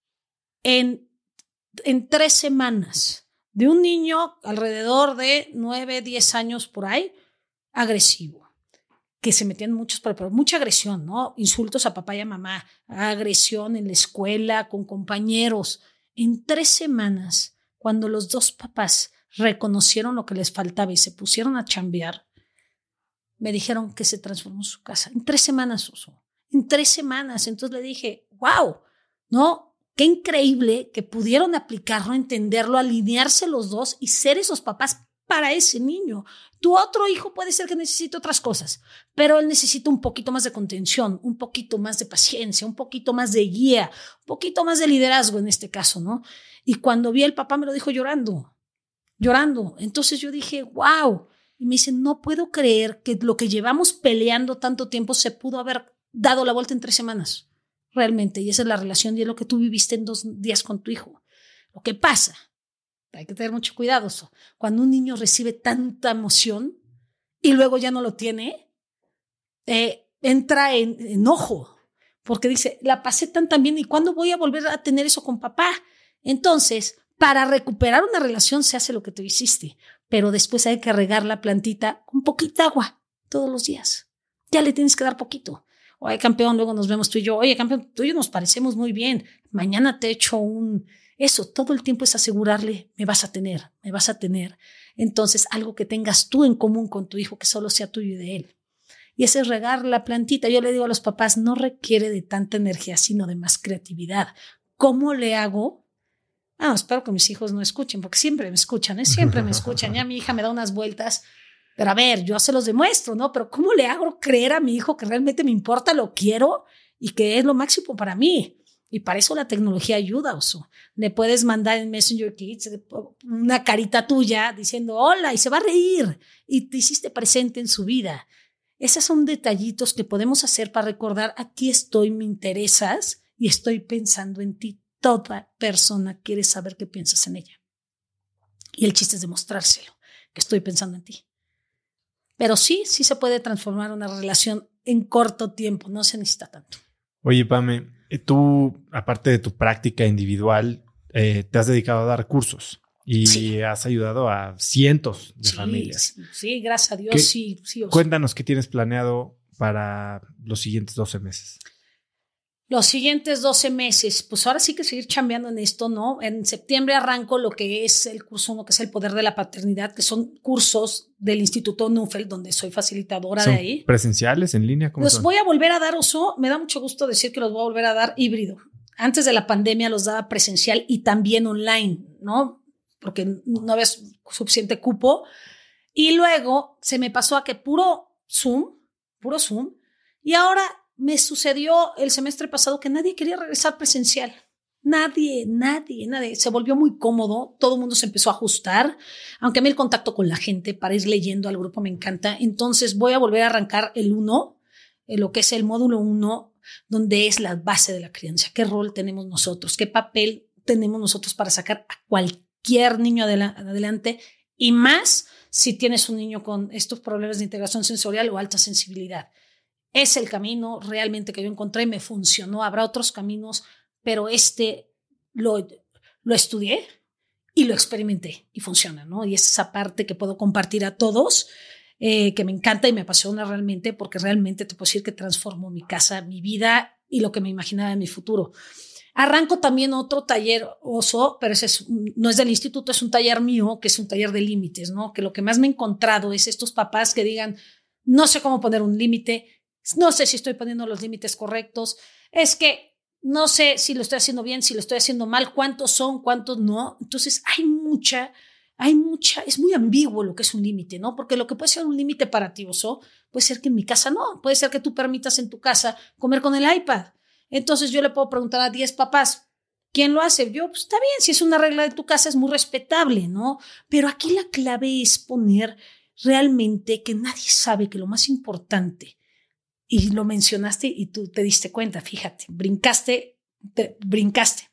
En, en tres semanas de un niño alrededor de nueve, diez años por ahí, agresivo, que se metían muchos, pero mucha agresión, ¿no? Insultos a papá y a mamá, agresión en la escuela, con compañeros. En tres semanas, cuando los dos papás reconocieron lo que les faltaba y se pusieron a chambear, me dijeron que se transformó su casa. En tres semanas, Oso. En tres semanas. Entonces le dije, wow, ¿no? qué increíble que pudieron aplicarlo, entenderlo, alinearse los dos y ser esos papás para ese niño. Tu otro hijo puede ser que necesite otras cosas, pero él necesita un poquito más de contención, un poquito más de paciencia, un poquito más de guía, un poquito más de liderazgo en este caso, ¿no? Y cuando vi el papá me lo dijo llorando, llorando. Entonces yo dije, wow. Y me dice, no puedo creer que lo que llevamos peleando tanto tiempo se pudo haber dado la vuelta en tres semanas, realmente. Y esa es la relación y es lo que tú viviste en dos días con tu hijo. Lo que pasa, hay que tener mucho cuidado. Cuando un niño recibe tanta emoción y luego ya no lo tiene, eh, entra en enojo, porque dice, la pasé tan tan bien y ¿cuándo voy a volver a tener eso con papá? Entonces, para recuperar una relación se hace lo que tú hiciste, pero después hay que regar la plantita con poquita agua todos los días. Ya le tienes que dar poquito. Oye, campeón, luego nos vemos tú y yo. Oye, campeón, tú y yo nos parecemos muy bien. Mañana te echo un... Eso, todo el tiempo es asegurarle, me vas a tener, me vas a tener. Entonces, algo que tengas tú en común con tu hijo, que solo sea tuyo y de él. Y ese es regar la plantita. Yo le digo a los papás, no requiere de tanta energía, sino de más creatividad. ¿Cómo le hago? Ah, espero que mis hijos no escuchen, porque siempre me escuchan, ¿eh? Siempre me escuchan. Ya mi hija me da unas vueltas, pero a ver, yo se los demuestro, ¿no? Pero ¿cómo le hago creer a mi hijo que realmente me importa, lo quiero y que es lo máximo para mí? Y para eso la tecnología ayuda, Oso. Le puedes mandar en Messenger Kids una carita tuya diciendo hola y se va a reír y te hiciste presente en su vida. Esos son detallitos que podemos hacer para recordar, aquí estoy, me interesas y estoy pensando en ti. Toda persona quiere saber qué piensas en ella. Y el chiste es demostrárselo, que estoy pensando en ti. Pero sí, sí se puede transformar una relación en corto tiempo, no se necesita tanto. Oye, Pame, tú, aparte de tu práctica individual, eh, te has dedicado a dar cursos y sí. has ayudado a cientos de sí, familias. Sí, sí, gracias a Dios, ¿Qué, sí. sí cuéntanos qué tienes planeado para los siguientes doce meses. Los siguientes doce meses, pues ahora sí que seguir chambeando en esto, ¿no? En septiembre arranco lo que es el curso uno, que es el poder de la paternidad, que son cursos del Instituto Nufel, donde soy facilitadora ¿Son de ahí. ¿Presenciales, en línea? ¿Cómo Los son? voy a volver a dar, Oso. Me da mucho gusto decir que los voy a volver a dar híbrido. Antes de la pandemia los daba presencial y también online, ¿no? Porque no había suficiente cupo. Y luego se me pasó a que puro Zoom, puro Zoom. Y ahora me sucedió el semestre pasado que nadie quería regresar presencial. Nadie, nadie, nadie. Se volvió muy cómodo. Todo el mundo se empezó a ajustar. Aunque a mí el contacto con la gente para ir leyendo al grupo me encanta. Entonces voy a volver a arrancar el uno, eh, lo que es el módulo uno, donde es la base de la crianza. ¿Qué rol tenemos nosotros? ¿Qué papel tenemos nosotros para sacar a cualquier niño adela- adelante? Y más si tienes un niño con estos problemas de integración sensorial o alta sensibilidad. Es el camino realmente que yo encontré, me funcionó. Habrá otros caminos, pero este lo, lo estudié y lo experimenté y funciona, ¿no? Y es esa parte que puedo compartir a todos, eh, que me encanta y me apasiona realmente, porque realmente te puedo decir que transformó mi casa, mi vida y lo que me imaginaba de mi futuro. Arranco también otro taller, Oso, pero ese es, no es del instituto, es un taller mío, que es un taller de límites, ¿no? Que lo que más me he encontrado es estos papás que digan, no sé cómo poner un límite, no sé si estoy poniendo los límites correctos, es que no sé si lo estoy haciendo bien, si lo estoy haciendo mal, cuántos son, cuántos no. Entonces hay mucha, hay mucha, es muy ambiguo lo que es un límite, ¿no? Porque lo que puede ser un límite para ti, Oso, puede ser que en mi casa no, puede ser que tú permitas en tu casa comer con el iPad. Entonces yo le puedo preguntar a diez papás, ¿quién lo hace? Yo, pues está bien, si es una regla de tu casa es muy respetable, ¿no? Pero aquí la clave es poner realmente que nadie sabe que lo más importante, y lo mencionaste y tú te diste cuenta, fíjate, brincaste, te, brincaste.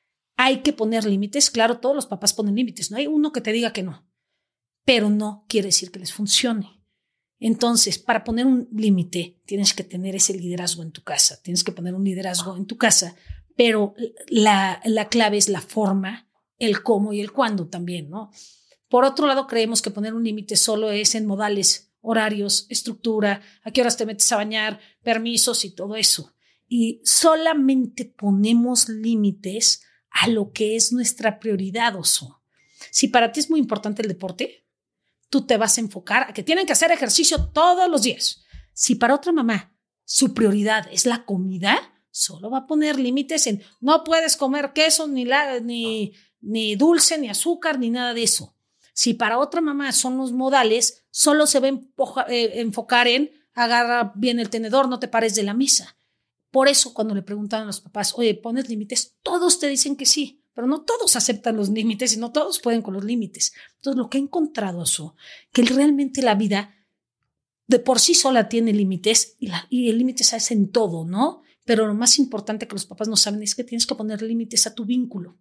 Hay que poner límites, claro, todos los papás ponen límites, no hay uno que te diga que no, pero no quiere decir que les funcione. Entonces, para poner un límite, tienes que tener ese liderazgo en tu casa, tienes que poner un liderazgo en tu casa, pero la, la clave es la forma, el cómo y el cuándo también, ¿no? Por otro lado, creemos que poner un límite solo es en modales, horarios, estructura, a qué horas te metes a bañar, permisos y todo eso. Y solamente ponemos límites a lo que es nuestra prioridad, Oso. Si para ti es muy importante el deporte, tú te vas a enfocar a que tienen que hacer ejercicio todos los días. Si para otra mamá su prioridad es la comida, solo va a poner límites en no puedes comer queso, ni, la, ni, ni dulce, ni azúcar, ni nada de eso. Si para otra mamá son los modales, solo se va a empoja, eh, enfocar en agarra bien el tenedor, no te pares de la mesa. Por eso cuando le preguntan a los papás, oye, ¿pones límites? Todos te dicen que sí, pero no todos aceptan los límites y no todos pueden con los límites. Entonces lo que he encontrado es que realmente la vida de por sí sola tiene límites y, la, y el límite se hace en todo, ¿no? Pero lo más importante que los papás no saben es que tienes que poner límites a tu vínculo.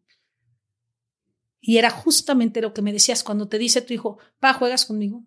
Y era justamente lo que me decías cuando te dice tu hijo, pa, ¿juegas conmigo?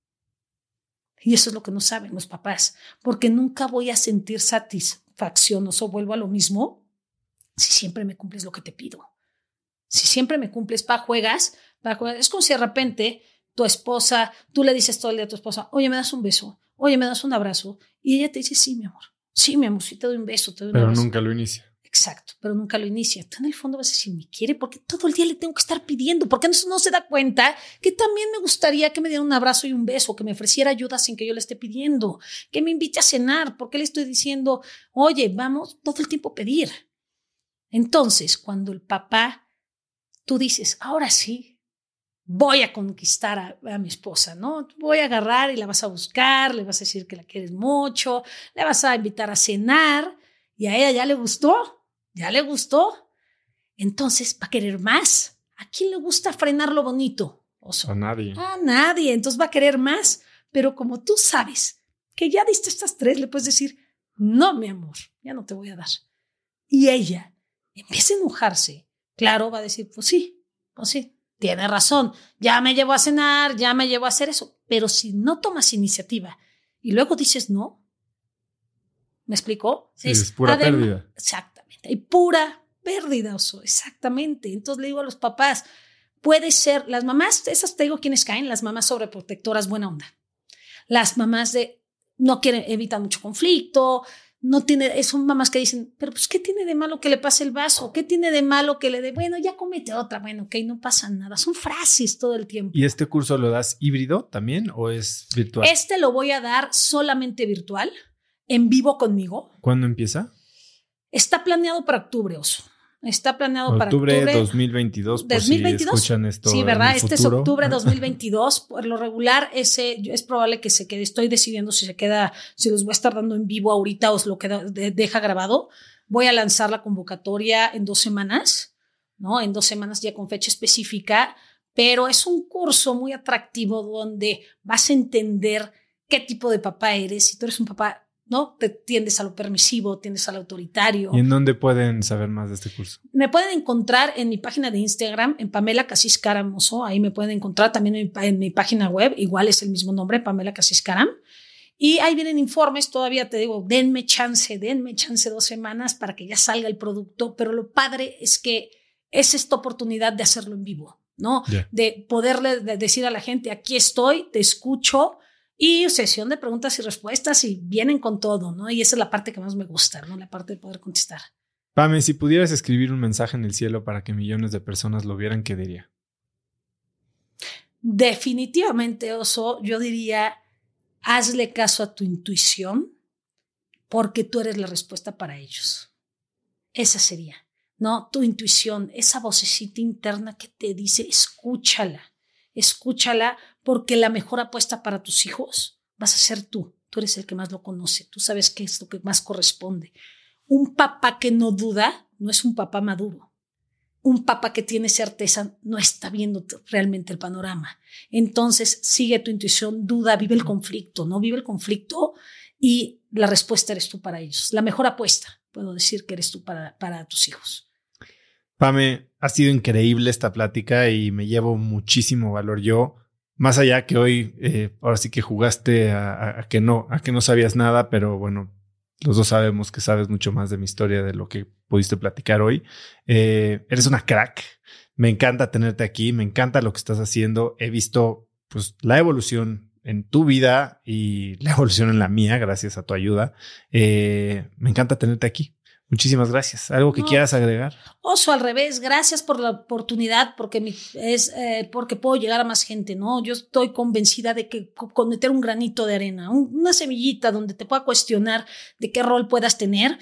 Y eso es lo que no saben los papás, porque nunca voy a sentir satisfacción, o so, vuelvo a lo mismo, si siempre me cumples lo que te pido. Si siempre me cumples, pa, ¿juegas? Pa, ¿juegas? Es como si de repente tu esposa, tú le dices todo el día a tu esposa, oye, ¿me das un beso? Oye, ¿me das un abrazo? Y ella te dice, sí, mi amor, sí, mi amor, sí te doy un beso, te doy un Pero abrazo. nunca lo inicia. Exacto, pero nunca lo inicia. Tú en el fondo vas a decir, me quiere, porque todo el día le tengo que estar pidiendo, porque eso no se da cuenta que también me gustaría que me diera un abrazo y un beso, que me ofreciera ayuda sin que yo le esté pidiendo, que me invite a cenar, porque le estoy diciendo, oye, vamos todo el tiempo a pedir. Entonces, cuando el papá, tú dices, ahora sí, voy a conquistar a, a mi esposa, ¿no? Voy a agarrar y la vas a buscar, le vas a decir que la quieres mucho, le vas a invitar a cenar y a ella ya le gustó. Ya le gustó. Entonces va a querer más. ¿A quién le gusta frenar lo bonito? Oso. A nadie. A nadie. Entonces va a querer más. Pero como tú sabes que ya diste estas tres, le puedes decir, no, mi amor, ya no te voy a dar. Y ella empieza a enojarse. Claro, va a decir, pues sí, pues sí, tiene razón. Ya me llevo a cenar, ya me llevo a hacer eso. Pero si no tomas iniciativa y luego dices no, ¿me explicó? Sí, es, es pura además, pérdida. Exactamente. Y pura pérdida, oso. Exactamente. Entonces le digo a los papás, puede ser, las mamás, esas te digo quiénes caen, las mamás sobreprotectoras buena onda. Las mamás de, no quieren, evitan mucho conflicto, no tiene, son mamás que dicen, pero pues, ¿qué tiene de malo que le pase el vaso? ¿Qué tiene de malo que le dé, bueno, ya cómete otra, bueno, ok, no pasa nada. Son frases todo el tiempo. ¿Y este curso lo das híbrido también o es virtual? Este lo voy a dar solamente virtual. En vivo conmigo. ¿Cuándo empieza? Está planeado para octubre, Oso. Está planeado octubre, para octubre. dos mil veintidós, por ¿dos mil veintidós? Si escuchan esto. Sí, ¿verdad? En el este futuro. Es octubre dos mil veintidós. Por lo regular, ese es probable que se quede. Estoy decidiendo si se queda, si los voy a estar dando en vivo ahorita o se lo queda, de, deja grabado. Voy a lanzar la convocatoria en dos semanas, ¿no? En dos semanas ya con fecha específica, pero es un curso muy atractivo donde vas a entender qué tipo de papá eres. Si tú eres un papá, ¿no? Te tiendes a lo permisivo, tiendes al autoritario. ¿Y en dónde pueden saber más de este curso? Me pueden encontrar en mi página de Instagram, en Pamela Casís Caram, Oso. Ahí me pueden encontrar también en mi, en mi página web, igual es el mismo nombre, Pamela Casís Caram. Y ahí vienen informes, todavía te digo, denme chance, denme chance dos semanas para que ya salga el producto, pero lo padre es que es esta oportunidad de hacerlo en vivo, ¿no? Yeah. De poderle de decir a la gente, aquí estoy, te escucho, y sesión de preguntas y respuestas y vienen con todo, ¿no? Y esa es la parte que más me gusta, ¿no? La parte de poder contestar. Pame, si pudieras escribir un mensaje en el cielo para que millones de personas lo vieran, ¿qué diría? Definitivamente, Oso, yo diría, hazle caso a tu intuición porque tú eres la respuesta para ellos. Esa sería, ¿no? Tu intuición, esa vocecita interna que te dice, escúchala. Escúchala porque la mejor apuesta para tus hijos vas a ser tú. Tú eres el que más lo conoce. Tú sabes qué es lo que más corresponde. Un papá que no duda no es un papá maduro. Un papá que tiene certeza no está viendo realmente el panorama. Entonces sigue tu intuición, duda, vive el conflicto, ¿no? Vive el conflicto y la respuesta eres tú para ellos. La mejor apuesta, puedo decir que eres tú para, para tus hijos. Pame, ha sido increíble esta plática y me llevo muchísimo valor yo. Más allá que hoy, eh, ahora sí que jugaste a, a, a que no, a que no sabías nada, pero bueno, los dos sabemos que sabes mucho más de mi historia de lo que pudiste platicar hoy. Eh, eres una crack. Me encanta tenerte aquí. Me encanta lo que estás haciendo. He visto pues la evolución en tu vida y la evolución en la mía, gracias a tu ayuda. Eh, me encanta tenerte aquí. Muchísimas gracias. ¿Algo que no, quieras agregar? Oso, al revés, gracias por la oportunidad, porque mi, es eh, porque puedo llegar a más gente, ¿no? Yo estoy convencida de que con meter un granito de arena, un, una semillita donde te pueda cuestionar de qué rol puedas tener,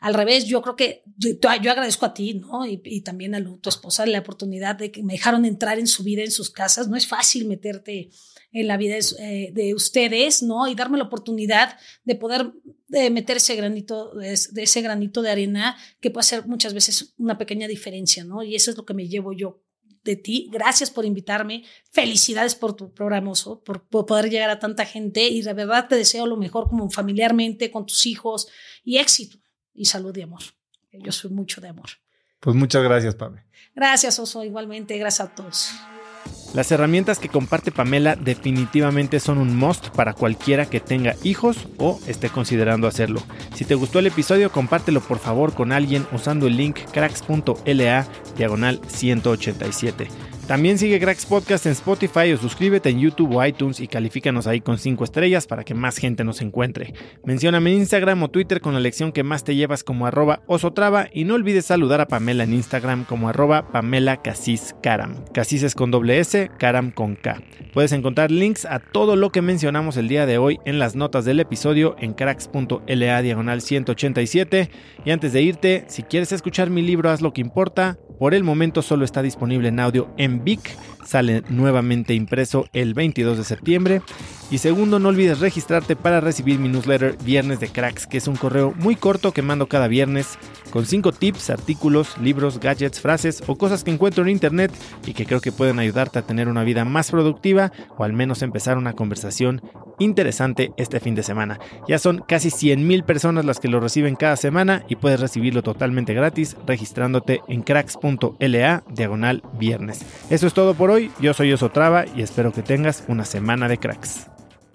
Al revés, yo creo que yo, yo agradezco a ti, ¿no? Y, y también a tu esposa la oportunidad de que me dejaron entrar en su vida, en sus casas. No es fácil meterte en la vida de, de ustedes, ¿no? Y darme la oportunidad de poder de meter ese granito, de, de ese granito de arena que puede hacer muchas veces una pequeña diferencia, ¿no? Y eso es lo que me llevo yo de ti. Gracias por invitarme. Felicidades por tu programa, por, por poder llegar a tanta gente, y de verdad te deseo lo mejor como familiarmente, con tus hijos, y éxito y salud y amor. Yo soy mucho de amor. Pues muchas gracias, Pame. Gracias, Oso, igualmente. Gracias a todos. Las herramientas que comparte Pamela definitivamente son un must para cualquiera que tenga hijos o esté considerando hacerlo. Si te gustó el episodio, compártelo por favor con alguien usando el link cracks.la diagonal ciento ochenta y siete. También sigue Cracks Podcast en Spotify o suscríbete en YouTube o iTunes y califícanos ahí con cinco estrellas para que más gente nos encuentre. Mencióname en Instagram o Twitter con la lección que más te llevas como arroba osotrava, y no olvides saludar a Pamela en Instagram como arroba Pamela Casis Caram. Casis es con doble S, Caram con K. Puedes encontrar links a todo lo que mencionamos el día de hoy en las notas del episodio en cracks.la diagonal ciento ochenta y siete. Y antes de irte, si quieres escuchar mi libro Haz lo que importa, por el momento solo está disponible en audio en Vic, sale nuevamente impreso el veintidós de septiembre. Y segundo, no olvides registrarte para recibir mi newsletter Viernes de Cracks, que es un correo muy corto que mando cada viernes con cinco tips, artículos, libros, gadgets, frases o cosas que encuentro en internet y que creo que pueden ayudarte a tener una vida más productiva o al menos empezar una conversación interesante este fin de semana. Ya son casi cien mil personas las que lo reciben cada semana y puedes recibirlo totalmente gratis registrándote en cracks.la diagonal viernes. Eso es todo por hoy. Yo soy Osotrava y espero que tengas una semana de cracks.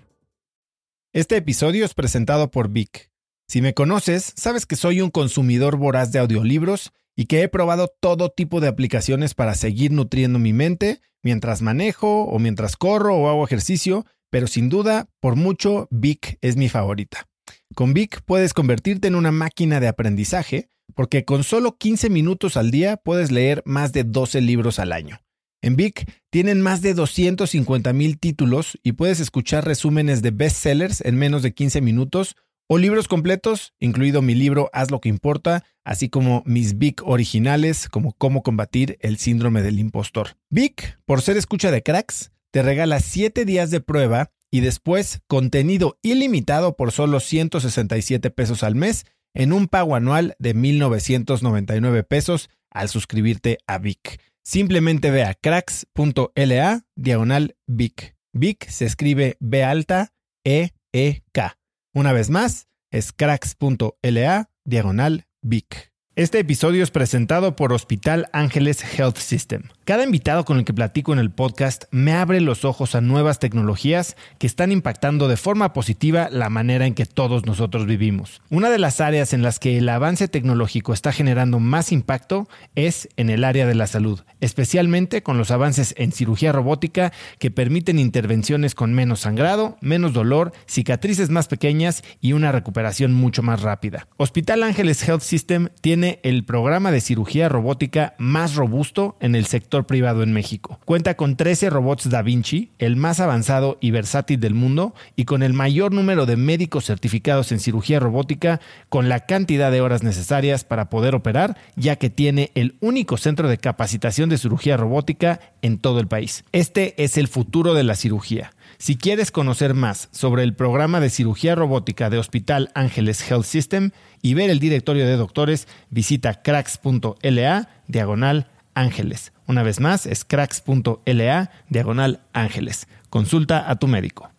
Este episodio es presentado por Vic. Si me conoces, sabes que soy un consumidor voraz de audiolibros y que he probado todo tipo de aplicaciones para seguir nutriendo mi mente mientras manejo o mientras corro o hago ejercicio, pero sin duda, por mucho, Vic es mi favorita. Con Vic puedes convertirte en una máquina de aprendizaje porque con solo quince minutos al día puedes leer más de doce libros al año. En Vic tienen más de doscientos cincuenta mil títulos y puedes escuchar resúmenes de bestsellers en menos de quince minutos o libros completos, incluido mi libro Haz lo que importa, así como mis Vic originales como Cómo combatir el síndrome del impostor. Vic, por ser escucha de Cracks, te regala siete días de prueba y después contenido ilimitado por solo ciento sesenta y siete pesos al mes en un pago anual de mil novecientos noventa y nueve pesos al suscribirte a Vic. Simplemente ve a cracks.la diagonal Vic. Vic se escribe B alta E E K. Una vez más, es cracks.la diagonal Vic. Este episodio es presentado por Hospital Ángeles Health System. Cada invitado con el que platico en el podcast me abre los ojos a nuevas tecnologías que están impactando de forma positiva la manera en que todos nosotros vivimos. Una de las áreas en las que el avance tecnológico está generando más impacto es en el área de la salud, especialmente con los avances en cirugía robótica que permiten intervenciones con menos sangrado, menos dolor, cicatrices más pequeñas y una recuperación mucho más rápida. Hospital Ángeles Health System tiene el programa de cirugía robótica más robusto en el sector privado en México. Cuenta con trece robots Da Vinci, el más avanzado y versátil del mundo, y con el mayor número de médicos certificados en cirugía robótica, con la cantidad de horas necesarias para poder operar, ya que tiene el único centro de capacitación de cirugía robótica en todo el país. Este es el futuro de la cirugía. Si quieres conocer más sobre el programa de cirugía robótica de Hospital Ángeles Health System y ver el directorio de doctores, visita cracks.la diagonal ángeles. Una vez más, es cracks.la diagonal ángeles. Consulta a tu médico.